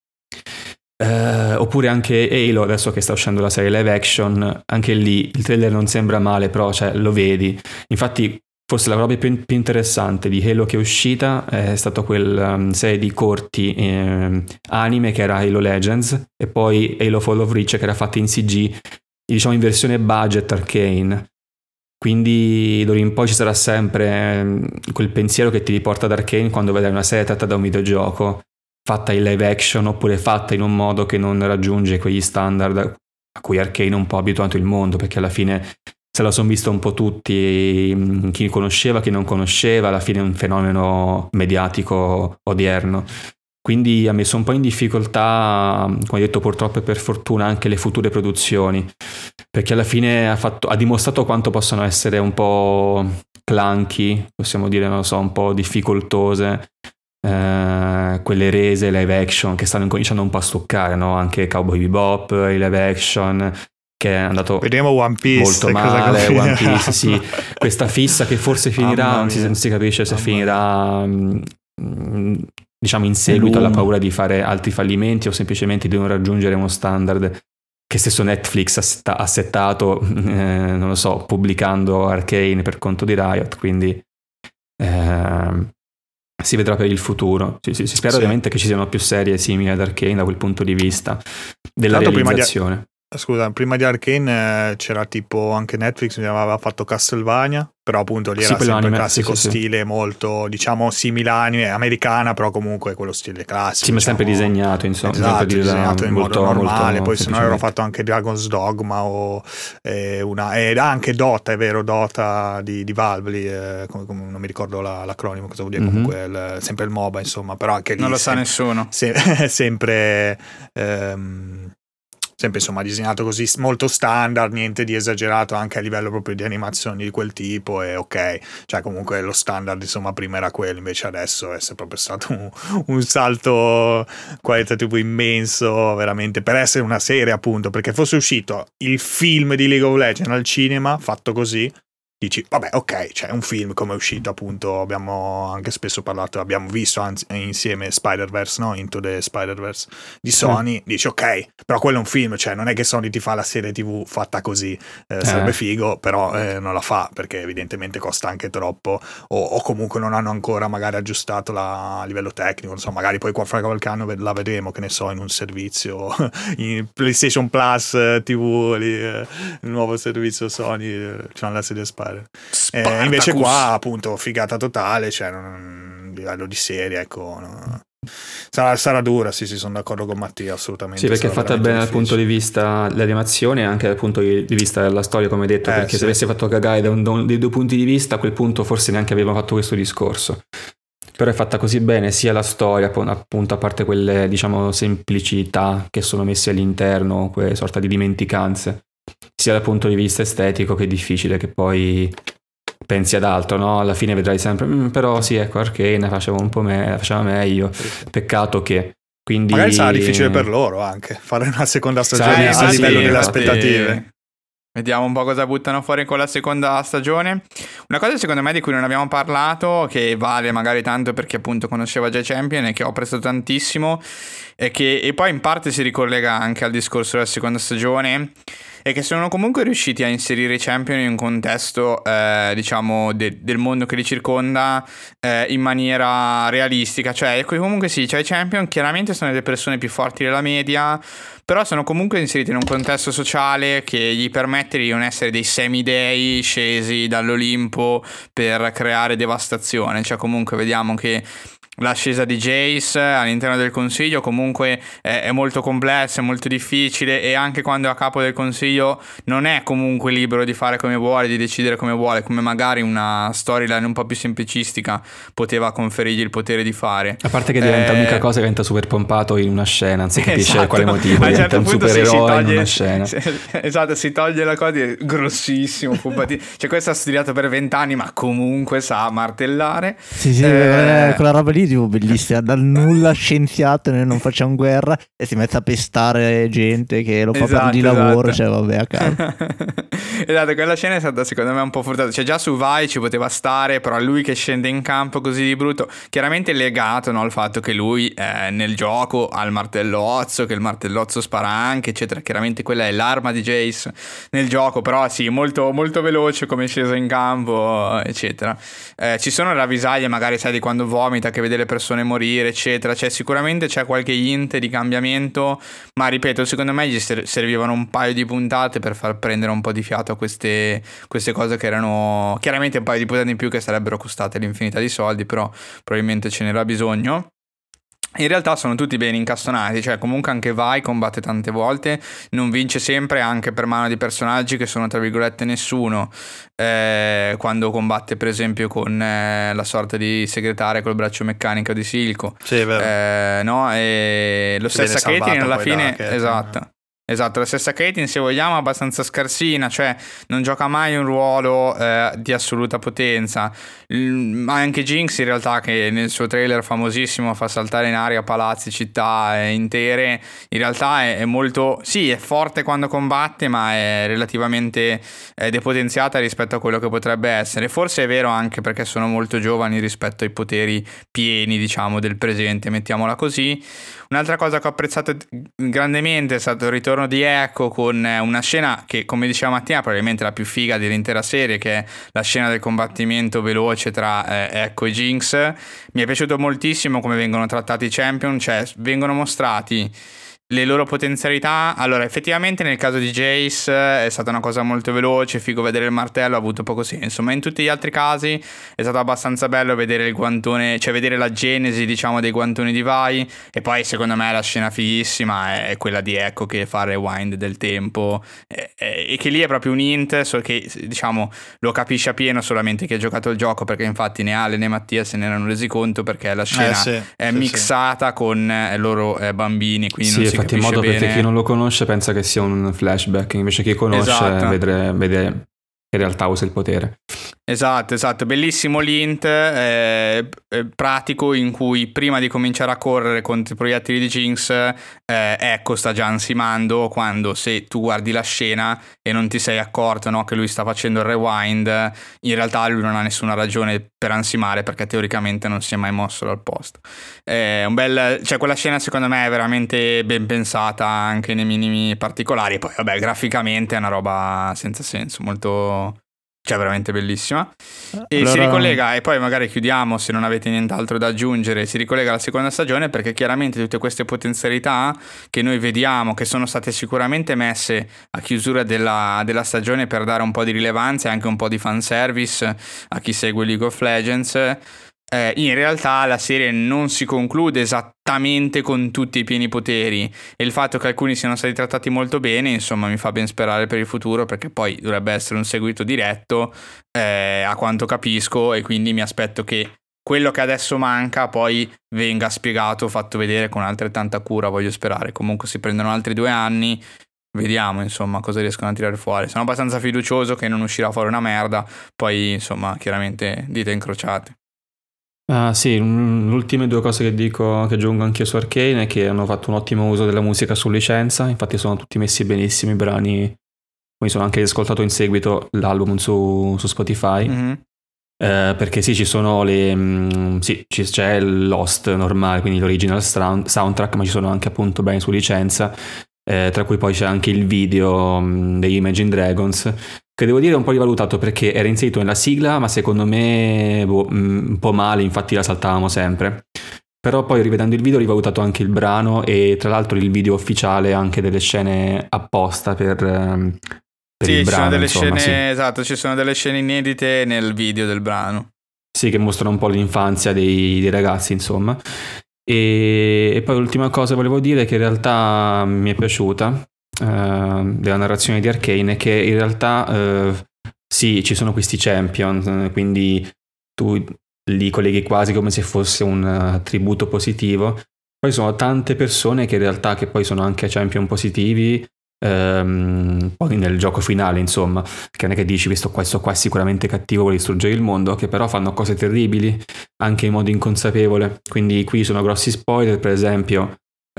Oppure anche Halo, adesso che sta uscendo la serie live action, anche lì il trailer non sembra male, però cioè, lo vedi, infatti forse la roba più interessante di Halo che è uscita è stata quel serie di corti anime che era Halo Legends, e poi Halo Fall of Reach che era fatta in CG, diciamo in versione budget Arcane. Quindi d'ora in poi ci sarà sempre quel pensiero che ti riporta ad Arcane quando vedrai una serie tratta da un videogioco fatta in live action, oppure fatta in un modo che non raggiunge quegli standard a cui Arcane è un po' abituato il mondo, perché alla fine se la sono vista un po' tutti, chi conosceva, chi non conosceva, alla fine è un fenomeno mediatico odierno. Quindi ha messo un po' in difficoltà, come detto, purtroppo e per fortuna, anche le future produzioni, perché alla fine ha dimostrato quanto possono essere un po' clunky, possiamo dire, non lo so, un po' difficoltose, quelle rese live action che stanno cominciando un po' a stoccare, no? Anche Cowboy Bebop, i live action che è andato One Piece, molto male, One Piece, sì, questa fissa che forse finirà, non si capisce se finirà diciamo in seguito alla paura di fare altri fallimenti o semplicemente di non raggiungere uno standard che stesso Netflix ha settato, non lo so, pubblicando Arcane per conto di Riot, quindi si vedrà per il futuro. Si spera ovviamente che ci siano più serie simili ad Arcane da quel punto di vista della realizzazione. Scusa, prima di Arcane c'era tipo anche Netflix aveva fatto Castlevania, però appunto lì era sempre il classico stile molto, diciamo, simile anime, americana, però comunque quello stile classico. Sì, ma sempre disegnato, insomma. Esatto, disegnato in modo normale, poi se no aveva fatto anche Dragon's Dogma o anche Dota, è vero, Dota di Valve, lì, non mi ricordo l'acronimo, cosa vuol dire, comunque sempre il MOBA, insomma, però anche lì... Non lo sa nessuno. Sempre... sempre insomma disegnato così, molto standard, niente di esagerato anche a livello proprio di animazioni di quel tipo, e ok, cioè comunque lo standard insomma prima era quello, invece adesso è proprio stato un salto qualitativo immenso veramente per essere una serie, appunto, perché fosse uscito il film di League of Legends al cinema fatto così dici vabbè, ok, c'è un film come è uscito, appunto, abbiamo anche spesso parlato, abbiamo visto insieme Spider-Verse, no? Into the Spider-Verse di Sony, dici ok, però quello è un film, cioè non è che Sony ti fa la serie TV fatta così, sarebbe figo, però non la fa perché evidentemente costa anche troppo, o comunque non hanno ancora magari aggiustato a livello tecnico, non so, magari poi fra qualche anno la vedremo, che ne so, in un servizio in PlayStation Plus TV, il nuovo servizio Sony, c'hanno la serie invece qua appunto figata totale, cioè a livello di serie, ecco, no. Sarà dura, sì, sono d'accordo con Mattia, assolutamente. Sì, perché è fatta bene dal punto di vista dell'animazione e anche dal punto di vista della storia, come detto, perché se avessi fatto cagare dei due punti di vista, a quel punto forse neanche avevamo fatto questo discorso. Però è fatta così bene sia la storia, appunto, a parte quelle, diciamo, semplicità che sono messe all'interno, quelle sorta di dimenticanze, sia dal punto di vista estetico che è difficile che poi pensi ad altro, no? Alla fine vedrai sempre però sì, ecco, Arcane faceva un po' faceva meglio, peccato che quindi magari sarà difficile per loro anche fare una seconda stagione a livello delle aspettative. Vediamo un po' cosa buttano fuori con la seconda stagione. Una cosa secondo me di cui non abbiamo parlato, che vale magari tanto perché appunto conoscevo già i Champion e che ho apprezzato tantissimo, e poi in parte si ricollega anche al discorso della seconda stagione, è che sono comunque riusciti a inserire i Champion in un contesto diciamo del mondo che li circonda in maniera realistica. Cioè comunque sì, cioè i Champion chiaramente sono delle persone più forti della media, però sono comunque inseriti in un contesto sociale che gli permette di non essere dei semidei scesi dall'Olimpo per creare devastazione. Cioè comunque vediamo che l'ascesa di Jace all'interno del consiglio comunque è molto complessa, è molto difficile, e anche quando è a capo del consiglio non è comunque libero di fare come vuole, di decidere come vuole, come magari una storyline un po' più semplicistica poteva conferirgli il potere di fare. A parte che diventa l'unica cosa, diventa super pompato in una scena, non si capisce esatto, quale motivo, a un diventa certo un supereroe in una scena. Esatto, si toglie la cosa, è grossissimo, cioè questo ha studiato per 20 anni ma comunque sa martellare. Sì, quella roba lì bellissima, dal nulla scienziato, noi non facciamo guerra, e si mette a pestare gente che lo fa per di lavoro, cioè vabbè, a caso. Esatto, quella scena è stata secondo me un po' forzata, cioè già su Vai ci poteva stare, però lui che scende in campo così di brutto, chiaramente legato, no, al fatto che lui nel gioco ha il martellozzo, che il martellozzo spara anche, eccetera. Chiaramente quella è l'arma di Jace nel gioco, però sì, molto, molto veloce come è sceso in campo, eccetera. Ci sono ravvisaglie magari, sai, di quando vomita, che vede le persone morire, eccetera. Cioè sicuramente c'è qualche hint di cambiamento, ma ripeto, secondo me gli servivano un paio di puntate per far prendere un po' di fiato a queste cose che erano chiaramente un paio di puntate in più che sarebbero costate l'infinità di soldi, però probabilmente ce n'era bisogno. In realtà sono tutti ben incastonati, cioè comunque anche Vai combatte tante volte, non vince sempre anche per mano di personaggi che sono tra virgolette nessuno, quando combatte per esempio con la sorta di segretaria col braccio meccanico di Silco, sì, è vero. No? E lo stesso Caitlyn alla fine, esatto, la stessa Caitlyn, se vogliamo, abbastanza scarsina, cioè non gioca mai un ruolo di assoluta potenza. Ma anche Jinx in realtà, che nel suo trailer famosissimo fa saltare in aria palazzi, città intere, in realtà è molto, sì, è forte quando combatte, ma è relativamente depotenziata rispetto a quello che potrebbe essere. Forse è vero anche perché sono molto giovani rispetto ai poteri pieni, diciamo, del presente, mettiamola così. Un'altra cosa che ho apprezzato grandemente è stato il ritorno di Echo, con una scena che, come diceva Mattia, probabilmente la più figa dell'intera serie, che è la scena del combattimento veloce tra Echo e Jinx. Mi è piaciuto moltissimo come vengono trattati i Champion, cioè vengono mostrati le loro potenzialità. Allora, effettivamente nel caso di Jace è stata una cosa molto veloce, figo vedere il martello, ha avuto poco senso, ma in tutti gli altri casi è stato abbastanza bello vedere il guantone, cioè vedere la genesi, diciamo, dei guantoni di Vai. E poi secondo me la scena fighissima è quella di Echo che fa il rewind del tempo, e che lì è proprio un hint, so che diciamo lo capisce a pieno solamente chi ha giocato il gioco, perché infatti né Ale né Mattia se ne erano resi conto, perché la scena è mixata con i loro bambini, quindi non si infatti in modo bene. Perché chi non lo conosce pensa che sia un flashback, invece chi conosce vede che in realtà usa il potere. Esatto, bellissimo l'int pratico in cui prima di cominciare a correre contro i proiettili di Jinx Echo sta già ansimando, quando se tu guardi la scena e non ti sei accorto, no, che lui sta facendo il rewind, in realtà lui non ha nessuna ragione per ansimare perché teoricamente non si è mai mosso dal posto. Cioè quella scena secondo me è veramente ben pensata anche nei minimi particolari, poi vabbè graficamente è una roba senza senso, molto... cioè veramente bellissima. E allora... si ricollega, e poi magari chiudiamo se non avete nient'altro da aggiungere, si ricollega alla seconda stagione perché chiaramente tutte queste potenzialità che noi vediamo, che sono state sicuramente messe a chiusura della stagione per dare un po' di rilevanza e anche un po' di fanservice a chi segue League of Legends, in realtà la serie non si conclude esattamente con tutti i pieni poteri, e il fatto che alcuni siano stati trattati molto bene insomma mi fa ben sperare per il futuro, perché poi dovrebbe essere un seguito diretto a quanto capisco, e quindi mi aspetto che quello che adesso manca poi venga spiegato, fatto vedere con altrettanta cura, voglio sperare. Comunque si prendono altri 2 anni, vediamo insomma cosa riescono a tirare fuori. Sono abbastanza fiducioso che non uscirà fuori una merda, poi insomma chiaramente dita incrociate. Sì, le ultime 2 cose che dico, che aggiungo anche io su Arcane, è che hanno fatto un ottimo uso della musica su licenza, infatti sono tutti messi benissimo i brani, poi sono anche ascoltato in seguito l'album su Spotify, perché sì, ci sono c'è Lost normale, quindi l'original soundtrack, ma ci sono anche appunto brani su licenza, tra cui poi c'è anche il video degli Imagine Dragons, che devo dire è un po' rivalutato perché era inserito nella sigla, ma secondo me un po' male, infatti la saltavamo sempre. Però poi rivedendo il video ho rivalutato anche il brano, e tra l'altro il video ufficiale anche delle scene apposta per il brano. Ci sono delle scene, sì. Esatto, ci sono delle scene inedite nel video del brano. Sì, che mostrano un po' l'infanzia dei ragazzi, insomma. E poi l'ultima cosa volevo dire, che in realtà mi è piaciuta della narrazione di Arcane, è che in realtà sì, ci sono questi champion, quindi tu li colleghi quasi come se fosse un attributo positivo. Poi sono tante persone che in realtà che poi sono anche champion positivi poi nel gioco finale, insomma, che non è che dici questo qua è sicuramente cattivo, vuole distruggere il mondo, che però fanno cose terribili anche in modo inconsapevole. Quindi qui sono grossi spoiler, per esempio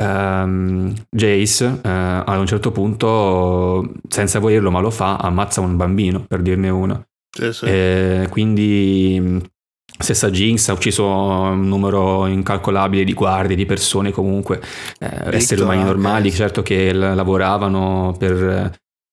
Jace ad un certo punto, senza volerlo ma lo fa, ammazza un bambino, per dirne uno. Sì. Quindi stessa Jinx ha ucciso un numero incalcolabile di guardie, di persone, comunque esseri umani normali, certo, che lavoravano per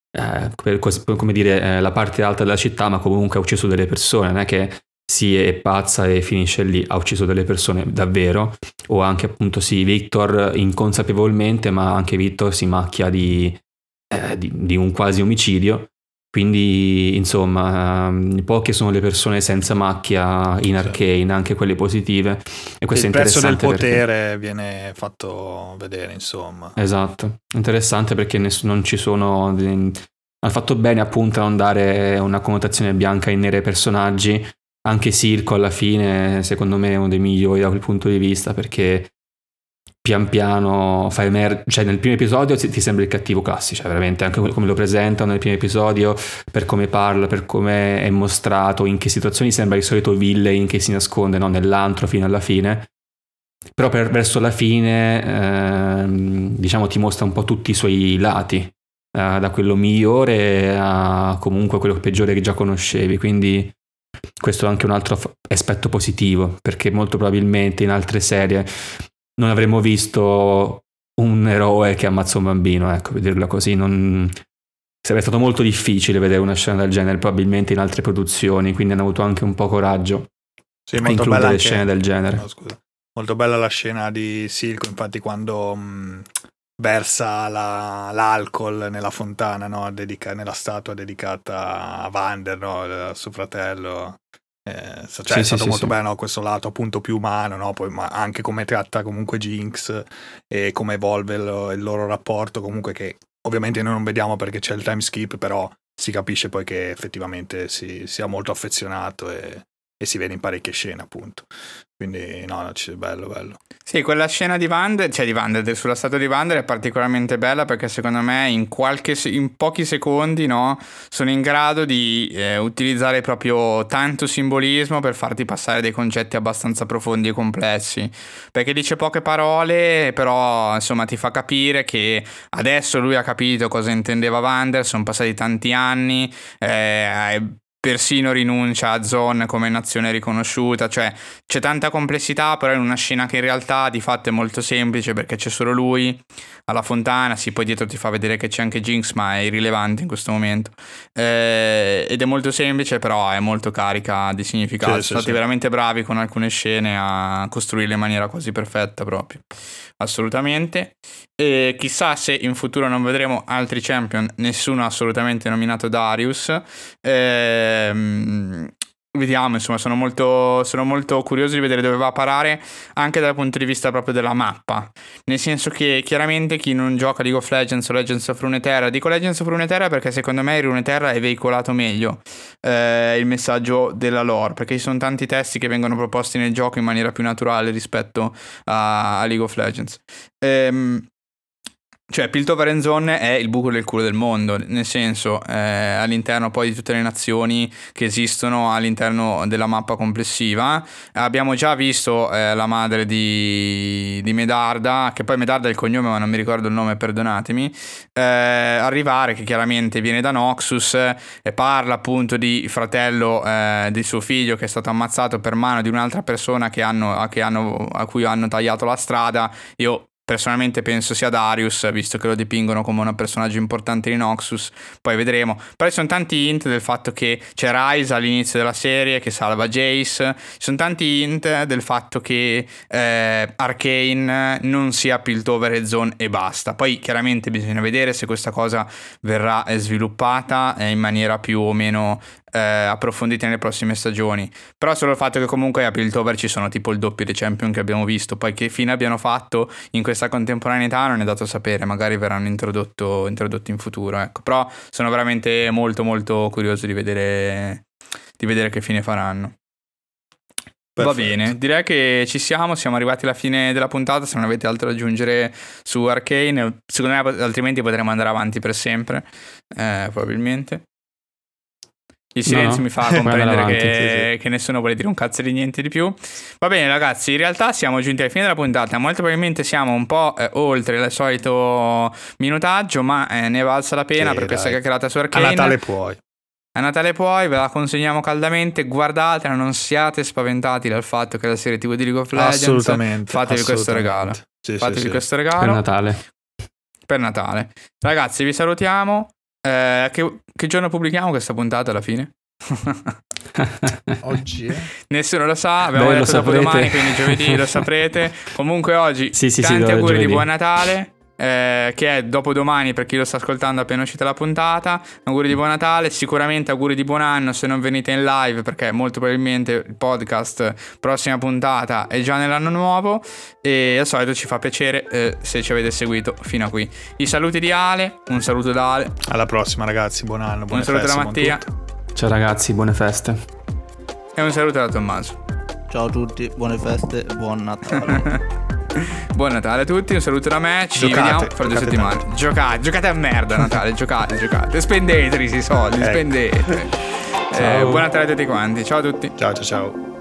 come dire la parte alta della città, ma comunque ha ucciso delle persone, non è che si è pazza e finisce lì, ha ucciso delle persone davvero. O anche appunto sì, Victor inconsapevolmente, ma anche Victor si macchia di un quasi omicidio. Quindi insomma poche sono le persone senza macchia in Arcane, anche quelle positive, e questo il è interessante. Il prezzo del potere viene fatto vedere, insomma. Esatto, interessante perché non ci sono hanno fatto bene appunto a non dare una connotazione bianca e nera ai personaggi. Anche Silco alla fine secondo me è uno dei migliori da quel punto di vista, perché pian piano fa emergere, cioè nel primo episodio ti sembra il cattivo classico, cioè veramente anche come lo presentano nel primo episodio, per come parla, per come è mostrato, in che situazioni sembra il solito villain che si nasconde, no? Nell'antro fino alla fine. Però verso la fine diciamo ti mostra un po' tutti i suoi lati, da quello migliore a comunque quello peggiore che già conoscevi, quindi questo è anche un altro aspetto positivo, perché molto probabilmente in altre serie non avremmo visto un eroe che ammazza un bambino, ecco, per dirla così. Sarebbe stato molto difficile vedere una scena del genere probabilmente in altre produzioni, quindi hanno avuto anche un po' coraggio a includere le scene del genere. No, scusa. Molto bella la scena di Silco, infatti, quando versa l'alcol nella fontana, no? Nella statua dedicata a Vander, no? Suo fratello. È stato molto bello, no? Questo lato appunto più umano, no? Poi, ma anche come tratta comunque Jinx e come evolve il loro rapporto, comunque, che ovviamente noi non vediamo perché c'è il time skip, però si capisce poi che effettivamente si sia molto affezionato, e e si vede in parecchie scene, appunto. Quindi no, bello. Sì, quella scena di Vander, cioè di Vander, sulla statua di Vander è particolarmente bella perché secondo me in pochi secondi, no, sono in grado di utilizzare proprio tanto simbolismo per farti passare dei concetti abbastanza profondi e complessi, perché dice poche parole, però insomma ti fa capire che adesso lui ha capito cosa intendeva Vander, sono passati tanti anni, persino rinuncia a Zone come nazione riconosciuta, cioè c'è tanta complessità, però in una scena che in realtà di fatto è molto semplice perché c'è solo lui alla fontana, sì, poi dietro ti fa vedere che c'è anche Jinx, ma è irrilevante in questo momento, ed è molto semplice, però è molto carica di significato. Sono stati veramente bravi con alcune scene a costruirle in maniera quasi perfetta proprio, assolutamente. E chissà se in futuro non vedremo altri champion, nessuno ha assolutamente nominato Darius, vediamo, insomma, sono molto curioso di vedere dove va a parare, anche dal punto di vista proprio della mappa, nel senso che chiaramente chi non gioca League of Legends o Legends of Runeterra, dico Legends of Runeterra perché secondo me in Runeterra è veicolato meglio il messaggio della lore, perché ci sono tanti testi che vengono proposti nel gioco in maniera più naturale rispetto a League of Legends. Cioè Piltover and Zone è il buco del culo del mondo, nel senso all'interno poi di tutte le nazioni che esistono all'interno della mappa complessiva. Abbiamo già visto la madre di Medarda, che poi Medarda è il cognome ma non mi ricordo il nome, perdonatemi, arrivare, che chiaramente viene da Noxus e parla appunto di fratello di suo figlio che è stato ammazzato per mano di un'altra persona a cui hanno tagliato la strada. Io personalmente penso sia Darius, visto che lo dipingono come un personaggio importante di Noxus, poi vedremo. Però ci sono tanti hint del fatto che c'è Ryze all'inizio della serie che salva Jace, ci sono tanti hint del fatto che Arcane non sia Piltover e Zone e basta. Poi chiaramente bisogna vedere se questa cosa verrà sviluppata in maniera più o meno approfondite nelle prossime stagioni. Però solo il fatto che comunque a Piltover ci sono tipo il doppio dei champion che abbiamo visto, poi che fine abbiano fatto in questa contemporaneità non è dato sapere, magari verranno introdotti in futuro, ecco. Però sono veramente molto molto curioso di vedere che fine faranno. Perfetto. Va bene, direi che siamo arrivati alla fine della puntata. Se non avete altro da aggiungere su Arcane, secondo me altrimenti potremo andare avanti per sempre, probabilmente. Il silenzio mi fa comprendere che nessuno vuole dire un cazzo di niente di più. Va bene ragazzi, in realtà siamo giunti alla fine della puntata. Molto probabilmente siamo un po' oltre il solito minutaggio, ma ne è valsa la pena per questa chiacchierata su Arcane. A Natale puoi, ve la consegniamo caldamente. Guardatela, non siate spaventati dal fatto che la serie TV di League of Legends. Assolutamente. Fatevi questo regalo. Fatevi questo regalo. Per Natale. Ragazzi, vi salutiamo. Che giorno pubblichiamo questa puntata alla fine? Oggi nessuno lo sa, abbiamo detto dopo domani, quindi giovedì lo saprete. Comunque oggi tanti auguri di buon Natale, che è dopodomani per chi lo sta ascoltando appena uscita la puntata. Auguri di buon Natale, sicuramente auguri di buon anno se non venite in live, perché molto probabilmente il podcast prossima puntata è già nell'anno nuovo, e al solito ci fa piacere se ci avete seguito fino a qui. I saluti di Ale, un saluto da Ale, alla prossima ragazzi, buon anno, buone feste, un saluto da Mattia, ciao ragazzi, buone feste, e un saluto da Tommaso. Ciao a tutti, buone feste e buon Natale. Buon Natale a tutti, un saluto da me, ci vediamo fra 2 settimane. Giocate a merda a Natale, giocate, spendete i soldi, spendete. Buon Natale a tutti quanti, ciao a tutti. Ciao.